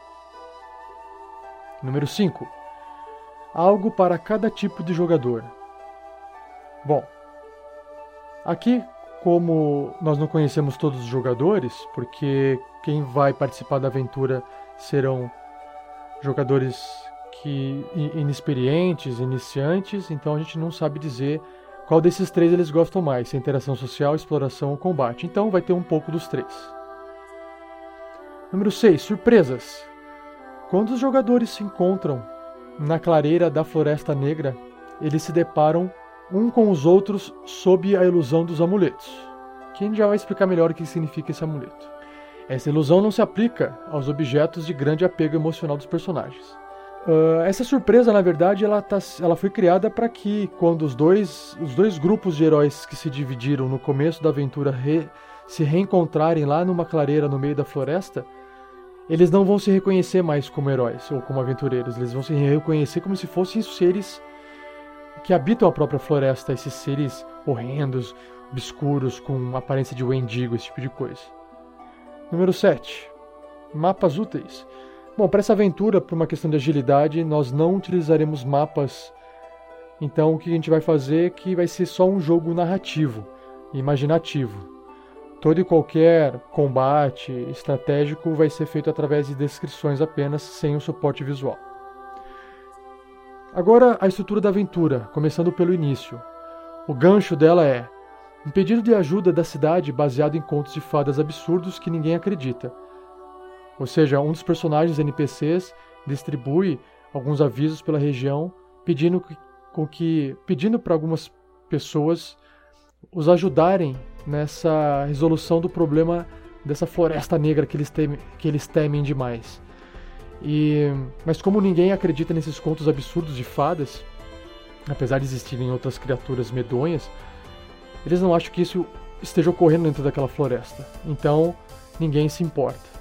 Número 5. Algo para cada tipo de jogador. Bom, aqui, como nós não conhecemos todos os jogadores, porque quem vai participar da aventura serão jogadores inexperientes, iniciantes, então a gente não sabe dizer qual desses três eles gostam mais, se é interação social, exploração ou combate. Então vai ter um pouco dos três. Número 6. Surpresas. Quando os jogadores se encontram na clareira da Floresta Negra, eles se deparam um com os outros sob a ilusão dos amuletos. Quem já vai explicar melhor o que significa esse amuleto. Essa ilusão não se aplica aos objetos de grande apego emocional dos personagens. Essa surpresa, na verdade, ela foi criada para que, quando os dois grupos de heróis que se dividiram no começo da aventura se reencontrarem lá numa clareira no meio da floresta, eles não vão se reconhecer mais como heróis ou como aventureiros. Eles vão se reconhecer como se fossem seres que habitam a própria floresta, esses seres horrendos, obscuros, com aparência de Wendigo, esse tipo de coisa. Número 7. Mapas úteis. Bom, para essa aventura, por uma questão de agilidade, nós não utilizaremos mapas. Então o que a gente vai fazer é que vai ser só um jogo narrativo, imaginativo. Todo e qualquer combate estratégico vai ser feito através de descrições apenas, sem o suporte visual. Agora a estrutura da aventura, começando pelo início. O gancho dela é um pedido de ajuda da cidade baseado em contos de fadas absurdos que ninguém acredita. Ou seja, um dos personagens NPCs distribui alguns avisos pela região, pedindo para algumas pessoas os ajudarem nessa resolução do problema dessa floresta negra que eles temem demais. Mas como ninguém acredita nesses contos absurdos de fadas, apesar de existirem outras criaturas medonhas, eles não acham que isso esteja ocorrendo dentro daquela floresta. Então, ninguém se importa.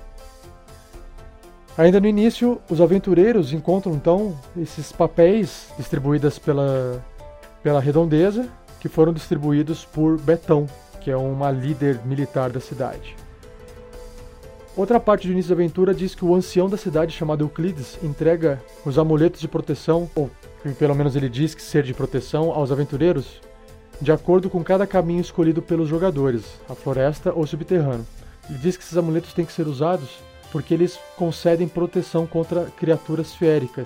Ainda no início, os aventureiros encontram então esses papéis distribuídos pela redondeza, que foram distribuídos por Betão, que é uma líder militar da cidade. Outra parte do início da aventura diz que o ancião da cidade, chamado Euclides, entrega os amuletos de proteção, ou pelo menos ele diz que ser de proteção, aos aventureiros, de acordo com cada caminho escolhido pelos jogadores, a floresta ou subterrâneo. Ele diz que esses amuletos têm que ser usados porque eles concedem proteção contra criaturas féricas.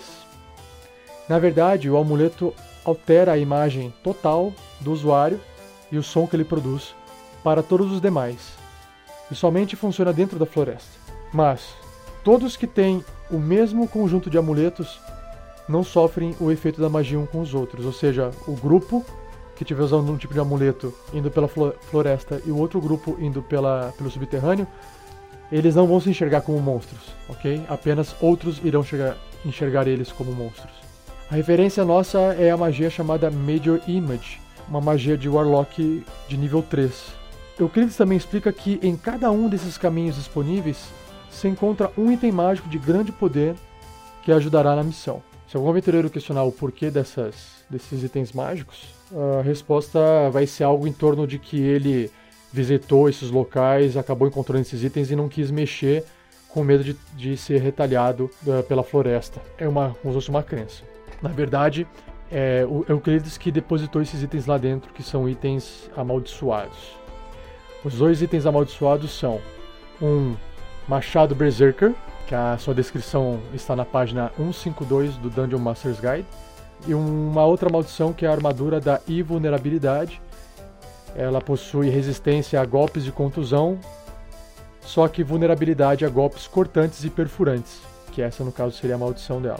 Na verdade, o amuleto altera a imagem total do usuário e o som que ele produz para todos os demais, e somente funciona dentro da floresta. Mas todos que têm o mesmo conjunto de amuletos não sofrem o efeito da magia um com os outros, ou seja, o grupo que estiver usando um tipo de amuleto indo pela floresta e o outro grupo indo pelo subterrâneo, eles não vão se enxergar como monstros, ok? Apenas outros irão enxergar eles como monstros. A referência nossa é a magia chamada Major Image, uma magia de Warlock de nível 3. Euclides também explica que em cada um desses caminhos disponíveis se encontra um item mágico de grande poder que ajudará na missão. Se algum aventureiro questionar o porquê desses itens mágicos, a resposta vai ser algo em torno de que ele visitou esses locais, acabou encontrando esses itens e não quis mexer com medo de ser retalhado pela floresta. É como se fosse uma crença. Na verdade, é o Euclides que depositou esses itens lá dentro, que são itens amaldiçoados. Os dois itens amaldiçoados são um machado Berserker, que a sua descrição está na página 152 do Dungeon Master's Guide, e uma outra maldição que é a armadura da invulnerabilidade. Ela possui resistência a golpes de contusão, só que vulnerabilidade a golpes cortantes e perfurantes, que essa no caso seria a maldição dela.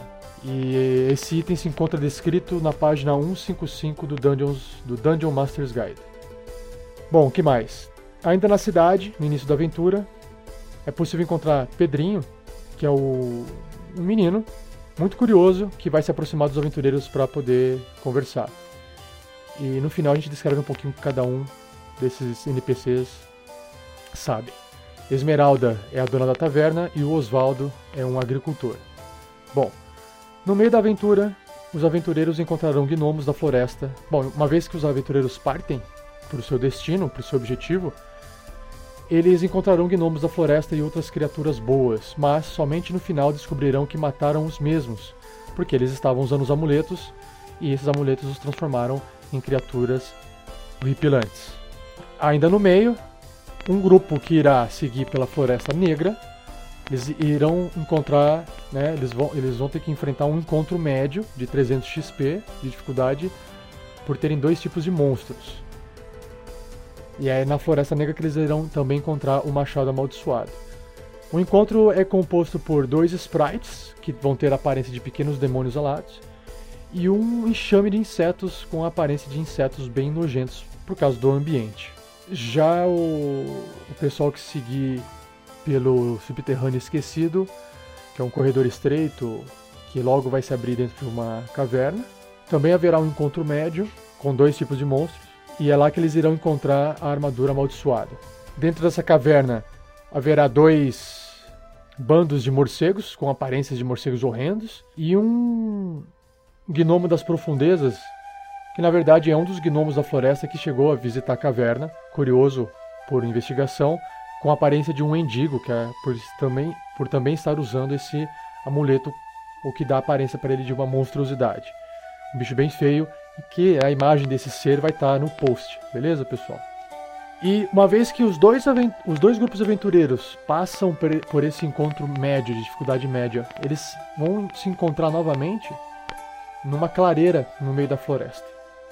E esse item se encontra descrito na página 155 do Dungeon Master's Guide. Bom, o que mais? Ainda na cidade, no início da aventura, é possível encontrar Pedrinho, que é um menino muito curioso que vai se aproximar dos aventureiros para poder conversar. E no final a gente descreve um pouquinho que cada um desses NPCs sabe. Esmeralda é a dona da taverna e o Osvaldo é um agricultor. Bom, no meio da aventura, os aventureiros encontrarão gnomos da floresta. Bom, uma vez que os aventureiros partem para o seu destino, para o seu objetivo, eles encontrarão gnomos da floresta e outras criaturas boas, mas somente no final descobrirão que mataram os mesmos, porque eles estavam usando os amuletos e esses amuletos os transformaram em criaturas horripilantes. Ainda no meio, um grupo que irá seguir pela Floresta Negra, eles irão encontrar, eles vão ter que enfrentar um encontro médio de 300 XP de dificuldade por terem dois tipos de monstros. E é na Floresta Negra que eles irão também encontrar o Machado Amaldiçoado. O encontro é composto por dois sprites, que vão ter a aparência de pequenos demônios alados, e um enxame de insetos com a aparência de insetos bem nojentos por causa do ambiente. Já o pessoal que seguir pelo subterrâneo esquecido, que é um corredor estreito que logo vai se abrir dentro de uma caverna, também haverá um encontro médio com 2 tipos de monstros, e é lá que eles irão encontrar a armadura amaldiçoada. Dentro dessa caverna haverá 2 bandos de morcegos com aparências de morcegos horrendos e um gnomo das profundezas, que na verdade é um dos gnomos da floresta que chegou a visitar a caverna, curioso por investigação, com a aparência de um mendigo, que é por também estar usando esse amuleto, o que dá a aparência para ele de uma monstruosidade. Um bicho bem feio, e que a imagem desse ser vai estar no post, beleza, pessoal? E uma vez que os dois grupos aventureiros passam por esse encontro médio, de dificuldade média, eles vão se encontrar novamente numa clareira no meio da floresta.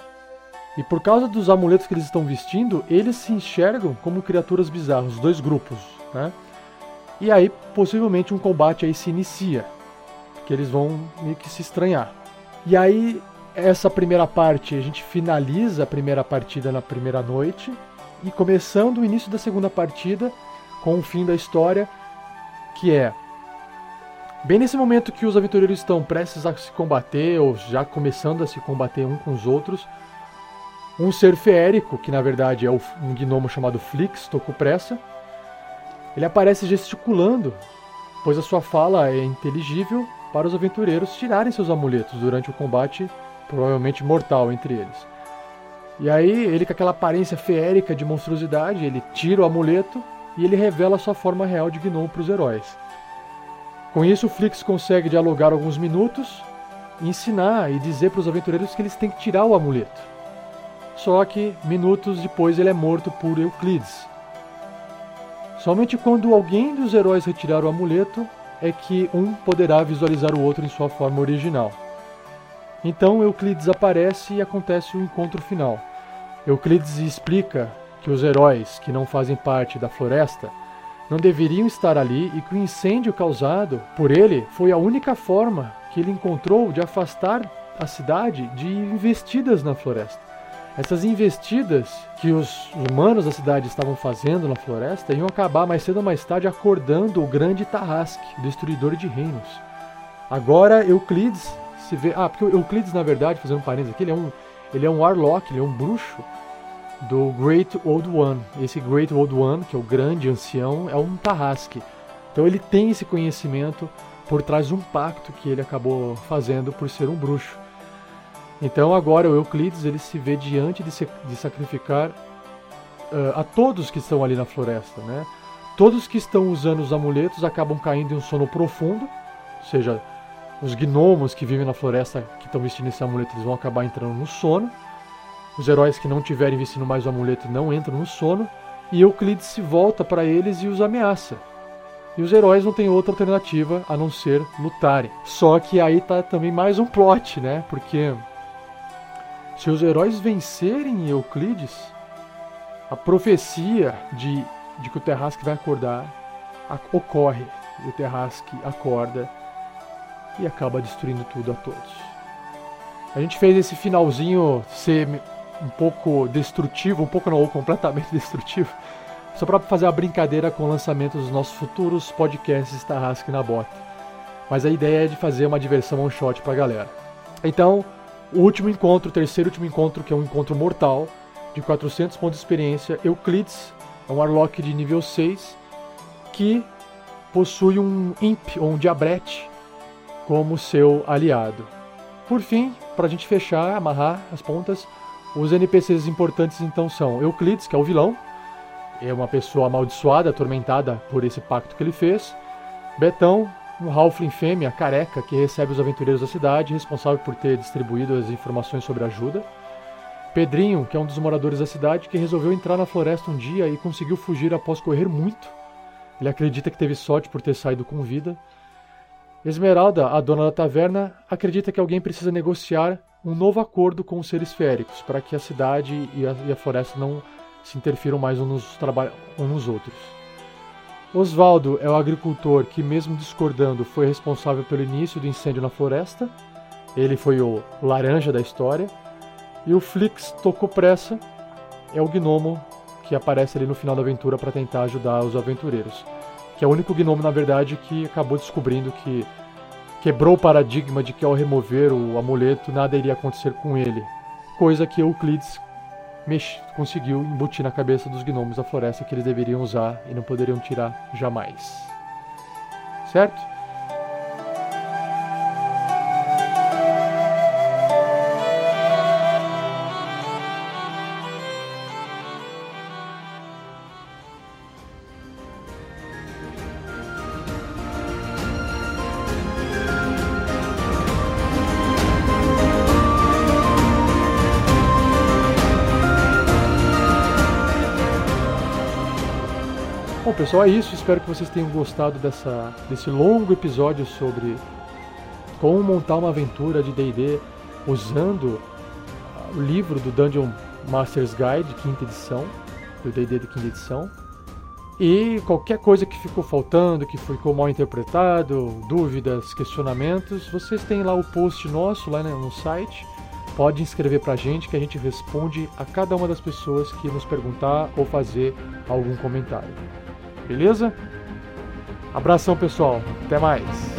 E por causa dos amuletos que eles estão vestindo, eles se enxergam como criaturas bizarras, os 2 grupos, né? E aí, possivelmente, um combate aí se inicia, que eles vão meio que se estranhar. E aí, essa primeira parte, a gente finaliza a primeira partida na primeira noite, e começando o início da segunda partida, com o fim da história, que é bem nesse momento que os aventureiros estão prestes a se combater, ou já começando a se combater um com os outros, um ser feérico, que na verdade é um gnomo chamado Flix, Tocupressa, ele aparece gesticulando, pois a sua fala é inteligível para os aventureiros tirarem seus amuletos durante o combate, provavelmente mortal entre eles. E aí, ele com aquela aparência feérica de monstruosidade, ele tira o amuleto e ele revela a sua forma real de gnomo para os heróis. Com isso, o Flix consegue dialogar alguns minutos, ensinar e dizer para os aventureiros que eles têm que tirar o amuleto. Só que, minutos depois, ele é morto por Euclides. Somente quando alguém dos heróis retirar o amuleto é que um poderá visualizar o outro em sua forma original. Então Euclides aparece e acontece o encontro final. Euclides explica que os heróis que não fazem parte da floresta não deveriam estar ali e que o incêndio causado por ele foi a única forma que ele encontrou de afastar a cidade de investidas na floresta. Essas investidas que os humanos da cidade estavam fazendo na floresta iam acabar mais cedo ou mais tarde acordando o grande Tarrasque, o destruidor de reinos. Agora Euclides se vê... porque o Euclides, na verdade, fazendo um parênteses aqui, ele é um Warlock, ele é um bruxo do Great Old One. Esse Great Old One, que é o grande ancião, é um Tarrasque. Então ele tem esse conhecimento por trás de um pacto que ele acabou fazendo por ser um bruxo. Então agora o Euclides ele se vê diante de sacrificar a todos que estão ali na floresta, né? Todos que estão usando os amuletos acabam caindo em um sono profundo, ou seja, os gnomos que vivem na floresta que estão vestindo esse amuleto eles vão acabar entrando no sono. Os heróis que não tiverem vestindo mais o amuleto não entram no sono. E Euclides se volta para eles e os ameaça. E os heróis não têm outra alternativa a não ser lutarem. Só que aí tá também mais um plot, né? Porque se os heróis vencerem Euclides, a profecia de que o Tarrasque vai acordar ocorre. E o Tarrasque acorda e acaba destruindo tudo a todos. A gente fez esse finalzinho ser um pouco destrutivo, um pouco não, ou completamente destrutivo, só para fazer uma brincadeira com o lançamento dos nossos futuros podcasts Tarrasque na Bota. Mas a ideia é de fazer uma diversão one shot pra galera. Então, o último encontro, o terceiro último encontro, que é um encontro mortal, de 400 pontos de experiência, Euclides, é um Warlock de nível 6, que possui um Imp, ou um Diabrete, como seu aliado. Por fim, para a gente fechar, amarrar as pontas, os NPCs importantes então são Euclides, que é o vilão, é uma pessoa amaldiçoada, atormentada por esse pacto que ele fez. Betão, um halfling fêmea, careca, que recebe os aventureiros da cidade, responsável por ter distribuído as informações sobre ajuda. Pedrinho, que é um dos moradores da cidade, que resolveu entrar na floresta um dia e conseguiu fugir após correr muito. Ele acredita que teve sorte por ter saído com vida. Esmeralda, a dona da taverna, acredita que alguém precisa negociar um novo acordo com os seres féricos, para que a cidade e a floresta não se interfiram mais uns nos outros. Osvaldo é o agricultor que, mesmo discordando, foi responsável pelo início do incêndio na floresta. Ele foi o laranja da história. E o Flix Tocopressa é o gnomo que aparece ali no final da aventura para tentar ajudar os aventureiros. Que é o único gnomo, na verdade, que acabou descobrindo que quebrou o paradigma de que ao remover o amuleto nada iria acontecer com ele. Coisa que Euclides conseguiu embutir na cabeça dos gnomos da floresta que eles deveriam usar e não poderiam tirar jamais. Certo? Bom, pessoal, é isso. Espero que vocês tenham gostado desse longo episódio sobre como montar uma aventura de D&D usando o livro do Dungeon Master's Guide, quinta edição, do D&D de quinta edição. E qualquer coisa que ficou faltando, que ficou mal interpretado, dúvidas, questionamentos, vocês têm lá o post nosso lá no site. Pode inscrever pra gente que a gente responde a cada uma das pessoas que nos perguntar ou fazer algum comentário. Beleza? Abração, pessoal. Até mais.